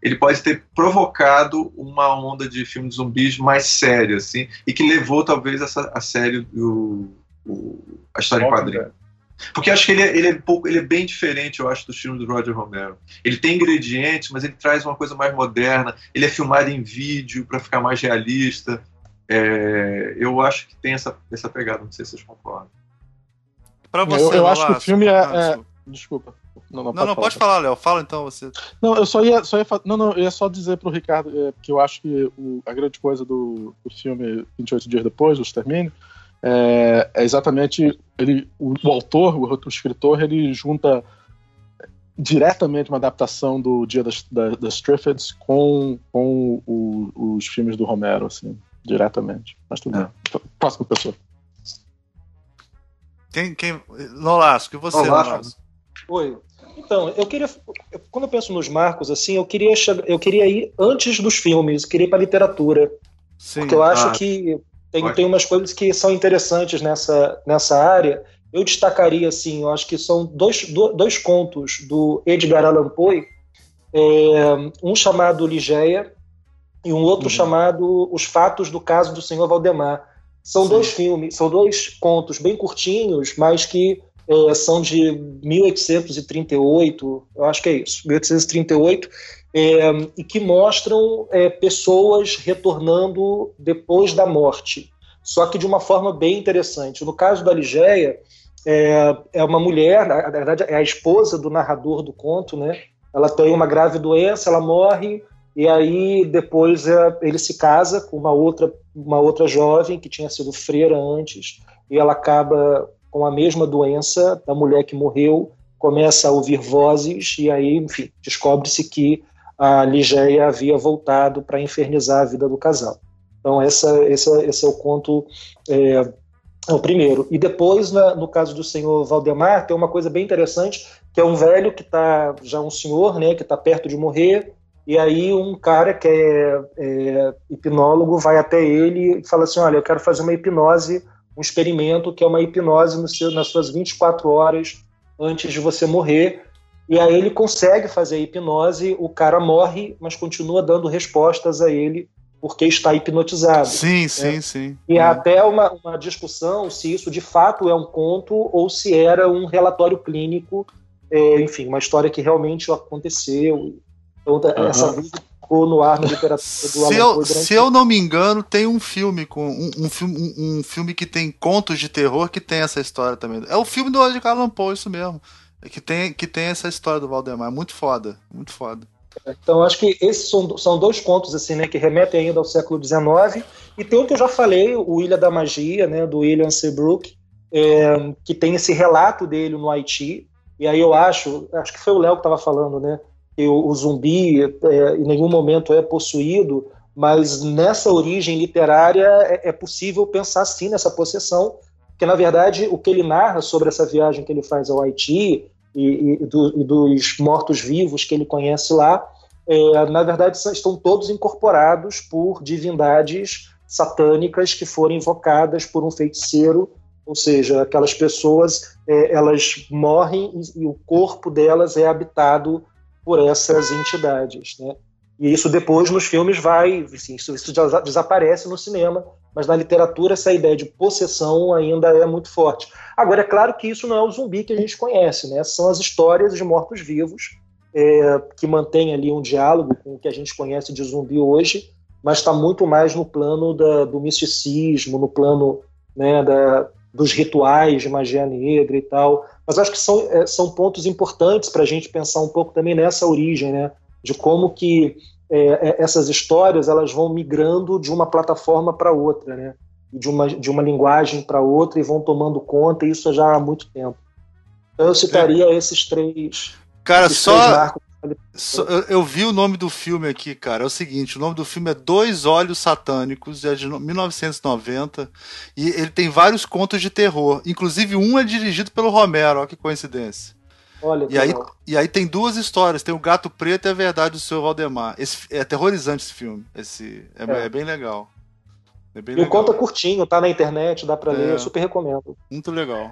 ele pode ter provocado uma onda de filmes de zumbis mais séria, assim, e que levou talvez essa, a sério o, o, a história em quadrinho. Porque eu acho que ele é, ele, é pouco, ele é bem diferente, eu acho, do filme do Roger Romero. Ele tem ingredientes, mas ele traz uma coisa mais moderna, ele é filmado em vídeo para ficar mais realista. É, eu acho que tem essa, essa pegada, não sei se vocês concordam. Pra você, eu eu acho que o Laço. filme é. Ah, é... Desculpa. Não, não, Não, pode não, falar. pode falar, Léo. Fala então você. Não, eu só ia, só ia fa- não, não, eu ia só dizer pro Ricardo é, que eu acho que o- a grande coisa do, do filme vinte e oito Dias Depois, do Extermínio, é, é exatamente ele, o, o autor, o, o escritor, ele junta diretamente uma adaptação do Dia das, da, das Triffids com, com o- os filmes do Romero, assim, diretamente. Mas tudo bem. Então, próxima pessoa. Quem, quem... Nolasco, e você, Nolasco. Nolasco? Oi. Então, eu queria. Quando eu penso nos marcos, assim, eu queria, chegar, eu queria ir antes dos filmes, queria ir para a literatura. Sim. Porque eu acho ah, que tem, pode. tem umas coisas que são interessantes nessa, nessa área. Eu destacaria, assim, eu acho que são dois, do- dois contos do Edgar Allan Poe, é, um chamado Ligeia e um outro chamado Os Fatos do Caso do Senhor Valdemar. São Sim. dois filmes, são dois contos bem curtinhos, mas que é, são de mil oitocentos e trinta e oito, eu acho que é isso, mil oitocentos e trinta e oito, é, e que mostram é, pessoas retornando depois da morte, só que de uma forma bem interessante. No caso da Ligeia, é, é uma mulher, na verdade é a esposa do narrador do conto, né? Ela tem uma grave doença, ela morre, e aí depois é, ele se casa com uma outra, uma outra jovem que tinha sido freira antes, e ela acaba com a mesma doença da mulher que morreu, começa a ouvir vozes, e aí, enfim, descobre-se que a Ligeia havia voltado para infernizar a vida do casal. Então essa, essa, esse é o conto, é, é o primeiro. E depois, na, no caso do senhor Valdemar, tem uma coisa bem interessante, que é um velho que está, já um senhor, né, que está perto de morrer, e aí um cara que é, é hipnólogo vai até ele e fala assim, olha, eu quero fazer uma hipnose, um experimento que é uma hipnose no seu, nas suas vinte e quatro horas antes de você morrer. E aí ele consegue fazer a hipnose, o cara morre, mas continua dando respostas a ele porque está hipnotizado. Sim, sim, né? sim. E É. há até uma, uma discussão se isso de fato é um conto ou se era um relatório clínico, é, enfim, uma história que realmente aconteceu. Então, Uhum. essa dúvida ficou no ar na literatura do Se Allan eu, Poe durante se eu não me engano, tem um filme com um, um filme, um, um filme que tem contos de terror que tem essa história também. É o filme do Edgar Allan Poe, isso mesmo. Que tem, que tem essa história do Valdemar. Muito foda, muito foda. Então, acho que esses são, são dois contos assim, né, que remetem ainda ao século dezenove. E tem um que eu já falei, o Ilha da Magia, né, do William Seabrook, é, que tem esse relato dele no Haiti. E aí eu acho, acho que foi o Léo que estava falando, né, que o, o zumbi é, em nenhum momento é possuído, mas nessa origem literária é, é possível pensar sim nessa possessão, porque na verdade o que ele narra sobre essa viagem que ele faz ao Haiti e, e, do, e dos mortos-vivos que ele conhece lá, é, na verdade estão todos incorporados por divindades satânicas que foram invocadas por um feiticeiro, ou seja, aquelas pessoas é, elas morrem e, e o corpo delas é habitado por essas entidades, né? E isso depois nos filmes vai, assim, isso, isso já desaparece no cinema, mas na literatura essa ideia de possessão ainda é muito forte. Agora, é claro que isso não é o zumbi que a gente conhece, né? São as histórias de mortos-vivos é, que mantêm ali um diálogo com o que a gente conhece de zumbi hoje, mas está muito mais no plano da, do misticismo, no plano, né, da, dos rituais de magia negra e tal. Mas acho que são, é, são pontos importantes para a gente pensar um pouco também nessa origem, né? De como que é, essas histórias elas vão migrando de uma plataforma para outra, né? De uma, de uma linguagem para outra e vão tomando conta, e isso já há muito tempo. Então eu citaria é. esses três. Cara, esses só, três marcos. só eu, eu vi o nome do filme aqui, cara. É o seguinte: o nome do filme é Dois Olhos Satânicos, é de mil novecentos e noventa, e ele tem vários contos de terror. Inclusive, um é dirigido pelo Romero, olha que coincidência. Olha, e, aí, e aí tem duas histórias, tem o Gato Preto e a Verdade do Senhor Valdemar. Esse, é aterrorizante esse filme. Esse, é, é. é bem legal. É bem e legal. o conto é curtinho, tá na internet, dá pra é. ler, eu super recomendo. Muito legal.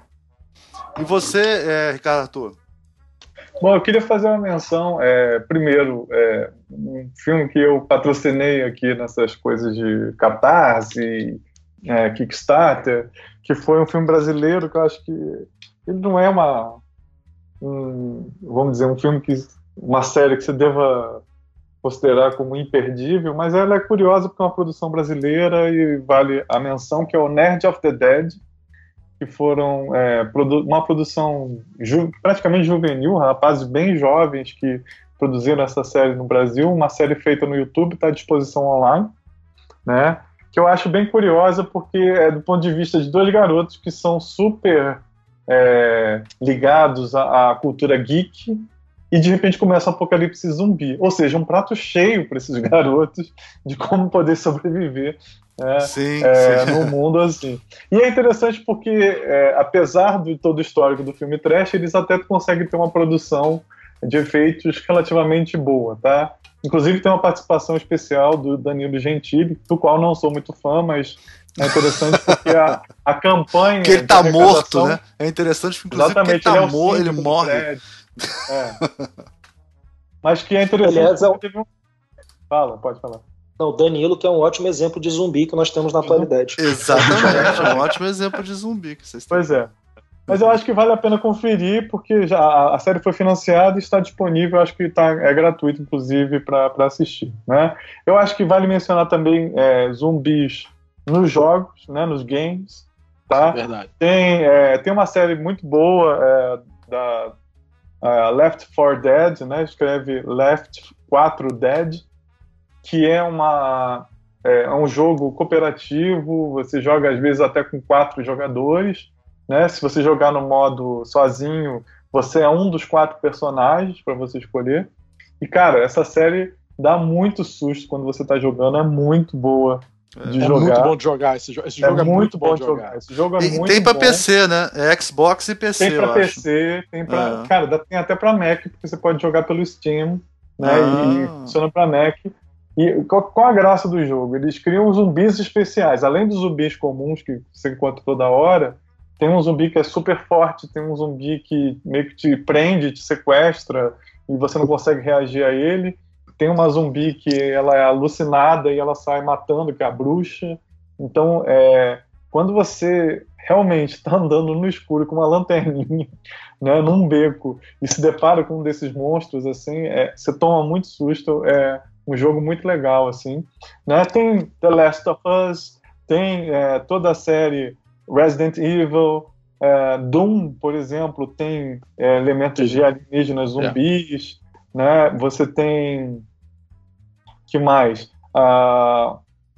E você, é, Ricardo Arthur? Bom, eu queria fazer uma menção, é, primeiro, é, um filme que eu patrocinei aqui nessas coisas de Catarse, é, Kickstarter, que foi um filme brasileiro que eu acho que ele não é uma, um, vamos dizer, um filme que, uma série que você deva considerar como imperdível, mas ela é curiosa porque é uma produção brasileira e vale a menção, que é o Nerd of the Dead, que foram é, produ- uma produção ju- praticamente juvenil, rapazes bem jovens que produziram essa série no Brasil, uma série feita no YouTube, está à disposição online, né? Que eu acho bem curiosa porque é do ponto de vista de dois garotos que são super é, ligados à, à cultura geek e de repente começa o apocalipse zumbi, ou seja, um prato cheio para esses garotos de como poder sobreviver é, Sim, é, sim. num mundo assim. E é interessante porque, é, apesar de todo o histórico do filme trash, eles até conseguem ter uma produção de efeitos relativamente boa, tá? Inclusive tem uma participação especial do Danilo Gentili, do qual não sou muito fã, mas é interessante porque a, a campanha... Que ele de tá arrecadação- morto, né? É interessante, porque, inclusive, porque ele Exatamente, tá ele é o morto, ele síndico do morre. prédio. É. Mas que é interessante. Aliás, é um- porque teve um- Fala, pode falar. Não, o Danilo, que é um ótimo exemplo de zumbi que nós temos na atualidade. Exatamente, um ótimo exemplo de zumbi que vocês têm. Pois é. Mas eu acho que vale a pena conferir, porque já a, a série foi financiada e está disponível, acho que tá, é gratuito, inclusive, para assistir. Né? Eu acho que vale mencionar também é, zumbis nos jogos, né, nos games. Tá? Verdade. Tem, é, tem uma série muito boa é, da é, Left four Dead, né? Escreve Left quatro Dead, que é, uma, é, é um jogo cooperativo, você joga às vezes até com quatro jogadores, né? Se você jogar no modo sozinho, você é um dos quatro personagens para você escolher. E, cara, essa série dá muito susto quando você está jogando, é muito boa de É jogar. muito bom de jogar. Esse, jo- esse jogo é, muito bom de jogar. Esse jogo é E muito tem pra bom. P C, né? É Xbox e P C, Tem pra eu P acho. C, tem pra. É. Cara, dá- tem até pra Mac, porque você pode jogar pelo Steam, né? Ah. E, e funciona pra Mac. E qual, qual a graça do jogo? Eles criam zumbis especiais. Além dos zumbis comuns que você encontra toda hora, tem um zumbi que é super forte, tem um zumbi que meio que te prende, te sequestra, e você não consegue reagir a ele. Tem uma zumbi que ela é alucinada e ela sai matando, que é a bruxa. Então, é, quando você realmente está andando no escuro com uma lanterninha, né, num beco, e se depara com um desses monstros, assim, é, você toma muito susto. É um jogo muito legal, assim. Né? Tem The Last of Us, tem é, toda a série Resident Evil, é, Doom, por exemplo, tem é, elementos de alienígenas zumbis, né? Você tem... que mais? Ah,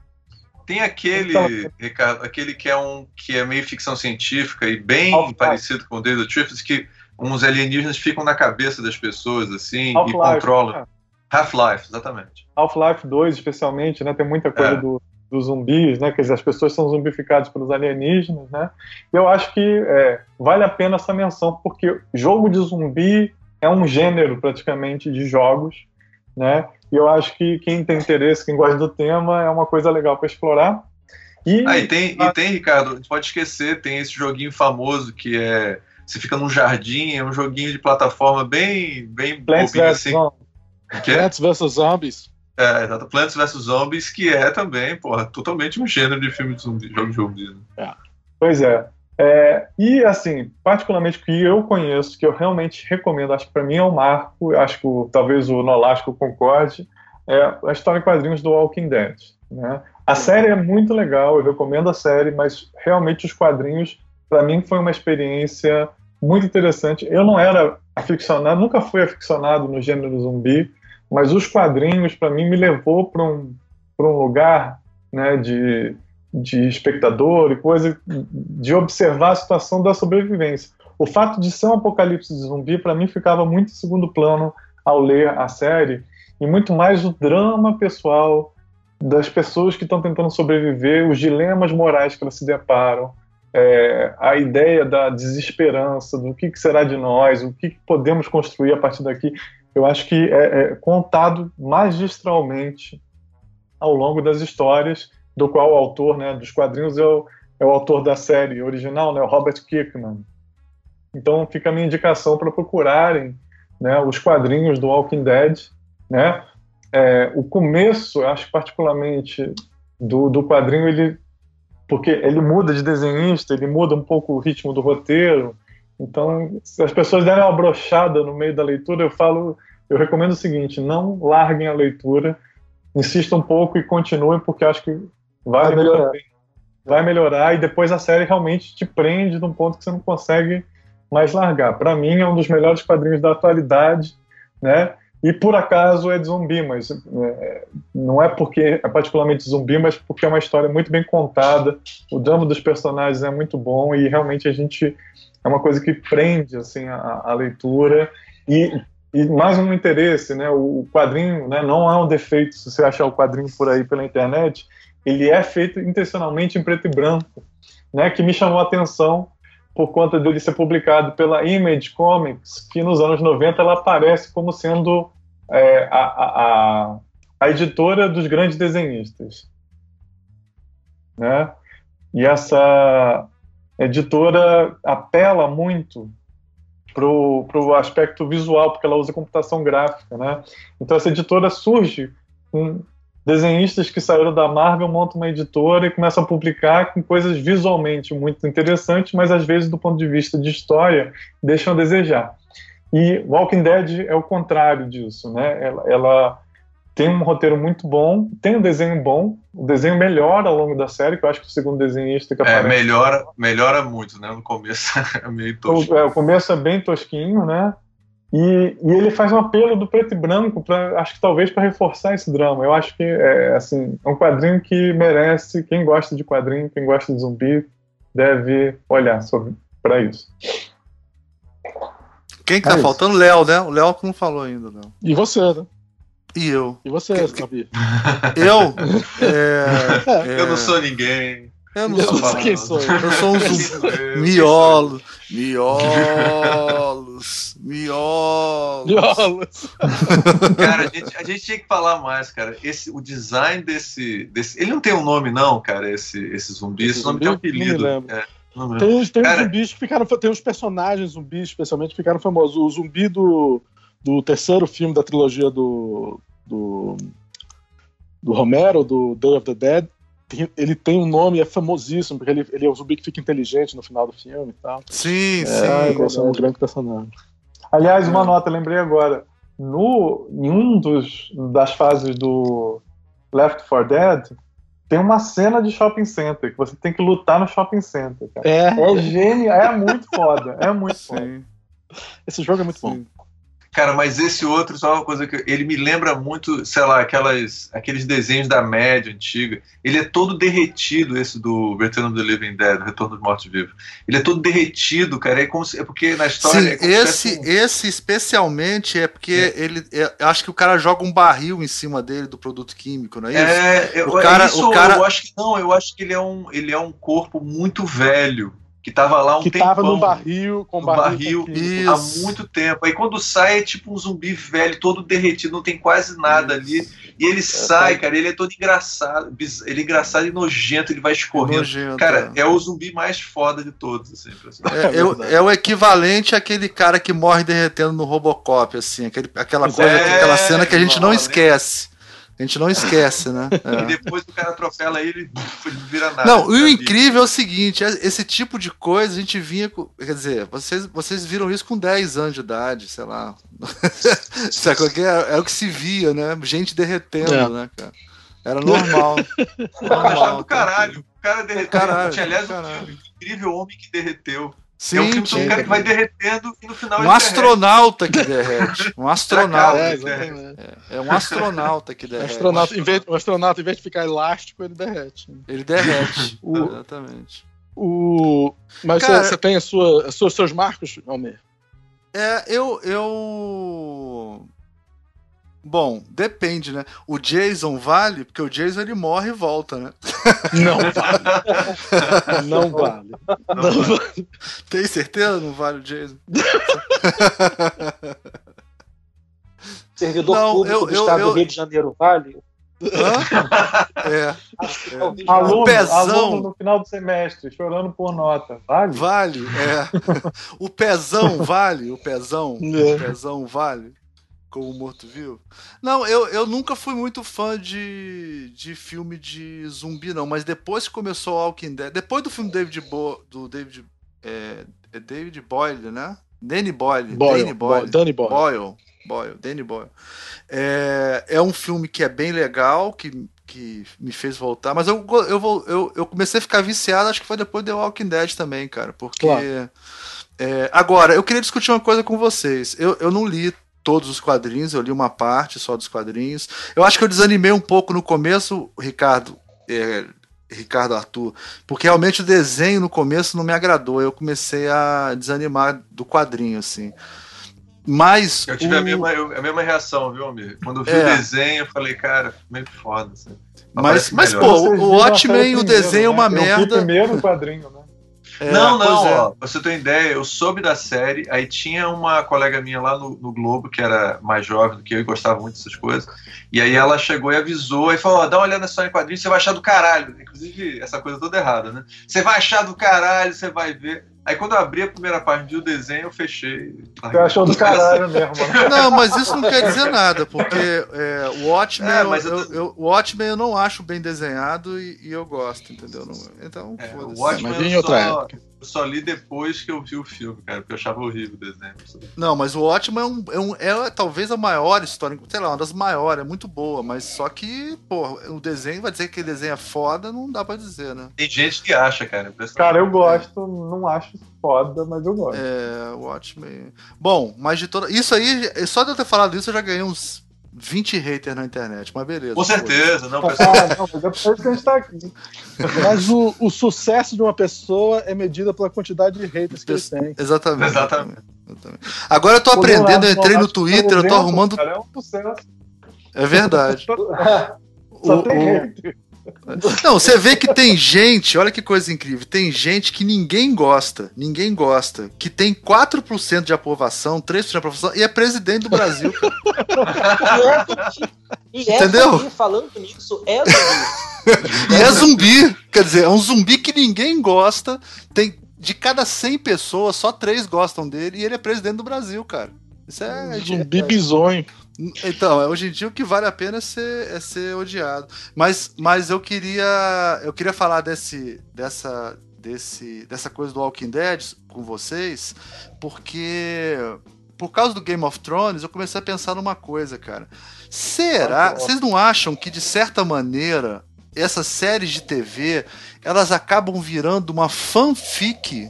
Tem aquele, Então- Ricardo, aquele que é um que é meio ficção científica e bem Half-Life. parecido com o Day of the Truth, que uns alienígenas ficam na cabeça das pessoas, assim, e Half-Life, controlam. né? Half-Life, exatamente. Half-Life dois, especialmente, né? Tem muita coisa É. do, dos zumbis, né? Quer dizer, as pessoas são zumbificadas pelos alienígenas, né? Eu acho que é, vale a pena essa menção, porque jogo de zumbi é um gênero, praticamente, de jogos, né? E eu acho que quem tem interesse, quem gosta do tema, é uma coisa legal para explorar. E, Ah, e tem, e tem, Ricardo, a gente pode esquecer, tem esse joguinho famoso que é. Você fica num jardim, é um joguinho de plataforma bem, bem Plants bobinho versus. assim. Zombies. Que é, Plants versus. Zombies. é, exato, Plants versus. Zombies, que é também, porra, totalmente um gênero de filme de zumbi, jogo de zumbi. Né? Pois é. É, e assim, particularmente que eu conheço, que eu realmente recomendo, acho que para mim é um marco, acho que o- talvez o Nolasco concorde, é a história em quadrinhos do Walking Dead, né? A série é muito legal, eu recomendo a série, mas realmente os quadrinhos, para mim, foi uma experiência muito interessante. Eu não era aficionado, nunca fui aficionado no gênero zumbi, mas os quadrinhos, para mim, me levou para um, para um lugar, né, de de espectador e coisa, de observar a situação da sobrevivência. O fato de ser um apocalipse de zumbi, para mim, ficava muito em segundo plano ao ler a série, e muito mais o drama pessoal das pessoas que estão tentando sobreviver, os dilemas morais que elas se deparam, é, a ideia da desesperança, do que, que será de nós, o que, que podemos construir a partir daqui. Eu acho que é, é contado magistralmente ao longo das histórias, do qual o autor, né, dos quadrinhos é o, é o autor da série original, né, o Robert Kirkman. Então fica a minha indicação para procurarem, né, os quadrinhos do Walking Dead, né? é, o começo, eu acho particularmente do, do quadrinho, ele, porque ele muda de desenhista, ele muda um pouco o ritmo do roteiro. Então, se as pessoas derem uma brochada no meio da leitura, eu falo, eu recomendo o seguinte: não larguem a leitura, insistam um pouco e continuem, porque acho que vale Vai melhorar. vai melhorar, e depois a série realmente te prende num ponto que você não consegue mais largar. Para mim é um dos melhores quadrinhos da atualidade, né? E por acaso é de zumbi, mas é, não é porque é particularmente zumbi, mas porque é uma história muito bem contada, o drama dos personagens é muito bom e realmente a gente é uma coisa que prende assim a, a leitura e, e mais um interesse, né? O quadrinho, né, não há um defeito se você achar o quadrinho por aí pela internet, ele é feito intencionalmente em preto e branco, né? Que me chamou a atenção por conta dele ser publicado pela Image Comics, que nos anos noventa ela aparece como sendo é, a, a, a editora dos grandes desenhistas, né? E essa editora apela muito pro, pro aspecto visual, porque ela usa computação gráfica, né? Então essa editora surge com desenhistas que saíram da Marvel, montam uma editora e começam a publicar com coisas visualmente muito interessantes, mas às vezes do ponto de vista de história deixam a desejar. E Walking Dead é o contrário disso, né? Ela, ela tem um roteiro muito bom, tem um desenho bom, o desenho melhora ao longo da série, que eu acho que o segundo desenhista que É, aparece... melhora, melhora muito, né? No começo é meio tosco. O, é, o começo é bem tosquinho, né? E, e ele faz um apelo do preto e branco, pra, acho que talvez para reforçar esse drama. Eu acho que é, assim, é um quadrinho que merece, quem gosta de quadrinho, quem gosta de zumbi, deve olhar para isso. Quem que tá É faltando? Léo, né? O Léo que não falou ainda, Léo. E você, né? E eu? E você, Sabi? Eu? É, é, Eu não sou ninguém. Eu não Eu sou não sei quem sou. Eu sou um Quem zumbi. sou eu? Miolo. Miolos. Miolos. Miolos. Cara, a gente, a gente tinha que falar mais, cara. Esse, o design desse, desse. Ele não tem um nome, não, cara, esse, esse zumbi. Esse, Esse nome zumbi? tem um apelido. Não me lembro. É, não lembro. Tem, uns- tem Cara- uns zumbis que ficaram. Tem uns personagens zumbis, especialmente, que ficaram famosos. O zumbi do, do terceiro filme da trilogia do. do. do Romero, do Day of the Dead. tem- Ele tem um nome, é famosíssimo, porque ele, ele é o zumbi que fica inteligente no final do filme e tal. Sim, É, sim. esse é um grande personagem. Aliás, uma nota, lembrei agora. No, em um dos, das fases do Left four Dead, tem uma cena de shopping center, que você tem que lutar no shopping center, cara. É, É genial, é muito foda, é muito foda. Sim. esse jogo é muito bom. Cara, mas esse outro, só uma coisa que ele me lembra muito, sei lá, aquelas, aqueles desenhos da média antiga. Ele é todo derretido, esse do Return of the Living Dead, Retorno dos Mortos-Vivos. Ele é todo derretido, cara. É, como se, é porque na história. Sim, é como se esse, tivesse um- esse especialmente é porque ele. é- eu acho que o cara joga um barril em cima dele do produto químico, não é isso? É, eu, O cara- isso o cara- eu acho que não, eu acho que ele é um, ele é um corpo muito velho, que tava lá um Que tempão. tava no barril, com no barril. barril com Isso. químico. há muito tempo. Aí quando sai é tipo um zumbi velho, todo derretido, não tem quase nada ali. E ele sai, cara, ele é todo engraçado. biz- Ele é engraçado e nojento, ele vai escorrendo. Nojento, Cara, é. é o zumbi mais foda de todos, assim. pra você. É, é o- é o equivalente àquele cara que morre derretendo no Robocop, assim, aquele, aquela coisa, É, aquela cena que a gente não igual, né? esquece. A gente não esquece, né? E É. depois o cara atropela ele e não vira nada. Não, e o Sabe? incrível é o seguinte, é- esse tipo de coisa a gente vinha com, quer dizer, vocês, vocês viram isso com dez anos de idade, sei lá. Sabe qual que é? É o que se via, né? Gente derretendo, É. né, cara? Era normal. Eu achava normal do caralho. O cara derreteu. Caralho, Tinha, aliás, um caralho. filme, Incrível Homem que Derreteu. Sim, é um filme sobre um tinha. cara que vai derretendo e no final Um ele derrete. astronauta que derrete. Um astronauta. É, É, exatamente. É um astronauta que O derrete. astronauta, em vez, o astronauta, em vez de ficar elástico, ele derrete. Ele derrete. O- Exatamente. O... Mas Cara- você, você tem a sua, as suas, seus marcos, Almir? É, eu, eu. Bom, depende, né? O Jason vale, porque o Jason ele morre e volta, né? Não vale. Não vale. Não vale. Tem certeza? Não vale o Jason? Servidor Não, público eu- do eu- estado eu- do Rio de Janeiro vale? Hã? É. Acho que talvez Aluno, O pezão. aluno no final do semestre, chorando por nota. Vale? Vale, é. O pezão vale, o pezão. É. O pezão vale. como morto-vivo. Não, eu, eu nunca fui muito fã de, de filme de zumbi, não. Mas depois que começou o Walking Dead... Depois do filme David Bo, do David... É, é David Boyle, né? Danny Boyle. Boyle, Danny Boyle. Boyle, Danny Boyle. Boyle. Boyle. Danny Boyle. É, é um filme que é bem legal, que, que me fez voltar. Mas eu, eu, eu, eu comecei a ficar viciado, acho que foi depois do The Walking Dead também, cara. Porque... Claro. É, agora, eu queria discutir uma coisa com vocês. Eu, eu não li todos os quadrinhos, eu li uma parte só dos quadrinhos. Eu acho que eu desanimei um pouco no começo, Ricardo, é, Ricardo Arthur, porque realmente o desenho no começo não me agradou. Eu comecei a desanimar do quadrinho, assim. Mas eu tive o... a, mesma, a mesma reação, viu, amigo? Quando eu vi é. o desenho, eu falei, cara, meio foda. Assim. Mas, mas pô, o Watchmen, o desenho é uma né? merda. Eu vi primeiro o quadrinho, né? É, não, não, é. ó, pra você ter uma ideia, eu soube da série, aí tinha uma colega minha lá no, no Globo, que era mais jovem do que eu e gostava muito dessas coisas, e aí ela chegou e avisou, e falou, ó, dá uma olhada só em quadrinhos, você vai achar do caralho, inclusive essa coisa toda errada, né? Você vai achar do caralho, você vai ver. Aí quando eu abri a primeira página de o desenho, eu fechei. Você achou do caralho mesmo, né? Não, mas isso não quer dizer nada, porque é, o Watchmen, é, mas eu, eu, eu, eu, o Watchmen eu não acho bem desenhado e, e eu gosto, entendeu? Não, então, é, foda-se. O Watchmen mas em eu, outra só, época. eu só li depois que eu vi o filme, cara, porque eu achava horrível o desenho. Não, mas o Watchmen é, um, é, um, é talvez a maior história, sei lá, uma das maiores, é muito boa, mas só que, pô, o desenho, vai dizer que o desenho é foda, não dá pra dizer, né? Tem gente que acha, cara. Cara, eu gosto, não acho foda, mas eu gosto. É, o Watchmen... Bom, mas de toda... Isso aí, só de eu ter falado isso, eu já ganhei uns vinte haters na internet, mas beleza. Com certeza, não, pessoal. Ah, não, mas é por isso que a gente tá aqui. Mas o, o sucesso de uma pessoa é medida pela quantidade de haters que ele tem. Exatamente. Exatamente. Exatamente. Agora eu tô aprendendo, eu entrei no Twitter, eu tô arrumando... Cara, é um sucesso. É verdade. Só o, tem o... hater. Não, você vê que tem gente, olha que coisa incrível, tem gente que ninguém gosta, ninguém gosta, que tem quatro por cento de aprovação, três por cento de aprovação e é presidente do Brasil, cara. E é Entendeu? Zumbi, falando nisso, é zumbi. É zumbi, quer dizer, é um zumbi que ninguém gosta, tem de cada cem pessoas, só três gostam dele e ele é presidente do Brasil, cara. Isso é... Zumbi bizonho. Então, hoje em dia o que vale a pena é ser, é ser odiado. Mas, mas eu queria eu queria falar desse, dessa, desse, dessa coisa do Walking Dead com vocês, porque por causa do Game of Thrones eu comecei a pensar numa coisa, cara. Será? Vocês não acham que de certa maneira essas séries de T V elas acabam virando uma fanfic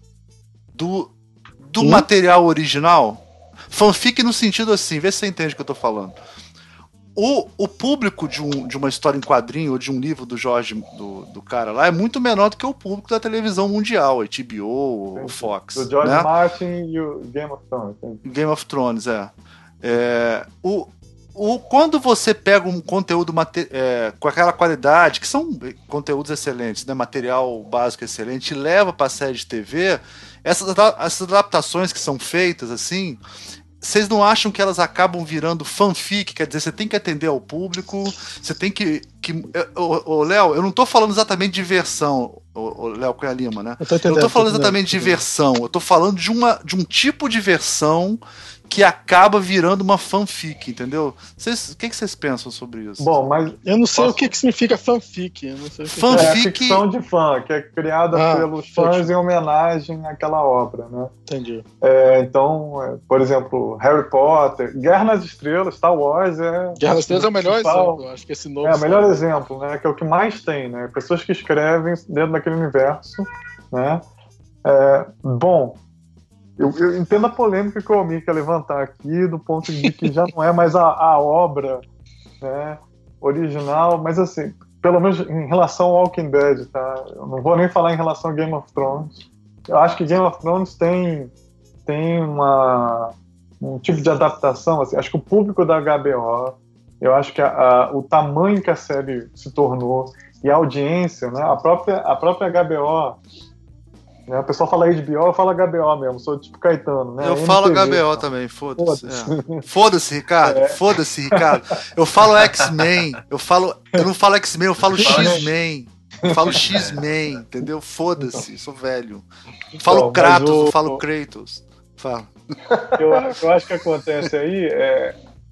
do, do hum? material original? Fanfic no sentido assim, vê se você entende o que eu tô falando. O, o público de, um, de uma história em quadrinho ou de um livro do Jorge, do, do cara lá, é muito menor do que o público da televisão mundial, H B O, o Fox. O George né? Martin e o Game of Thrones. Game of Thrones, é. é o, o, quando você pega um conteúdo é, com aquela qualidade, que são conteúdos excelentes, né, material básico excelente, e leva pra série de T V, essas, essas adaptações que são feitas, assim... Vocês não acham que elas acabam virando fanfic? Quer dizer, você tem que atender ao público, você tem que... que ô, Léo, eu não tô falando exatamente de versão, o Léo Cunha Lima, né? Eu, tô eu não tô falando exatamente de versão, eu tô falando de, uma, de um tipo de versão que acaba virando uma fanfic, entendeu? Vocês, o que, que vocês pensam sobre isso? Bom, mas... Eu não sei posso... o que, que significa fanfic. Eu não sei o que fanfic... É a ficção de fã, que é criada ah, pelos fãs entendi. Em homenagem àquela obra, né? Entendi. É, então, é, por exemplo, Harry Potter, Guerra nas Estrelas, Star Wars é... Guerra nas Estrelas é o melhor exemplo, acho que esse novo... É o melhor exemplo, né? Que é o que mais tem, né? Pessoas que escrevem dentro daquele universo, né? É, bom... Eu, eu entendo a polêmica que o Almir quer levantar aqui, do ponto de que já não é mais a, a obra, né, original, mas assim, pelo menos em relação ao Walking Dead, tá? Eu não vou nem falar em relação a Game of Thrones. Eu acho que Game of Thrones tem, tem uma, um tipo de adaptação, assim, acho que o público da H B O, eu acho que a, a, o tamanho que a série se tornou e a audiência, né, a própria, a própria H B O... Né? O pessoal fala H B O, eu falo H B O mesmo, sou tipo Caetano, né? Eu M T V, falo H B O também, foda-se. Foda-se, é. Foda-se Ricardo, é. Foda-se, Ricardo. Eu falo X-Men, eu falo. Eu não falo X-Men, eu falo X-Men. Eu falo X-Men, entendeu? Foda-se, sou velho. Eu falo então, Kratos, o... eu falo Kratos. Fala. Eu, eu acho que acontece aí é.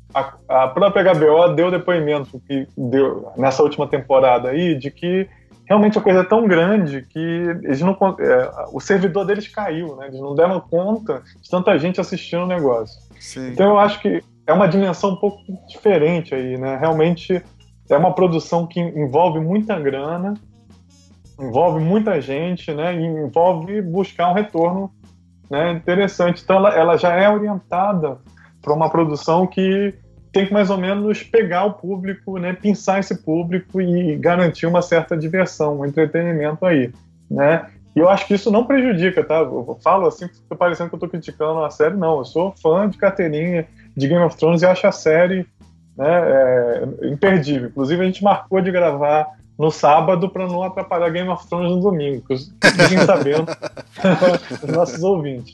a, a própria H B O deu depoimento que deu nessa última temporada aí de que realmente a coisa é tão grande que eles não, é, o servidor deles caiu, né? Eles não deram conta de tanta gente assistindo o negócio. Sim. Então eu acho que é uma dimensão um pouco diferente aí, né? Realmente é uma produção que envolve muita grana, envolve muita gente, né? E envolve buscar um retorno, né, interessante. Então ela, ela já é orientada para uma produção que tem que mais ou menos pegar o público, né, pensar esse público e garantir uma certa diversão, um entretenimento aí, né? E eu acho que isso não prejudica, tá? Eu falo assim, fica parecendo que eu estou criticando a série, não. Eu sou fã de carteirinha de Game of Thrones e acho a série, né, é, imperdível. Inclusive a gente marcou de gravar no sábado para não atrapalhar Game of Thrones no domingo, que fiquem sabendo os nossos ouvintes.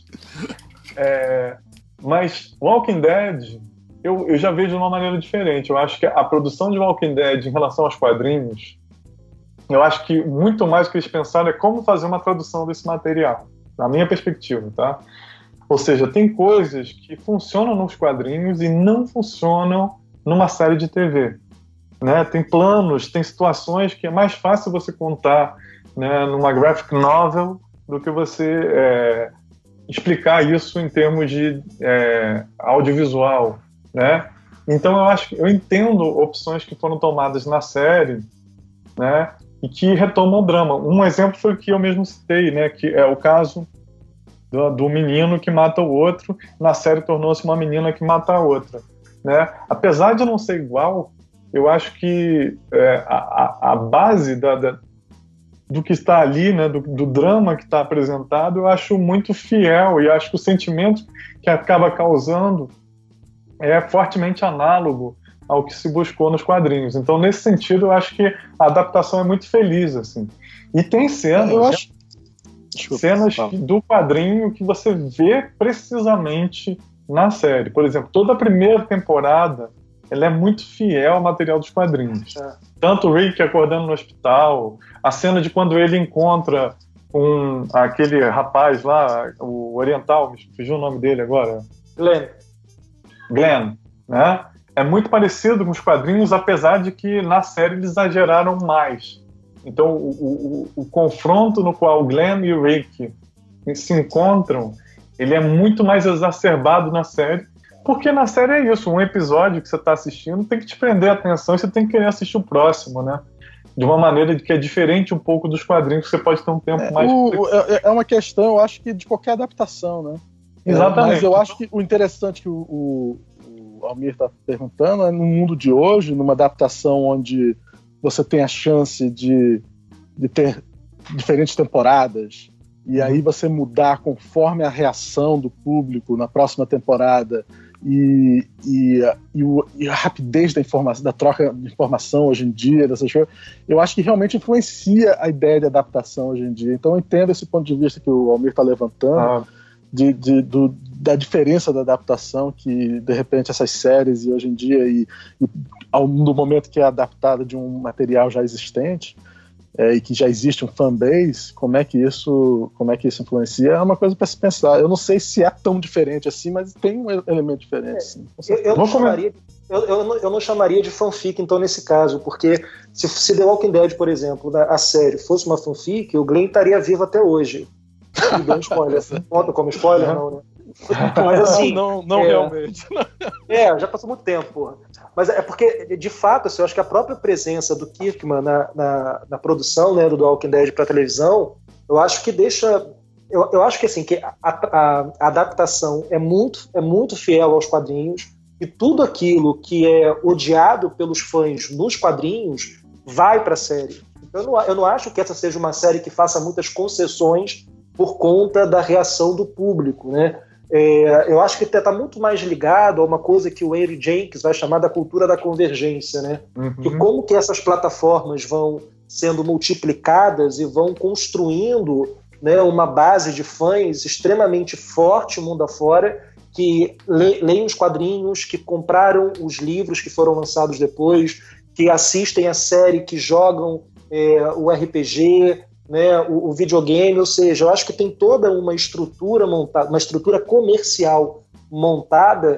É, mas Walking Dead eu, eu já vejo de uma maneira diferente. Eu acho que a produção de Walking Dead em relação aos quadrinhos, eu acho que muito mais o que eles pensaram é como fazer uma tradução desse material, na minha perspectiva, tá? Ou seja, tem coisas que funcionam nos quadrinhos e não funcionam numa série de T V. Né? Tem planos, tem situações que é mais fácil você contar, né, numa graphic novel do que você é, explicar isso em termos de é, audiovisual, né? Então eu acho que eu entendo opções que foram tomadas na série, né, e que retomam o drama. Um exemplo foi o que eu mesmo citei, né, que é o caso do, do menino que mata o outro. Na série tornou-se uma menina que mata a outra, né? Apesar de não ser igual, eu acho que é, a, a base da, da, do que está ali, né, do, do drama que está apresentado, eu acho muito fiel, e acho que o sentimento que acaba causando é fortemente análogo ao que se buscou nos quadrinhos. Então, nesse sentido, eu acho que a adaptação é muito feliz, assim. E tem cenas, eu acho... cenas do quadrinho que você vê precisamente na série. Por exemplo, toda a primeira temporada ela é muito fiel ao material dos quadrinhos. É. Tanto o Rick acordando no hospital, a cena de quando ele encontra um, aquele rapaz lá, o oriental, me fugiu o nome dele agora. Glenn. Glenn, né? É muito parecido com os quadrinhos, apesar de que na série eles exageraram mais. Então o, o, o confronto no qual o Glenn e o Rick se encontram, ele é muito mais exacerbado na série. Porque na série é isso, um episódio que você está assistindo tem que te prender a atenção e você tem que querer assistir o próximo, né? De uma maneira que é diferente um pouco dos quadrinhos, que você pode ter um tempo é, mais... O, é, é uma questão, eu acho que de qualquer adaptação, né? Exatamente. É, mas eu acho que o interessante que o, o, o Almir está perguntando é no mundo de hoje, numa adaptação onde você tem a chance de, de ter diferentes temporadas, e aí você mudar conforme a reação do público na próxima temporada, E, e, e, o, e a rapidez da, informação, da troca de informação hoje em dia, dessas coisas, eu acho que realmente influencia a ideia de adaptação hoje em dia. Então eu entendo esse ponto de vista que o Almir está levantando, ah. de, de, do, da diferença da adaptação, que de repente essas séries e hoje em dia, e, e ao, no momento que é adaptada de um material já existente, É, e que já existe um fanbase, como é que isso, como é que isso influencia? É uma coisa para se pensar. Eu não sei se é tão diferente assim, mas tem um elemento diferente. Sim, eu, eu, não chamaria, eu, eu, não, eu não chamaria de fanfic, então, nesse caso, porque se, se The Walking Dead, por exemplo, a série fosse uma fanfic, o Glenn estaria vivo até hoje. E deu um spoiler. Conta como spoiler, não, né? Mas assim, não, não, não é, realmente. É, já passou muito tempo, porra. Mas é porque, de fato, assim, eu acho que a própria presença do Kirkman na, na, na produção, né, do The Walking Dead para televisão, eu acho que deixa... Eu, eu acho que, assim, que a, a, a adaptação é muito, é muito fiel aos quadrinhos, e tudo aquilo que é odiado pelos fãs nos quadrinhos vai para a série. Eu não, eu não acho que essa seja uma série que faça muitas concessões por conta da reação do público, né? É, eu acho que está muito mais ligado a uma coisa que o Henry Jenkins vai chamar da cultura da convergência, né? Uhum. Que como que essas plataformas vão sendo multiplicadas e vão construindo, né, uma base de fãs extremamente forte mundo afora, que le, leem os quadrinhos, que compraram os livros que foram lançados depois, que assistem a série, que jogam é, o R P G, né, o, o videogame, ou seja, eu acho que tem toda uma estrutura montada, uma estrutura comercial montada,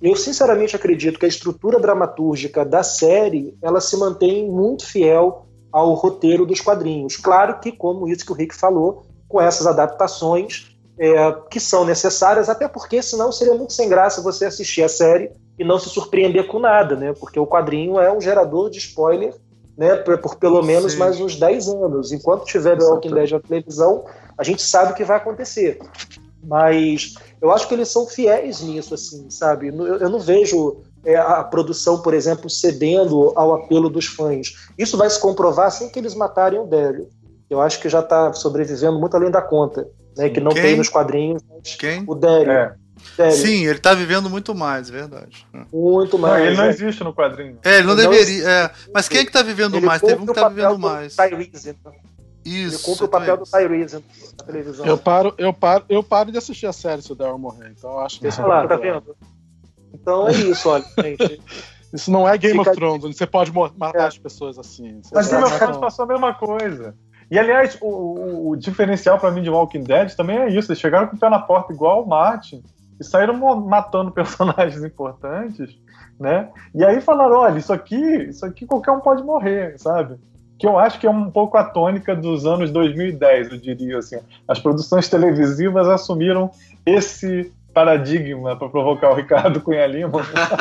eu sinceramente acredito que a estrutura dramatúrgica da série, ela se mantém muito fiel ao roteiro dos quadrinhos. Claro que, como isso que o Rick falou, com essas adaptações é, que são necessárias, até porque senão seria muito sem graça você assistir a série e não se surpreender com nada, né? Porque o quadrinho é um gerador de spoiler, né, por, por pelo menos Sim. mais uns dez anos. Enquanto tiver The Walking Dead na televisão, a gente sabe o que vai acontecer. Mas eu acho que eles são fiéis nisso, assim, sabe? Eu, eu não vejo é, a produção, por exemplo, cedendo ao apelo dos fãs. Isso vai se comprovar assim que eles matarem o Daryl. Eu acho que já está sobrevivendo muito além da conta, né? Que não Quem? tem nos quadrinhos. Quem? O Daryl. É. Daryl. Sim, ele tá vivendo muito mais, é verdade. Muito mais. Não, ele não é. existe no quadrinho. É, ele não Ele não deveria. existe. É. Mas quem é que tá vivendo Ele mais? Teve um cumpre que o tá papel vivendo do mais. Tyrese, então. Isso. Ele cumpre o papel do Tyrese na televisão. Eu paro, eu, paro, eu paro de assistir a série se o Daryl morrer. Então eu acho que Deixa eu falar, tá vendo? Então é isso, olha, gente. Isso não é Game Fica... of Thrones, onde você pode matar É. as pessoas assim. Você Mas Game sabe, of Thrones não. passou a mesma coisa. E, aliás, o, o, o diferencial pra mim de Walking Dead também é isso. Eles chegaram com o pé na porta igual o Martin e saíram matando personagens importantes, né? E aí falaram, olha, isso aqui, isso aqui qualquer um pode morrer, sabe? Que eu acho que é um pouco a tônica dos anos dois mil e dez, eu diria assim. As produções televisivas assumiram esse paradigma, para provocar o Ricardo Cunha Lima.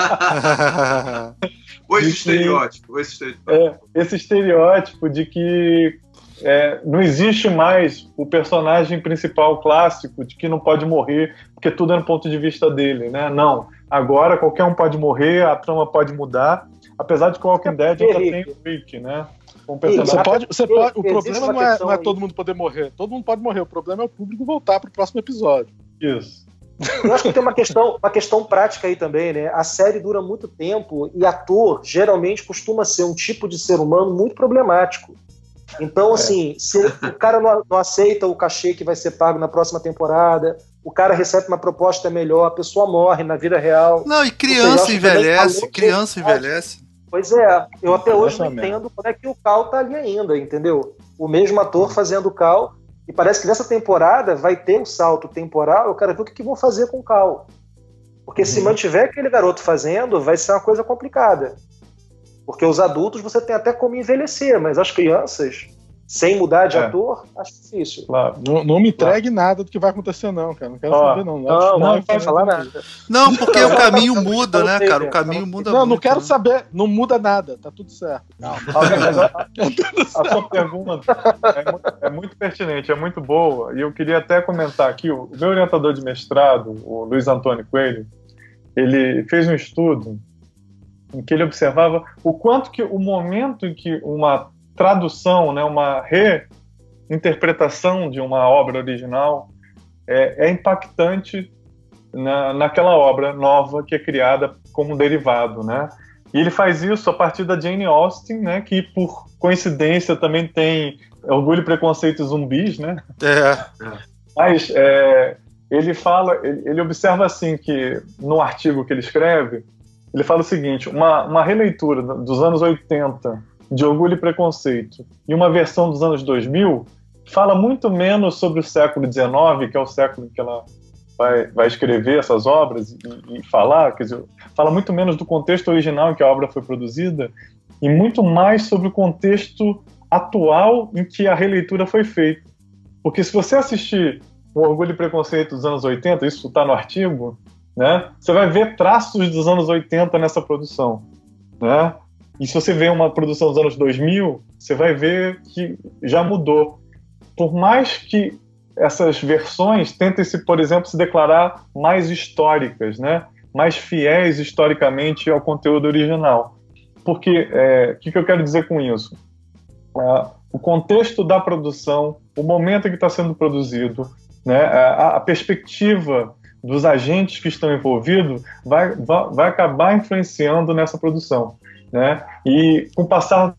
Ou esse De que- estereótipo. Ou esse estereótipo. É, esse estereótipo de que é, não existe mais o personagem principal clássico, de que não pode morrer, porque tudo é no ponto de vista dele, né? Não, agora qualquer um pode morrer, a trama pode mudar, apesar de que o Walking Dead ainda tem o Rick, né? Um personagem... Você pode, você pode, o Existe problema uma não é, questão não é aí. todo mundo poder morrer. Todo mundo pode morrer. O problema é o público voltar pro próximo episódio. Isso. Eu acho que tem uma questão, uma questão prática aí também, né? A série dura muito tempo e ator geralmente costuma ser um tipo de ser humano muito problemático. Então, assim, se o cara não, não aceita o cachê que vai ser pago na próxima temporada, o cara recebe uma proposta melhor, a pessoa morre na vida real. Não, e Ou seja, criança acho que também envelhece, falou criança que- envelhece. Pois é, eu até hoje Essa não merda. entendo como é que o Cal tá ali ainda, entendeu? O mesmo ator fazendo o Cal, e parece que nessa temporada vai ter um salto temporal, eu quero ver o que, que vão fazer com o Cal. Porque se mantiver aquele garoto fazendo, vai ser uma coisa complicada. Porque os adultos você tem até como envelhecer, mas as crianças, sem mudar de É. ator, acho difícil. Claro. Não, não me entregue nada do que vai acontecer, não, cara. Não quero Ó, saber, não. Não, não, não, não pode falar nada. Não, porque Não, o caminho não, muda, não né, sei, cara? O né? caminho Não, muda Não, muito. não quero né? saber. Não muda nada. Tá tudo certo. Não. Alguém- mas a, a sua pergunta é muito, é muito pertinente, é muito boa, e eu queria até comentar aqui, o, o meu orientador de mestrado, o Luiz Antônio Coelho, ele fez um estudo em que ele observava o quanto que o momento em que uma tradução, né, uma reinterpretação de uma obra original é, é impactante na, naquela obra nova que é criada como derivado, né? E ele faz isso a partir da Jane Austen, né, que por coincidência também tem Orgulho e Preconceito e Zumbis, né? É. Mas é, ele fala, ele, ele observa assim que no artigo que ele escreve, ele fala o seguinte: uma, uma releitura dos anos oitenta de Orgulho e Preconceito e uma versão dos anos dois mil fala muito menos sobre o século dezenove, que é o século em que ela vai, vai escrever essas obras e, e falar, quer dizer, fala muito menos do contexto original em que a obra foi produzida e muito mais sobre o contexto atual em que a releitura foi feita. Porque se você assistir o Orgulho e Preconceito dos anos oitenta, isso está no artigo, né, você vai ver traços dos anos oitenta nessa produção, né? E se você vê uma produção dos anos dois mil, você vai ver que já mudou. Por mais que essas versões tentem, se, por exemplo, se declarar mais históricas, né, mais fiéis historicamente ao conteúdo original. Porque, é, o que, que eu quero dizer com isso? Uh, o contexto da produção, o momento em que está sendo produzido, né, a, a perspectiva dos agentes que estão envolvidos vai, vai, vai acabar influenciando nessa produção, né? E com o passar,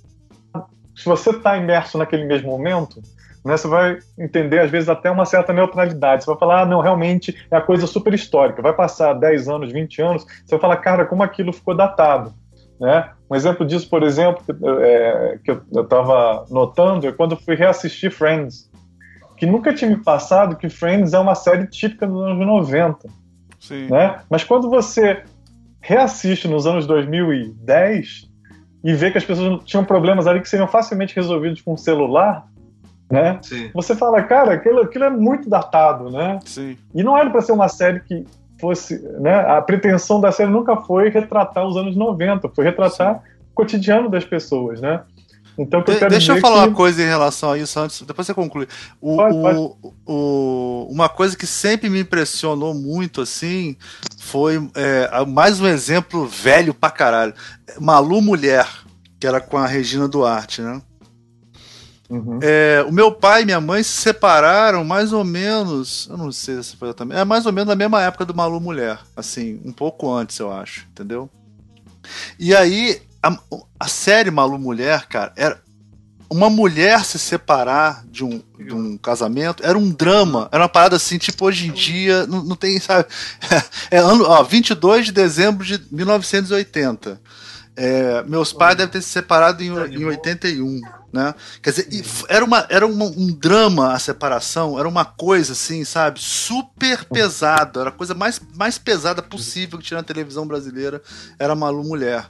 se você está imerso naquele mesmo momento, né, você vai entender às vezes até uma certa neutralidade. Você vai falar, ah, não, realmente é a coisa super histórica. Vai passar dez anos, vinte anos, você vai falar, cara, como aquilo ficou datado, né? Um exemplo disso, por exemplo, que, é, que eu estava notando é quando eu fui reassistir Friends, que nunca tinha me passado que Friends é uma série típica dos anos noventa. Sim. Né? Mas quando você reassiste nos anos dois mil e dez e vê que as pessoas tinham problemas ali que seriam facilmente resolvidos com o celular, né? Sim. Você fala, cara, aquilo, aquilo é muito datado, né? Sim. E não era para ser uma série que fosse, né? A pretensão da série nunca foi retratar os anos noventa, foi retratar Sim. o cotidiano das pessoas, né? Então, que eu De, quero deixa eu dizer falar que... uma coisa em relação a isso antes, depois você conclui. O, pode, o, pode. O, uma coisa que sempre me impressionou muito, assim, foi é, mais um exemplo velho pra caralho. Malu Mulher, que era com a Regina Duarte, né? Uhum. É, o meu pai e minha mãe se separaram mais ou menos, eu não sei se foi exatamente, é mais ou menos na mesma época do Malu Mulher, assim, um pouco antes, eu acho, entendeu? E aí, a, a série Malu Mulher, cara, era uma mulher se separar de um, de um casamento, era um drama, era uma parada assim, tipo, hoje em dia, não, não tem, sabe, é ano, ó, vinte e dois de dezembro de mil novecentos e oitenta. É, meus pais devem ter se separado em, em oitenta e um, né? Quer dizer, era, uma, era uma, um drama a separação, era uma coisa assim, sabe? Super pesada, era a coisa mais, mais pesada possível que tinha na televisão brasileira, era Malu Mulher.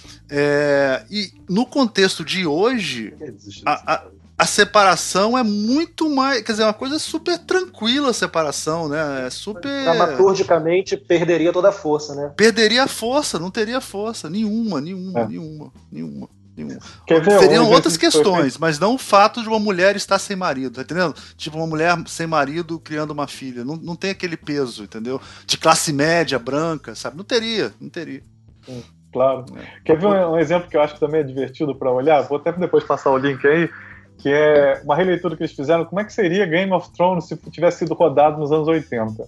É, e no contexto de hoje, a, a, a separação é muito mais, quer dizer, é uma coisa super tranquila a separação, né? É super... Dramaturgicamente perderia toda a força, né? Perderia a força, não teria força nenhuma, nenhuma, é. nenhuma, nenhuma, nenhuma. Quer ver, Seriam um outras questões, perfeito. mas não o fato de uma mulher estar sem marido, tá entendendo? Tipo, uma mulher sem marido criando uma filha, não, não tem aquele peso, entendeu? De classe média, branca, sabe? Não teria, não teria. Sim, claro. Quer ver um, um exemplo que eu acho que também é divertido para olhar? Vou até depois passar o link aí, que é uma releitura que eles fizeram, como é que seria Game of Thrones se tivesse sido rodado nos anos oitenta.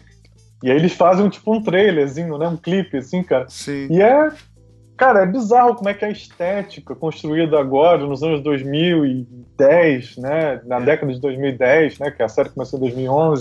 E aí eles fazem tipo um trailerzinho, né, um clipe assim, cara. Sim. E é, cara, é bizarro como é que é a estética construída agora, nos anos dois mil e dez, né, na década de dois mil e dez, né, que a série começou em dois mil e onze,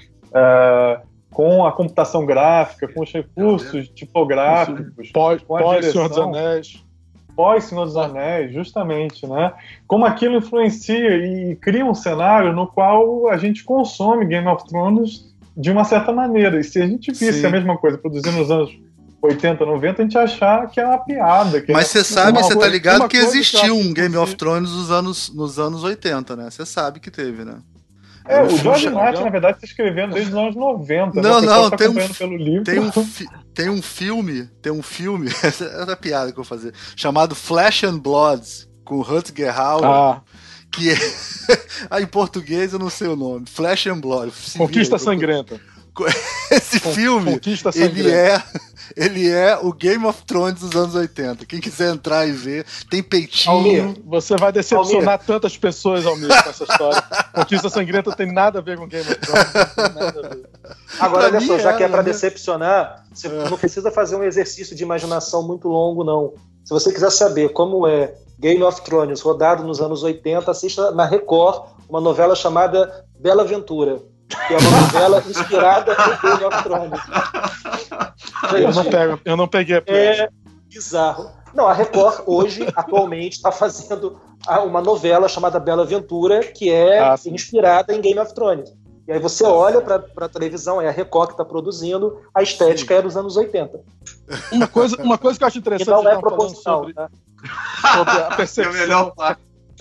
uh, com a computação gráfica, com os recursos tipográficos, Pós, com a pós direção. Senhor dos Anéis. Pós Senhor dos Anéis, justamente, né? Como aquilo influencia e cria um cenário no qual a gente consome Game of Thrones de uma certa maneira. E se a gente visse Sim. a mesma coisa produzindo nos anos oitenta, noventa, a gente ia achar que é uma piada. Que Mas é você sabe, você tá ligado uma que coisa que eu existiu acho um Game que- of Thrones nos anos, nos anos oitenta, né? Você sabe que teve, né? É, o George Puxa, Martin, não. na verdade, está escrevendo desde os anos noventa. Não, né? O pessoal não, tá tem um acompanhando fi- pelo livro. Tem um, fi- tem um filme, tem um filme, essa é a piada que eu vou fazer, chamado Flesh and Blood, com Rutger Hauer, Ah, que é... ah, em português eu não sei o nome, Flesh and Blood. Se Conquista vira aí, Sangrenta. Esse Con- filme, Conquista ele Sangrenta. é, ele é o Game of Thrones dos anos oitenta. Quem quiser entrar e ver, tem peitinho. Almir, Você vai decepcionar tantas pessoas, Almir, com essa história. Conquista Sangrenta tem nada a ver com Game of Thrones. Não tem nada a ver. Agora, Pra olha só, mim já era, que é pra né? decepcionar, você não precisa fazer um exercício de imaginação muito longo, não. Se você quiser saber como é Game of Thrones rodado nos anos oitenta, assista na Record uma novela chamada Bela Aventura, que é uma novela inspirada no Game of Thrones. Eu não, pego, eu não peguei a piada. É bizarro. Não, a Record hoje, atualmente, está fazendo a- uma novela chamada Bela Aventura, que é Ah, sim. inspirada em Game of Thrones. E aí você olha para a televisão, é a Record que está produzindo, a estética é dos anos oitenta. Uma coisa, uma coisa que eu acho E interessante não que é estão falando proporcional. sobre, Né? sobre a É a percepção. melhor parte.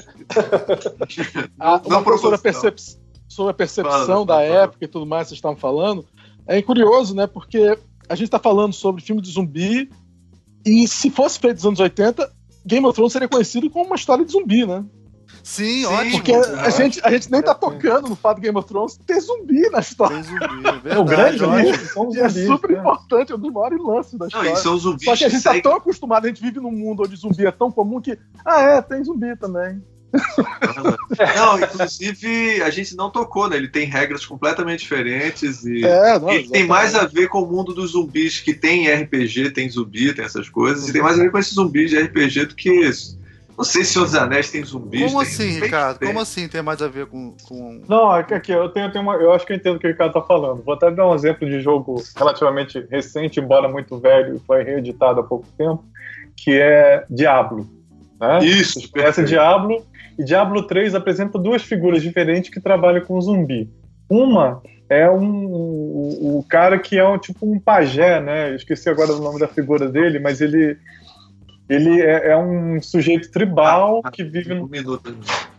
A, Não uma coisa sobre a, proporcional. percep- sobre a percepção Fala, da fala. época e tudo mais, vocês estavam falando, é curioso, né? Porque a gente está falando sobre filme de zumbi e se fosse feito nos anos oitenta, Game of Thrones seria conhecido como uma história de zumbi, né? Sim, Sim, ótimo. Porque a gente, a gente nem tá tocando no fato do Game of Thrones ter zumbi na história. Tem zumbi, é verdade, É o grande ótimo. lance, são os E é zumbis, super né? importante, é um dos maiores lances da Não, história. e são zumbis Só que a gente tá seguem- tão acostumado, a gente vive num mundo onde zumbi é tão comum que, ah é, tem zumbi também. Não, inclusive a gente não tocou, né? Ele tem regras completamente diferentes e É, não, ele tem mais a ver com o mundo dos zumbis que tem R P G, tem zumbi, tem essas coisas, e tem mais a ver com esses zumbis de R P G do que isso. Não sei se Senhor dos Anéis tem zumbis. Como tem, assim, tem, Ricardo? tem. Como assim tem mais a ver com... com... Não, aqui, aqui eu, tenho, eu, tenho uma, eu acho que eu entendo o que o Ricardo tá falando. Vou até dar um exemplo de jogo relativamente recente, embora muito velho, foi reeditado há pouco tempo, que é Diablo. Né? Isso, Vocês conhecem perfeito. Diablo, e Diablo três apresenta duas figuras diferentes que trabalham com zumbi. Uma é um, o, o cara que é um, tipo um pajé, né? Eu esqueci agora o nome da figura dele, mas ele, ele é, é um sujeito tribal que vive no... Um minuto.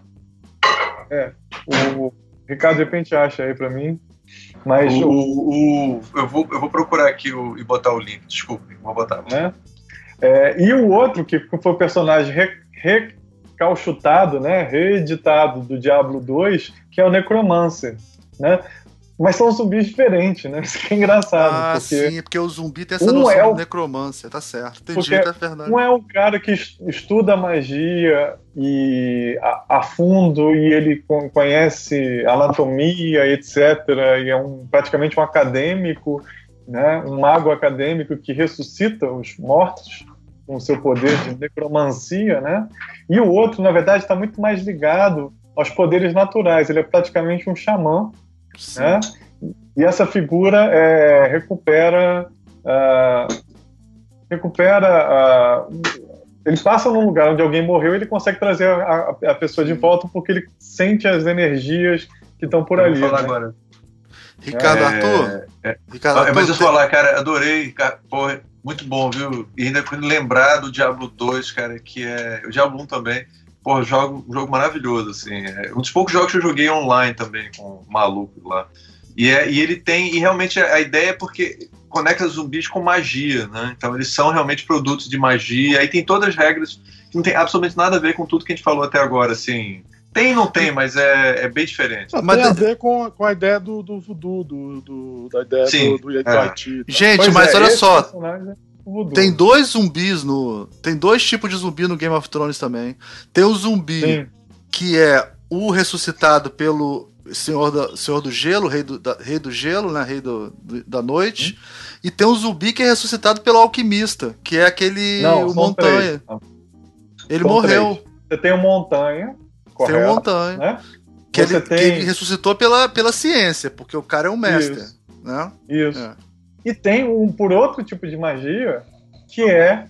É, o Ricardo de repente acha aí pra mim. Mas O, o, o, eu, vou, eu vou procurar aqui o, e botar o link, desculpa, vou botar. né? É, e o outro, que foi o personagem re, recalchutado, né, reeditado do Diablo dois, que é o Necromancer, né? Mas são zumbis diferentes, né? Isso que é engraçado. Ah, porque sim, porque o zumbi tem essa um noção é o- de necromância, tá certo. Entendi, Porque tá verdade. um é o cara que es- estuda magia e a, a fundo, e ele con- conhece anatomia, etcétera, e é um, praticamente um acadêmico, né? Um mago acadêmico que ressuscita os mortos com o seu poder de necromancia, né? E o outro, na verdade, está muito mais ligado aos poderes naturais. Ele é praticamente um xamã, Sim. né? E essa figura é, recupera ah, recupera ah, ele passa num lugar onde alguém morreu e ele consegue trazer a, a- a pessoa de volta porque ele sente as energias que estão por Eu ali, vou falar né? agora. Ricardo É, Arthur? é. Ricardo Ah, Arthur, mas eu tem- falar, cara, adorei, cara, pô, muito bom, viu? E ainda quando lembrar do Diablo dois, cara, que é. O Diablo um também, pô, jogo, um jogo maravilhoso, assim. É um dos poucos jogos que eu joguei online também, com o maluco lá. E, é, e ele tem, e realmente a ideia é porque conecta zumbis com magia, né? Então eles são realmente produtos de magia, aí tem todas as regras que não tem absolutamente nada a ver com tudo que a gente falou até agora, assim. Tem e não tem, mas é, é bem diferente. Só Mas tem a de- ver com, com a ideia do, do voodoo, do, do- da ideia Sim, do, do, do é. Haiti. Gente, Pois mas é, olha esse só, personagem é o voodoo. tem dois zumbis no. Tem dois tipos de zumbi no Game of Thrones também. Tem o zumbi Sim. que é o ressuscitado pelo Senhor, da, Senhor do Gelo, Rei do, da- Rei do Gelo, né? Rei do, do- da Noite. E tem o zumbi que é ressuscitado pelo alquimista, que é aquele Não, o são Montanha. três. Ele São morreu. três. Você tem o Montanha, Tem correto, o Montanha. né? Que, Você ele, tem- que ele ressuscitou pela, pela ciência, porque o cara é um mestre. Isso. Né? Isso. É. E tem um por outro tipo de magia, que é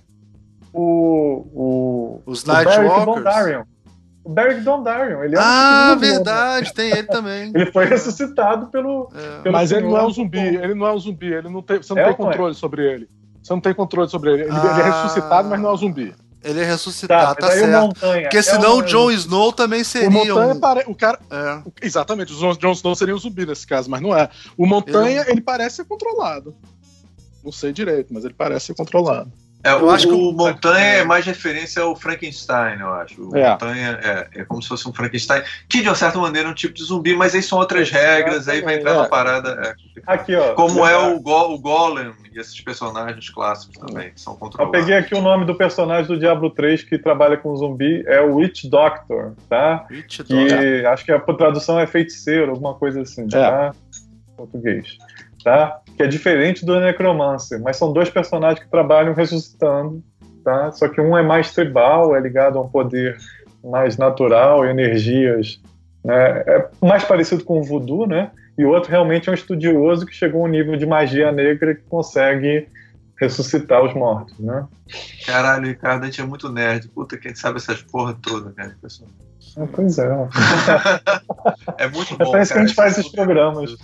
o, o, Os o Beric Nightwalkers. Dondarrion. O Beric Dondarrion, ele é um Ah, tipo de zumbi, verdade, tem ele também. Ele foi ressuscitado pelo, É. pelo Mas ele não é um Senhor. zumbi, ele não é um zumbi, ele não tem, você não É tem ou não é? controle sobre ele. Você não tem controle sobre ele. Ele, Ah. ele é ressuscitado, mas não é um zumbi. Ele é Tá, ressuscitado, mas tá, aí o certo. Montanha. Porque é senão um- o Jon Snow também O seria Montanha um. pare... o cara, É. exatamente, o Jon Jon Snow seria um zumbi nesse caso, mas não é. O Montanha, Ele- ele parece ser controlado. Não sei direito, mas ele parece ser controlado. É, Eu o, acho que o o- Montanha é. é mais referência ao Frankenstein, eu acho. O É. Montanha é, é como se fosse um Frankenstein, que de uma certa maneira é um tipo de zumbi, mas aí são outras regras, aí vai entrar É. na parada. É complicado. Aqui, ó. Como é Eu o, Go- o Golem e esses personagens clássicos também, que são Eu controlados. peguei aqui o nome do personagem do Diablo três que trabalha com zumbi, é o Witch Doctor, tá? Witch Que Doctor. acho que a tradução é feiticeiro, alguma coisa assim, tá? Em português, tá? Que é diferente do Necromancer, mas são dois personagens que trabalham ressuscitando, tá? Só que um é mais tribal, é ligado a um poder mais natural, energias, né? É mais parecido com o voodoo, né? E o outro realmente é um estudioso que chegou a um nível de magia negra que consegue ressuscitar os mortos, né? Caralho, Ricardo, a gente é muito nerd. Puta, quem sabe essas porra toda, cara. pessoal. Ah, pois é. É muito É bom. pra isso que a cara. gente faz esses programas.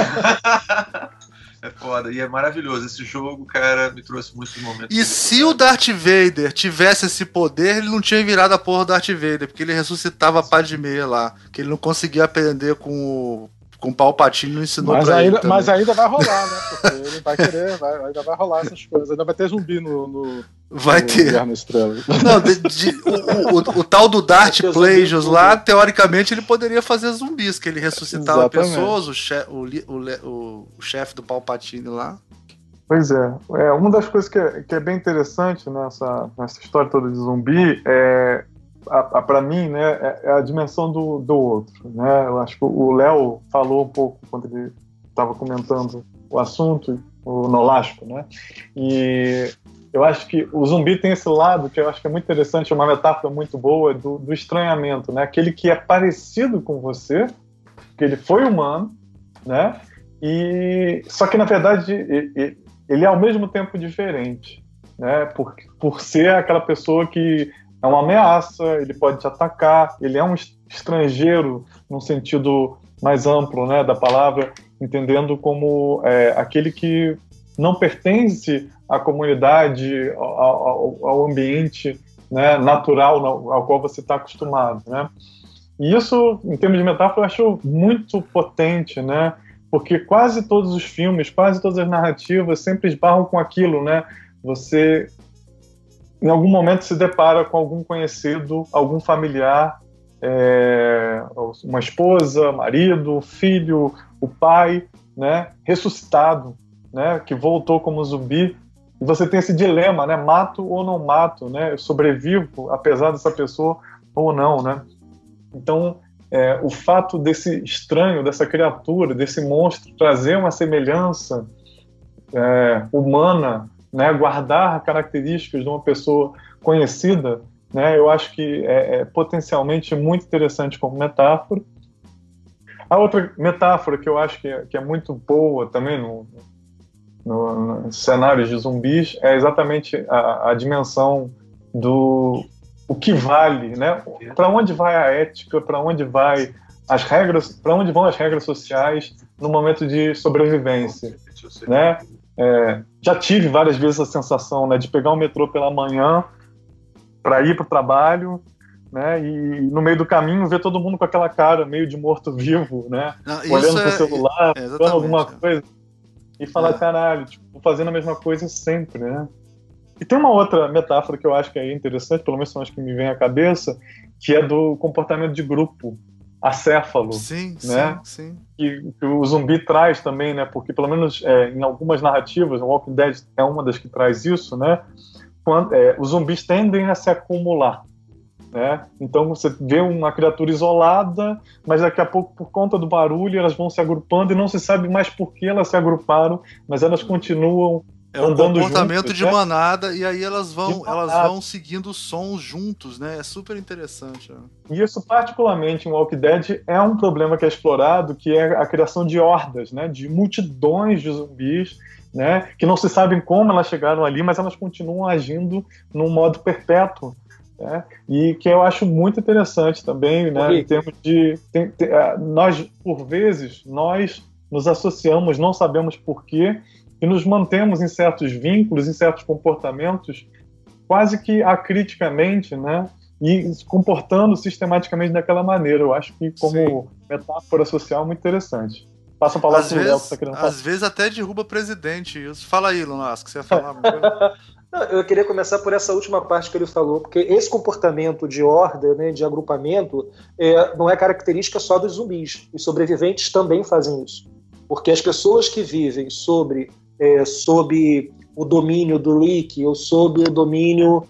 É foda, e é maravilhoso. Esse jogo, cara, me trouxe muitos momentos. E se o Darth Vader tivesse esse poder, ele não tinha virado a porra do Darth Vader, porque ele ressuscitava a Padmé lá, que ele não conseguia aprender com o, com o Palpatine, não ensinou Mas pra ele ainda, também. mas ainda vai rolar, né? Porque ele vai querer, vai, ainda vai rolar essas coisas. Ainda vai ter zumbi no, no, Vai no ter. Guerra nas Estrelas. Não, de- de- o, o- o tal do Darth Vai ter Plagueis zumbi lá, teoricamente ele poderia fazer zumbis, que ele ressuscitava Exatamente. pessoas, o, che, o, li- o, le- o, o chefe do Palpatine lá. Pois é. é. Uma das coisas que é, que é bem interessante nessa, nessa história toda de zumbi é, a, a, para mim, né, é, é a dimensão do, do outro. Né? Eu acho que o Léo falou um pouco quando ele estava comentando o assunto, o Nolasco, né? E eu acho que o zumbi tem esse lado que eu acho que é muito interessante, é uma metáfora muito boa do, do estranhamento, né? Aquele que é parecido com você, que ele foi humano, né? E só que na verdade ele, ele é ao mesmo tempo diferente, né? Por, por ser aquela pessoa que é uma ameaça, ele pode te atacar, ele é um estrangeiro no sentido mais amplo, né, da palavra, entendendo como é, aquele que não pertence à comunidade, ao, ao, ao ambiente, né, natural ao qual você está acostumado, né? E isso, em termos de metáfora, eu acho muito potente, né? Porque quase todos os filmes, quase todas as narrativas sempre esbarram com aquilo, né? Você, em algum momento, se depara com algum conhecido, algum familiar, é, uma esposa, marido, filho, o pai, né? Ressuscitado, né? Que voltou como zumbi. E você tem esse dilema, né? Mato ou não mato, né? Eu sobrevivo, apesar dessa pessoa, ou não, né? Então, é, o fato desse estranho, dessa criatura, desse monstro trazer uma semelhança é, humana, né, guardar características de uma pessoa conhecida, né, eu acho que é, é potencialmente muito interessante como metáfora. A outra metáfora que eu acho que é, que é muito boa também no, no, nos cenários de zumbis é exatamente a, a dimensão do o que vale, né? Para onde vai a ética, para onde vai as regras, para onde vão as regras sociais no momento de sobrevivência, né? É, já tive várias vezes a sensação, né, de pegar o metrô pela manhã para ir para o trabalho, né? E no meio do caminho ver todo mundo com aquela cara meio de morto-vivo, né? Não, olhando é, pro celular, é, falando alguma é. coisa e falar, É. caralho, tipo, fazendo a mesma coisa sempre, né? E tem uma outra metáfora que eu acho que é interessante, pelo menos são as que me vem à cabeça, que é do comportamento de grupo, acéfalo, Sim, né? sim, sim. Que, que o zumbi traz também, né? Porque pelo menos é, em algumas narrativas, o Walking Dead é uma das que traz isso, né? Quando, é, os zumbis tendem a se acumular, né? Então você vê uma criatura isolada, mas daqui a pouco, por conta do barulho, elas vão se agrupando e não se sabe mais por que elas se agruparam, mas elas continuam É um andando comportamento juntas, de né? manada, e aí elas vão, De elas manada. vão seguindo sons juntos, né? É super interessante. Né? E isso, particularmente em Walking Dead, é um problema que é explorado, que é a criação de hordas, né? De multidões de zumbis, né? Que não se sabem como elas chegaram ali, mas elas continuam agindo num modo perpétuo. Né? E que eu acho muito interessante também, né? Em termos de... Tem, tem, nós, por vezes, nós nos associamos, não sabemos por quê, e nos mantemos em certos vínculos, em certos comportamentos, quase que acriticamente, né? E se comportando sistematicamente daquela maneira. Eu acho que, como Sim. metáfora social, é muito interessante. Passa a palavra às pro vezes, Léo, que tá querendo falar. Às vezes até derruba presidente. Isso. Fala aí, Lunas, que você ia falar. Não, eu queria começar por essa última parte que ele falou, porque esse comportamento de horda, né, de agrupamento, é, não é característica só dos zumbis. Os sobreviventes também fazem isso. Porque as pessoas que vivem sobre... É, sob o domínio do Rick ou sob o domínio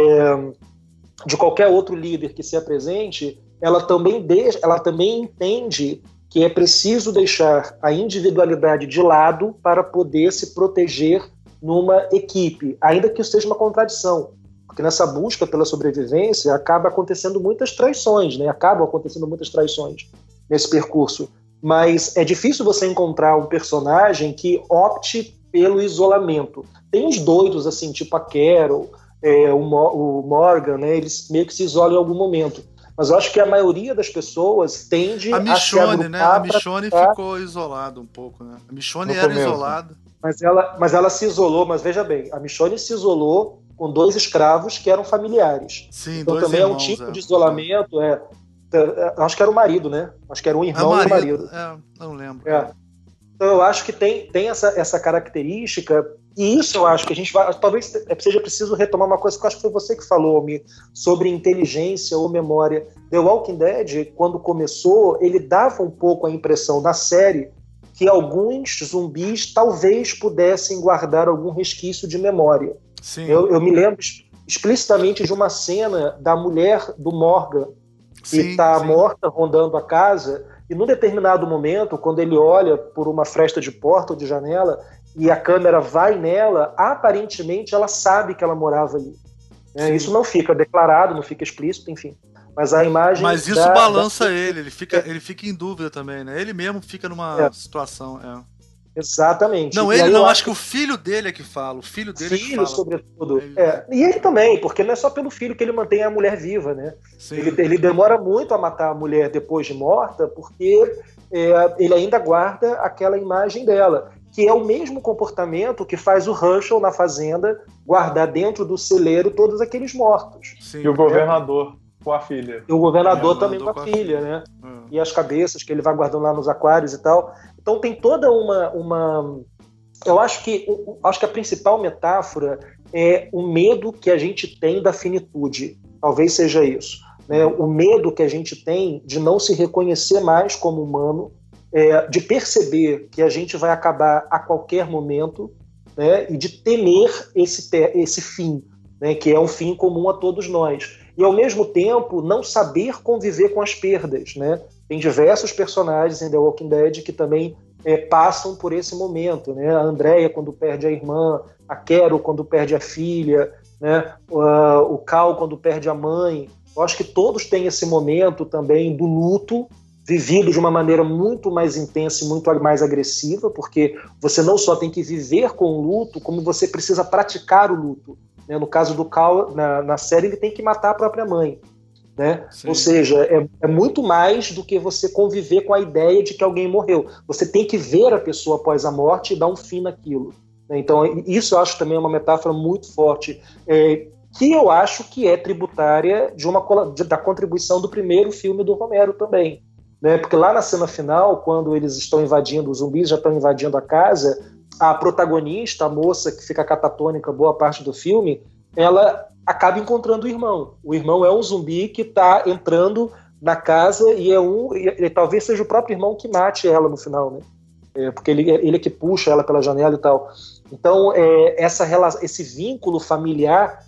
é, de qualquer outro líder que se apresente, ela também, de, ela também entende que é preciso deixar a individualidade de lado para poder se proteger numa equipe, ainda que isso seja uma contradição, porque nessa busca pela sobrevivência acaba acontecendo muitas traições, né? Acabam acontecendo muitas traições nesse percurso, mas é difícil você encontrar um personagem que opte pelo isolamento. Tem uns doidos, assim, tipo a Carol, é, o, Mo- o Morgan, né? Eles meio que se isolam em algum momento. Mas eu acho que a maioria das pessoas tende a a se Michonne, né? A agrupar pra Michonne ficar... ficou isolada um pouco, né? A Michonne No era começo. isolada. Mas ela, mas ela se isolou, mas veja bem, a Michonne se isolou com dois escravos que eram familiares. Sim, Então dois também irmãos, é um tipo é. de isolamento, é, é, acho que era o marido, né? Acho que era um É irmão marido, e o marido. é, não lembro. É. Então eu acho que tem, tem essa, essa característica, e isso eu acho que a gente vai, talvez seja preciso retomar uma coisa que eu acho que foi você que falou, Almir, sobre inteligência ou memória. The Walking Dead, quando começou, ele dava um pouco a impressão na série que alguns zumbis talvez pudessem guardar algum resquício de memória. Sim. Eu, eu me lembro explicitamente de uma cena da mulher do Morgan, que está morta rondando a casa, e num determinado momento, quando ele olha por uma fresta de porta ou de janela e a câmera vai nela, aparentemente ela sabe que ela morava ali. É, isso não fica declarado, não fica explícito, enfim. Mas a imagem... Mas isso da, balança da... ele, ele fica, ele fica em dúvida também, né? Ele mesmo fica numa É. situação... É. Exatamente. Não, E ele aí não, eu acho que o filho dele é que fala. O filho dele é que filho, fala. sobretudo. Ele- É. E ele também, porque não é só pelo filho que ele mantém a mulher viva, né? Sim. Ele, ele demora muito a matar a mulher depois de morta, porque é, ele ainda guarda aquela imagem dela, que é o mesmo comportamento que faz o Herschel na fazenda guardar dentro do celeiro todos aqueles mortos. Sim. E o governador com a filha. E o governador É, o também com a, governador com a filha, filha. né? Hum. E as cabeças que ele vai guardando lá nos aquários e tal. Então tem toda uma... uma... Eu acho que, eu acho que a principal metáfora é o medo que a gente tem da finitude. Talvez seja isso. Né? O medo que a gente tem de não se reconhecer mais como humano, é, de perceber que a gente vai acabar a qualquer momento, né? E de temer esse, esse fim, né? Que é um fim comum a todos nós. E, ao mesmo tempo, não saber conviver com as perdas. Né? Tem diversos personagens em The Walking Dead que também é, passam por esse momento. Né? A Andrea, quando perde a irmã, a Carol, quando perde a filha, né? o Cal, quando perde a mãe. Eu acho que todos têm esse momento também do luto, vivido de uma maneira muito mais intensa e muito mais agressiva, porque você não só tem que viver com o luto, como você precisa praticar o luto. Né? No caso do Cal, na, na série, ele tem que matar a própria mãe. Né? Ou seja, é, é muito mais do que você conviver com a ideia de que alguém morreu. Você tem que ver a pessoa após a morte e dar um fim naquilo. Né? Então, isso eu acho também uma metáfora muito forte, é, que eu acho que é tributária de uma, de, da contribuição do primeiro filme do Romero também. Né? Porque lá na cena final, quando eles estão invadindo, os zumbis já estão invadindo a casa, a protagonista, a moça que fica catatônica boa parte do filme, ela acaba encontrando o irmão. O irmão é um zumbi que está entrando na casa e é um, e, e, talvez seja o próprio irmão que mate ela no final, né? É, porque ele, ele é que puxa ela pela janela e tal. Então, é, essa relação, esse vínculo familiar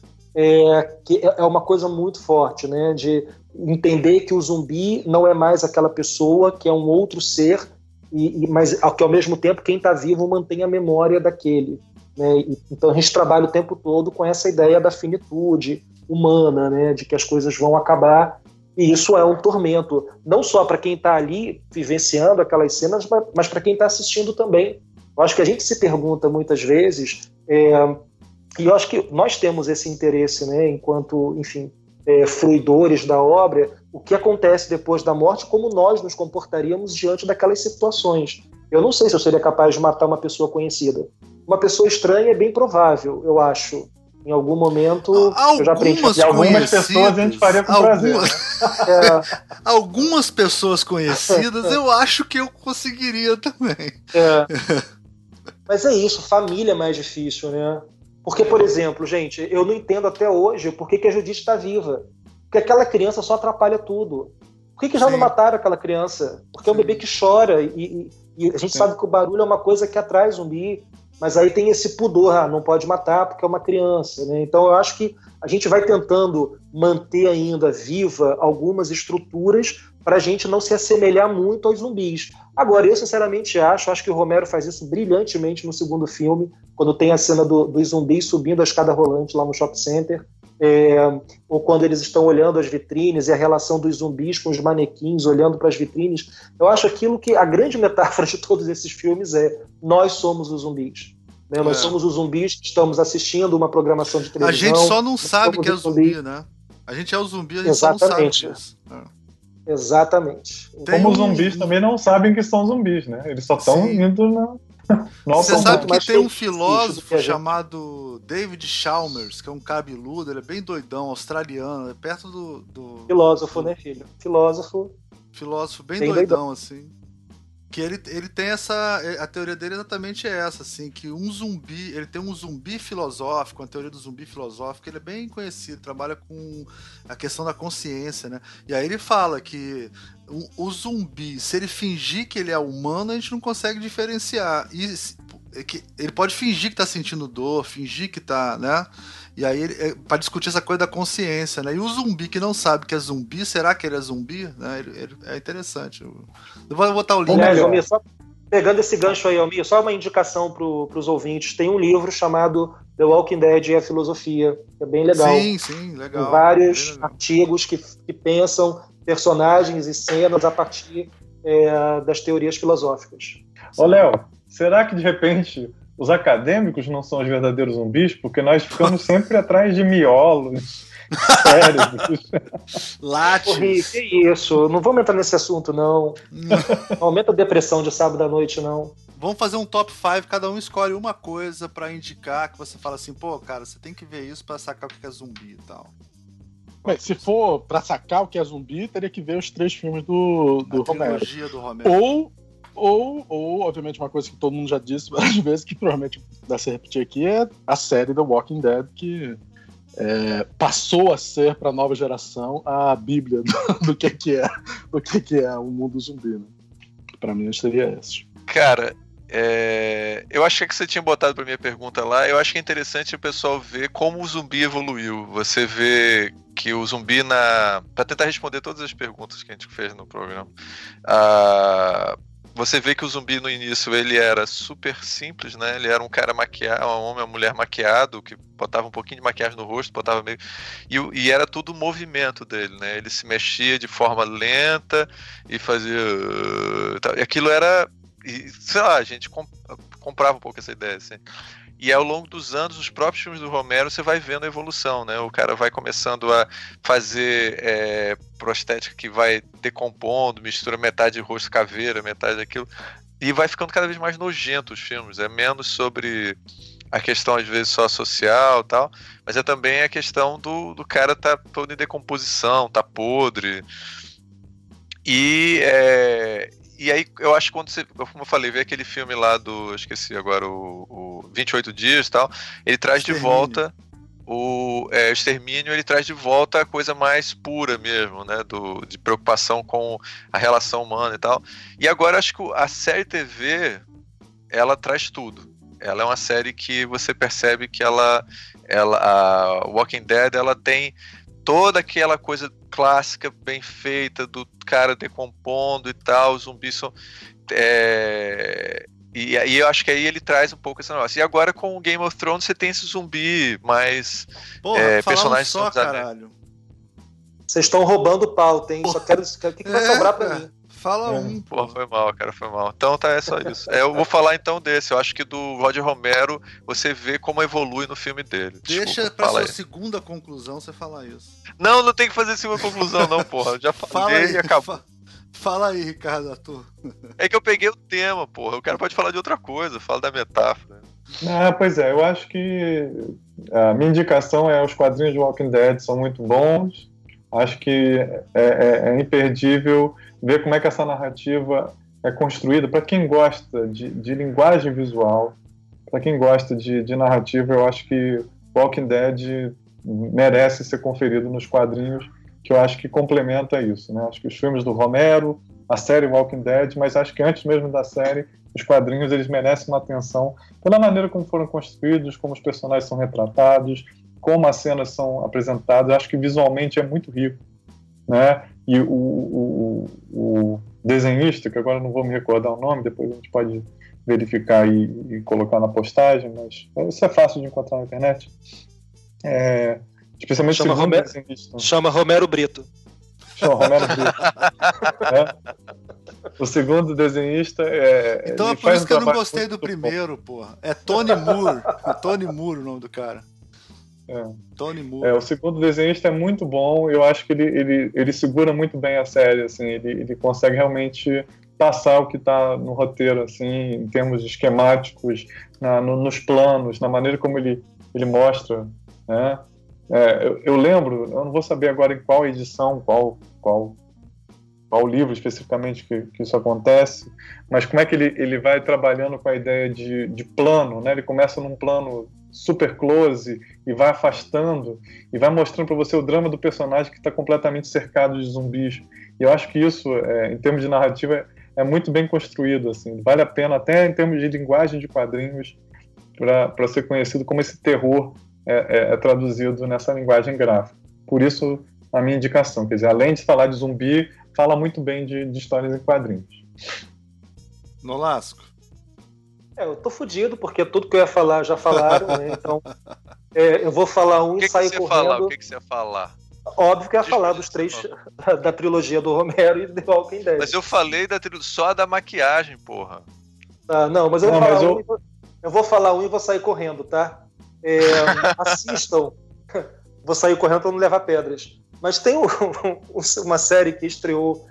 é, que é uma coisa muito forte, né? De entender que o zumbi não é mais aquela pessoa, que é um outro ser, e, e, mas que ao mesmo tempo quem está vivo mantém a memória daquele. Né? E, então a gente trabalha o tempo todo com essa ideia da finitude humana, né? De que as coisas vão acabar, e isso é um tormento, não só para quem está ali vivenciando aquelas cenas, mas, mas para quem está assistindo também. Eu acho que a gente se pergunta muitas vezes, é, e eu acho que nós temos esse interesse, né? Enquanto, enfim, É, fruidores da obra, o que acontece depois da morte, como nós nos comportaríamos diante daquelas situações. Eu não sei se eu seria capaz de matar uma pessoa conhecida. Uma pessoa estranha é bem provável, eu acho. Em algum momento, Algumas eu já aprendi. E algumas pessoas a gente faria com prazer. algumas, É, algumas pessoas conhecidas eu acho que eu conseguiria também. é. Mas é isso, família é mais difícil, né? Porque, por exemplo, gente, eu não entendo até hoje por que, que a Judith está viva. Porque aquela criança só atrapalha tudo. Por que, que já Sim. não mataram aquela criança? Porque é um Sim. bebê que chora e, e, e a gente Sim. sabe que o barulho é uma coisa que atrai zumbi, mas aí tem esse pudor, ah, não pode matar porque é uma criança. Né? Então eu acho que a gente vai tentando manter ainda viva algumas estruturas para a gente não se assemelhar muito aos zumbis. Agora, eu sinceramente acho, acho que o Romero faz isso brilhantemente no segundo filme, quando tem a cena do, dos zumbis subindo a escada rolante lá no shopping center, é, ou quando eles estão olhando as vitrines e a relação dos zumbis com os manequins olhando para as vitrines. Eu acho aquilo que a grande metáfora de todos esses filmes é: nós somos os zumbis. Né? Nós É. somos os zumbis que estamos assistindo uma programação de A televisão. gente só não sabe somos que é os zumbi, zumbis. né? A gente é o zumbi, a gente Exatamente. só não sabe disso. É. Exatamente. Tem Como os um- zumbis também não sabem que são zumbis, né? Eles só estão Sim. indo na. no Você automático. sabe mais que tem um feitiço do que filósofo a gente. chamado David Chalmers, que é um cabeludo, ele é bem doidão, australiano, é perto do, do Filósofo, né, filho? Filósofo. filósofo bem Bem doidão, assim. Que ele, ele tem essa. A teoria dele é exatamente essa, assim, que um zumbi. Ele tem um zumbi filosófico, a teoria do zumbi filosófico, ele é bem conhecido, trabalha com a questão da consciência, né? E aí ele fala que o, o zumbi, se ele fingir que ele é humano, a gente não consegue diferenciar. E, se- é que ele pode fingir que tá sentindo dor, fingir que tá, né? E aí, ele, é, pra discutir essa coisa da consciência, né? E o zumbi que não sabe que é zumbi, será que ele é zumbi? Né? Ele- ele- é interessante. Eu, eu vou botar o link. Vamos Aliás, melhor. Almir, só pegando esse gancho aí, Almir, só uma indicação para os ouvintes. Tem um livro chamado The Walking Dead e a Filosofia, que é bem legal. Sim, sim, legal. Tem vários Bem legal. artigos que, que pensam personagens e cenas a partir é, das teorias filosóficas. Ô, Léo, será que de repente os acadêmicos não são os verdadeiros zumbis? Porque nós ficamos sempre atrás de miolos, cérebros. Ô, Rick, que isso? Não vamos entrar nesse assunto, não. Não aumenta a depressão de sábado à noite, não. Vamos fazer um top cinco, cada um escolhe uma coisa pra indicar, que você fala assim, pô, cara, você tem que ver isso pra sacar o que é zumbi e tal. Bem, se for pra sacar o que é zumbi, teria que ver os três filmes do, do A Romero. trilogia do Romero. Ou, ou, ou, obviamente, uma coisa que todo mundo já disse várias vezes, que provavelmente dá se repetir aqui, é a série The Walking Dead, que é, passou a ser pra nova geração a bíblia do, do que, que é do que, que é o mundo zumbi. Né? Pra mim, seria esse. Cara, é... eu achei que você tinha botado pra minha pergunta lá. Eu acho que é interessante o pessoal ver como o zumbi evoluiu. Você vê que o zumbi na... Pra tentar responder todas as perguntas que a gente fez no programa. Ah... Você vê que o zumbi no início ele era super simples, né? Ele era um cara maquiado, um homem, uma mulher maquiado, que botava um pouquinho de maquiagem no rosto, botava meio... E, e era tudo o movimento dele, né? Ele se mexia de forma lenta e fazia... E aquilo era... E, sei lá, a gente comp... comprava um pouco essa ideia, assim. E ao longo dos anos, os próprios filmes do Romero, você vai vendo a evolução, né? O cara vai começando a fazer é, prostética que vai decompondo, mistura metade de rosto caveira, metade daquilo, e vai ficando cada vez mais nojento os filmes. É menos sobre a questão, às vezes, só social e tal, mas é também a questão do, do cara tá todo em decomposição, tá podre. E... É, E aí, eu acho que quando você, como eu falei, vê aquele filme lá do, eu esqueci agora, o, o vinte e oito dias e tal, ele traz de volta o, é, o Extermínio, ele traz de volta a coisa mais pura mesmo, né, do, de preocupação com a relação humana e tal. E agora acho que a série T V, ela traz tudo. Ela é uma série que você percebe que ela, ela a Walking Dead, ela tem toda aquela coisa clássica, bem feita, do cara decompondo e tal, os zumbis são... É, e aí eu acho que aí ele traz um pouco esse negócio. E agora com o Game of Thrones você tem esse zumbi mais... Porra, é, personagens só, caralho. Vocês estão roubando pauta, hein? Só quero... O que, que vai É, sobrar pra cara. mim? Fala É, um. Pô, foi mal, cara, foi mal. Então tá, é só isso. É, eu vou falar então desse. Eu acho que do Roger Romero você vê como evolui no filme dele. Deixa Desculpa, pra fala sua aí. segunda conclusão você falar isso. Não, não tem que fazer segunda conclusão, não, porra. Já Fala falei aí, e acabou. fa- fala aí, Ricardo Arthur. É que eu peguei o tema, porra. O cara pode falar de outra coisa, fala da metáfora. Ah, pois é, eu acho que a minha indicação é os quadrinhos de Walking Dead são muito bons. Acho que é, é, é imperdível ver como é que essa narrativa é construída. Para quem gosta de, de linguagem visual, para quem gosta de, de narrativa, eu acho que Walking Dead merece ser conferido nos quadrinhos, que eu acho que complementa isso, né? Acho que os filmes do Romero, a série Walking Dead, mas acho que antes mesmo da série, os quadrinhos eles merecem uma atenção pela maneira como foram construídos, como os personagens são retratados, como as cenas são apresentadas. Eu acho que visualmente é muito rico, né? E o, o, o desenhista, que agora não vou me recordar o nome, depois a gente pode verificar e, e colocar na postagem, mas isso é fácil de encontrar na internet. É, especialmente Chama o segundo Romero- desenhista. Chama Romero Brito. Chama Romero Brito. É. O segundo desenhista é. Então é ele por faz isso um que eu não trabalho gostei do muito bom. primeiro, porra. É Tony Moore. É Tony Moore o nome do cara. É. Tony Moore. É, o segundo desenhista é muito bom. Eu acho que ele, ele, ele segura muito bem a série, assim, ele, ele consegue realmente passar o que está no roteiro, assim, em termos esquemáticos, na, no, nos planos, na maneira como ele, ele mostra, né? É, eu, eu lembro, eu não vou saber agora em qual edição, qual, qual, qual livro especificamente que, que isso acontece, mas como é que ele, ele vai trabalhando com a ideia de, de plano, né? Ele começa num plano super close e vai afastando e vai mostrando para você o drama do personagem que está completamente cercado de zumbis. E eu acho que isso, é, em termos de narrativa, é, é muito bem construído, assim. Vale a pena, até em termos de linguagem de quadrinhos, para ser conhecido como esse terror é, é, é traduzido nessa linguagem gráfica. Por isso, a minha indicação. Quer dizer, além de falar de zumbi, fala muito bem de, de histórias em quadrinhos. Nolasco. É, eu tô fudido, porque tudo que eu ia falar já falaram, né? Então, é, eu vou falar um O e que, que sair você ia correndo. falar? O que, que você ia falar? Óbvio que eu ia Deixa falar eu dos ver, três por da trilogia do Romero e do The Walking Dead. Mas eu falei da trilha só da maquiagem, porra. Tá, não, mas eu vou Não, falar mas um eu- e vou- eu vou falar um e vou sair correndo, tá? É, assistam. Vou sair correndo para não levar pedras. Mas tem um- uma série que estreou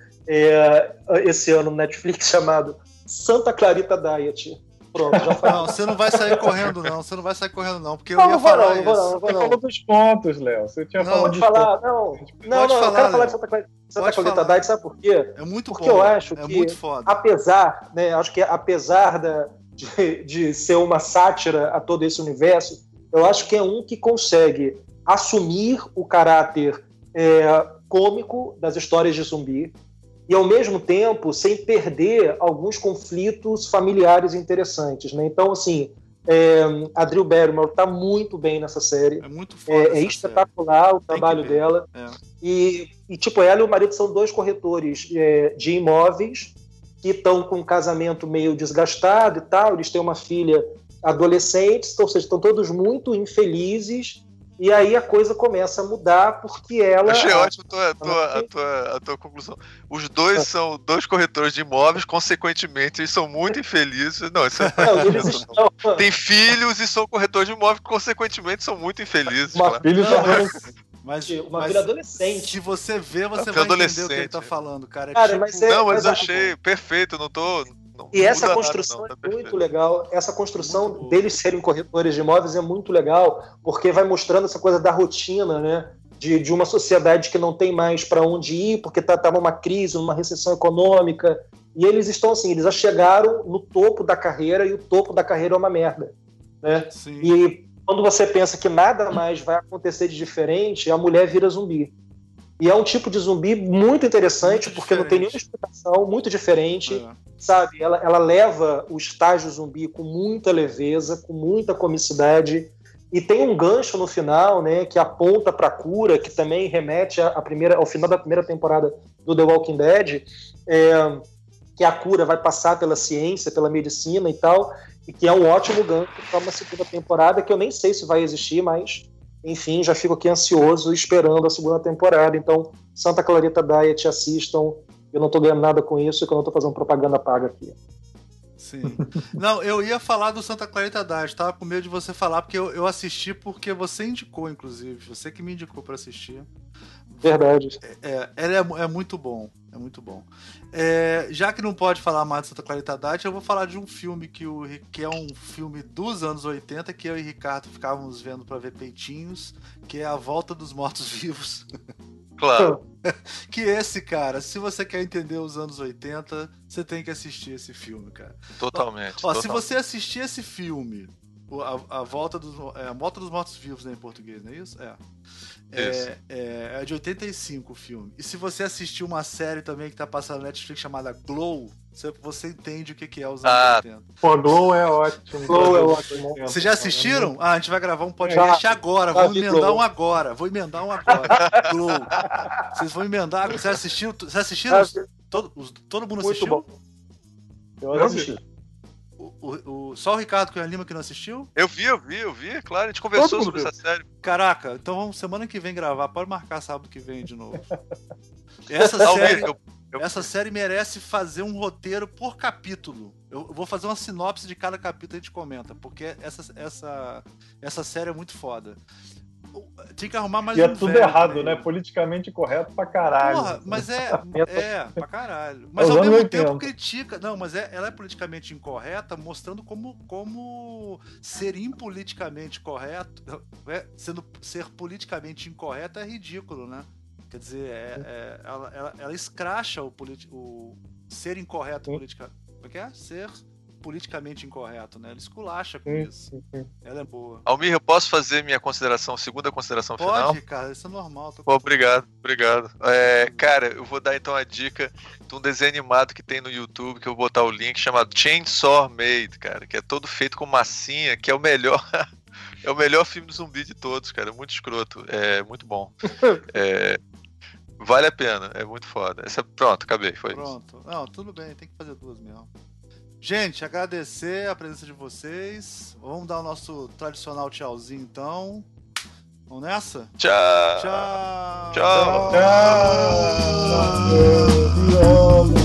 é, esse ano no Netflix chamado Santa Clarita Diet. Pronto, já falei. Não, você não vai sair correndo, não. Você não vai sair correndo, não, porque eu Não, ia não vou falar não, não vou isso. não, não vou Você não. falou dos pontos, Léo. Você tinha Não, falado Pode dos falar, pontos. não. Não, Pode não, eu falar, quero falar Léo. de Santa Clarita, Santa Pode Clarita falar. Diet, sabe por quê? É muito Porque bom. eu acho é que, muito foda. apesar, né, acho que apesar da, de, de ser uma sátira a todo esse universo, eu acho que é um que consegue assumir o caráter é, cômico das histórias de zumbi e, ao mesmo tempo, sem perder alguns conflitos familiares interessantes, né? Então, assim, é, a Drew Barrymore está muito bem nessa série. É muito foda. É, essa é espetacular o que trabalho ver. dela. É. E, e, tipo, ela e o marido são dois corretores é, de imóveis que estão com um casamento meio desgastado e tal. Eles têm uma filha adolescente, ou seja, estão todos muito infelizes. E aí a coisa começa a mudar porque ela... Achei ótimo a tua, a, tua, a, tua, a tua conclusão. Os dois são dois corretores de imóveis, consequentemente, eles são muito infelizes. Não, isso é... Não, eles estão... Tem filhos e são corretores de imóveis, consequentemente, são muito infelizes. Uma Claro. Filhos Não, adolescentes. Mas, Uma mas filha adolescente. se você vê, você Filho vai entender o que ele adolescente. tá falando, cara. É Cara, tipo... mas é- Não, mas eu mas- achei perfeito, não tô... Não, E não essa muda construção nada, não, tá é muito perfeito. legal. Essa construção Muito boa. deles serem corretores de imóveis é muito legal, porque vai mostrando essa coisa da rotina, né? De, de uma sociedade que não tem mais para onde ir, porque está tá numa crise, numa recessão econômica. E eles estão assim, eles já chegaram no topo da carreira e o topo da carreira é uma merda, né? Sim. E quando você pensa que nada mais vai acontecer de diferente, a mulher vira zumbi. E é um tipo de zumbi muito interessante, Muito porque não tem nenhuma diferente. explicação, muito diferente. É. Sabe, ela, ela leva o estágio zumbi com muita leveza, com muita comicidade, e tem um gancho no final, né, que aponta para a cura, que também remete à à primeira, ao final da primeira temporada do The Walking Dead, é, que a cura vai passar pela ciência, pela medicina e tal, e que é um ótimo gancho para uma segunda temporada, que eu nem sei se vai existir, mas, enfim, já fico aqui ansioso esperando a segunda temporada. Então, Santa Clarita Diet, assistam. Eu não tô ganhando nada com isso, que eu não tô fazendo propaganda paga aqui. Sim. Não, eu ia falar do Santa Clarita Diet, tava com medo de você falar, porque eu, eu assisti porque você indicou, inclusive. Você que me indicou pra assistir. Verdade. É, ele é, é muito bom. É muito bom. É, já que não pode falar mais de Santa Clarita Diet, eu vou falar de um filme que, o, que é um filme dos anos oitenta, que eu e Ricardo ficávamos vendo pra ver peitinhos, que é A Volta dos Mortos-Vivos. Claro. Que esse, cara, se você quer entender os anos oitenta, você tem que assistir esse filme, cara. Totalmente. Ó, se totalmente. você assistir esse filme, o- a, a volta dos, é, a Volta dos Mortos-Vivos, né, em português, não é isso? É. Isso. É, é, é de oitenta e cinco o filme. E se você assistir uma série também que tá passando na Netflix chamada Glow, você, você entende o que, que é os anos Ah, oitenta. Pô, Glow é ótimo. Glow é ótimo. Vocês já assistiram? Ah, a gente vai gravar um podcast Já. agora. Já Vamos vi emendar Glow. um agora. Vou emendar um agora. Glow. Vocês vão emendar. Vocês assistiram? Vocês assistiram? Já Todo, os- todo mundo Muito assistiu? bom. Eu assisti. O, o- o- só o Ricardo Cunha Lima que não assistiu? Eu vi, eu vi, eu vi, claro. A gente conversou Todo mundo sobre viu. essa série. Caraca, então vamos semana que vem gravar. Pode marcar sábado que vem de novo. Essa Talvez série, eu- eu- essa série merece fazer um roteiro por capítulo. Eu eu vou fazer uma sinopse de cada capítulo e a gente comenta, porque essa, essa, essa série é muito foda. Tinha que arrumar mais E é um tudo velho errado, pra né? ele. Politicamente correto pra caralho. Porra, mas é, é, pra caralho. Mas Os ao anos mesmo oitenta. tempo critica. Não, mas é, ela é politicamente incorreta, mostrando como, como ser impoliticamente correto. É, sendo, ser politicamente incorreto é ridículo, né? Quer dizer, é, é, ela, ela, ela escracha o, politi o ser incorreto politicamente. Como é que é? Ser politicamente incorreto, né? Ela esculacha com Sim, isso. sim, sim. Ela é boa. Almir, eu posso fazer minha consideração, segunda consideração final? Pode, cara, isso é normal. Tô Pô, obrigado, obrigado. É, cara, eu vou dar então a dica de um desenho animado que tem no YouTube, que eu vou botar o link, chamado Chainsaw Maid, cara, que é todo feito com massinha, que é o melhor. É o melhor filme de zumbi de todos, cara. É muito escroto. É muito bom. É, vale a pena. É muito foda. Essa, pronto, acabei. Foi isso. Pronto. Não, tudo bem, tem que fazer duas mesmo. Gente, agradecer a presença de vocês. Vamos dar o nosso tradicional tchauzinho então. Vamos nessa? Tchau. Tchau. Tchau. Tchau.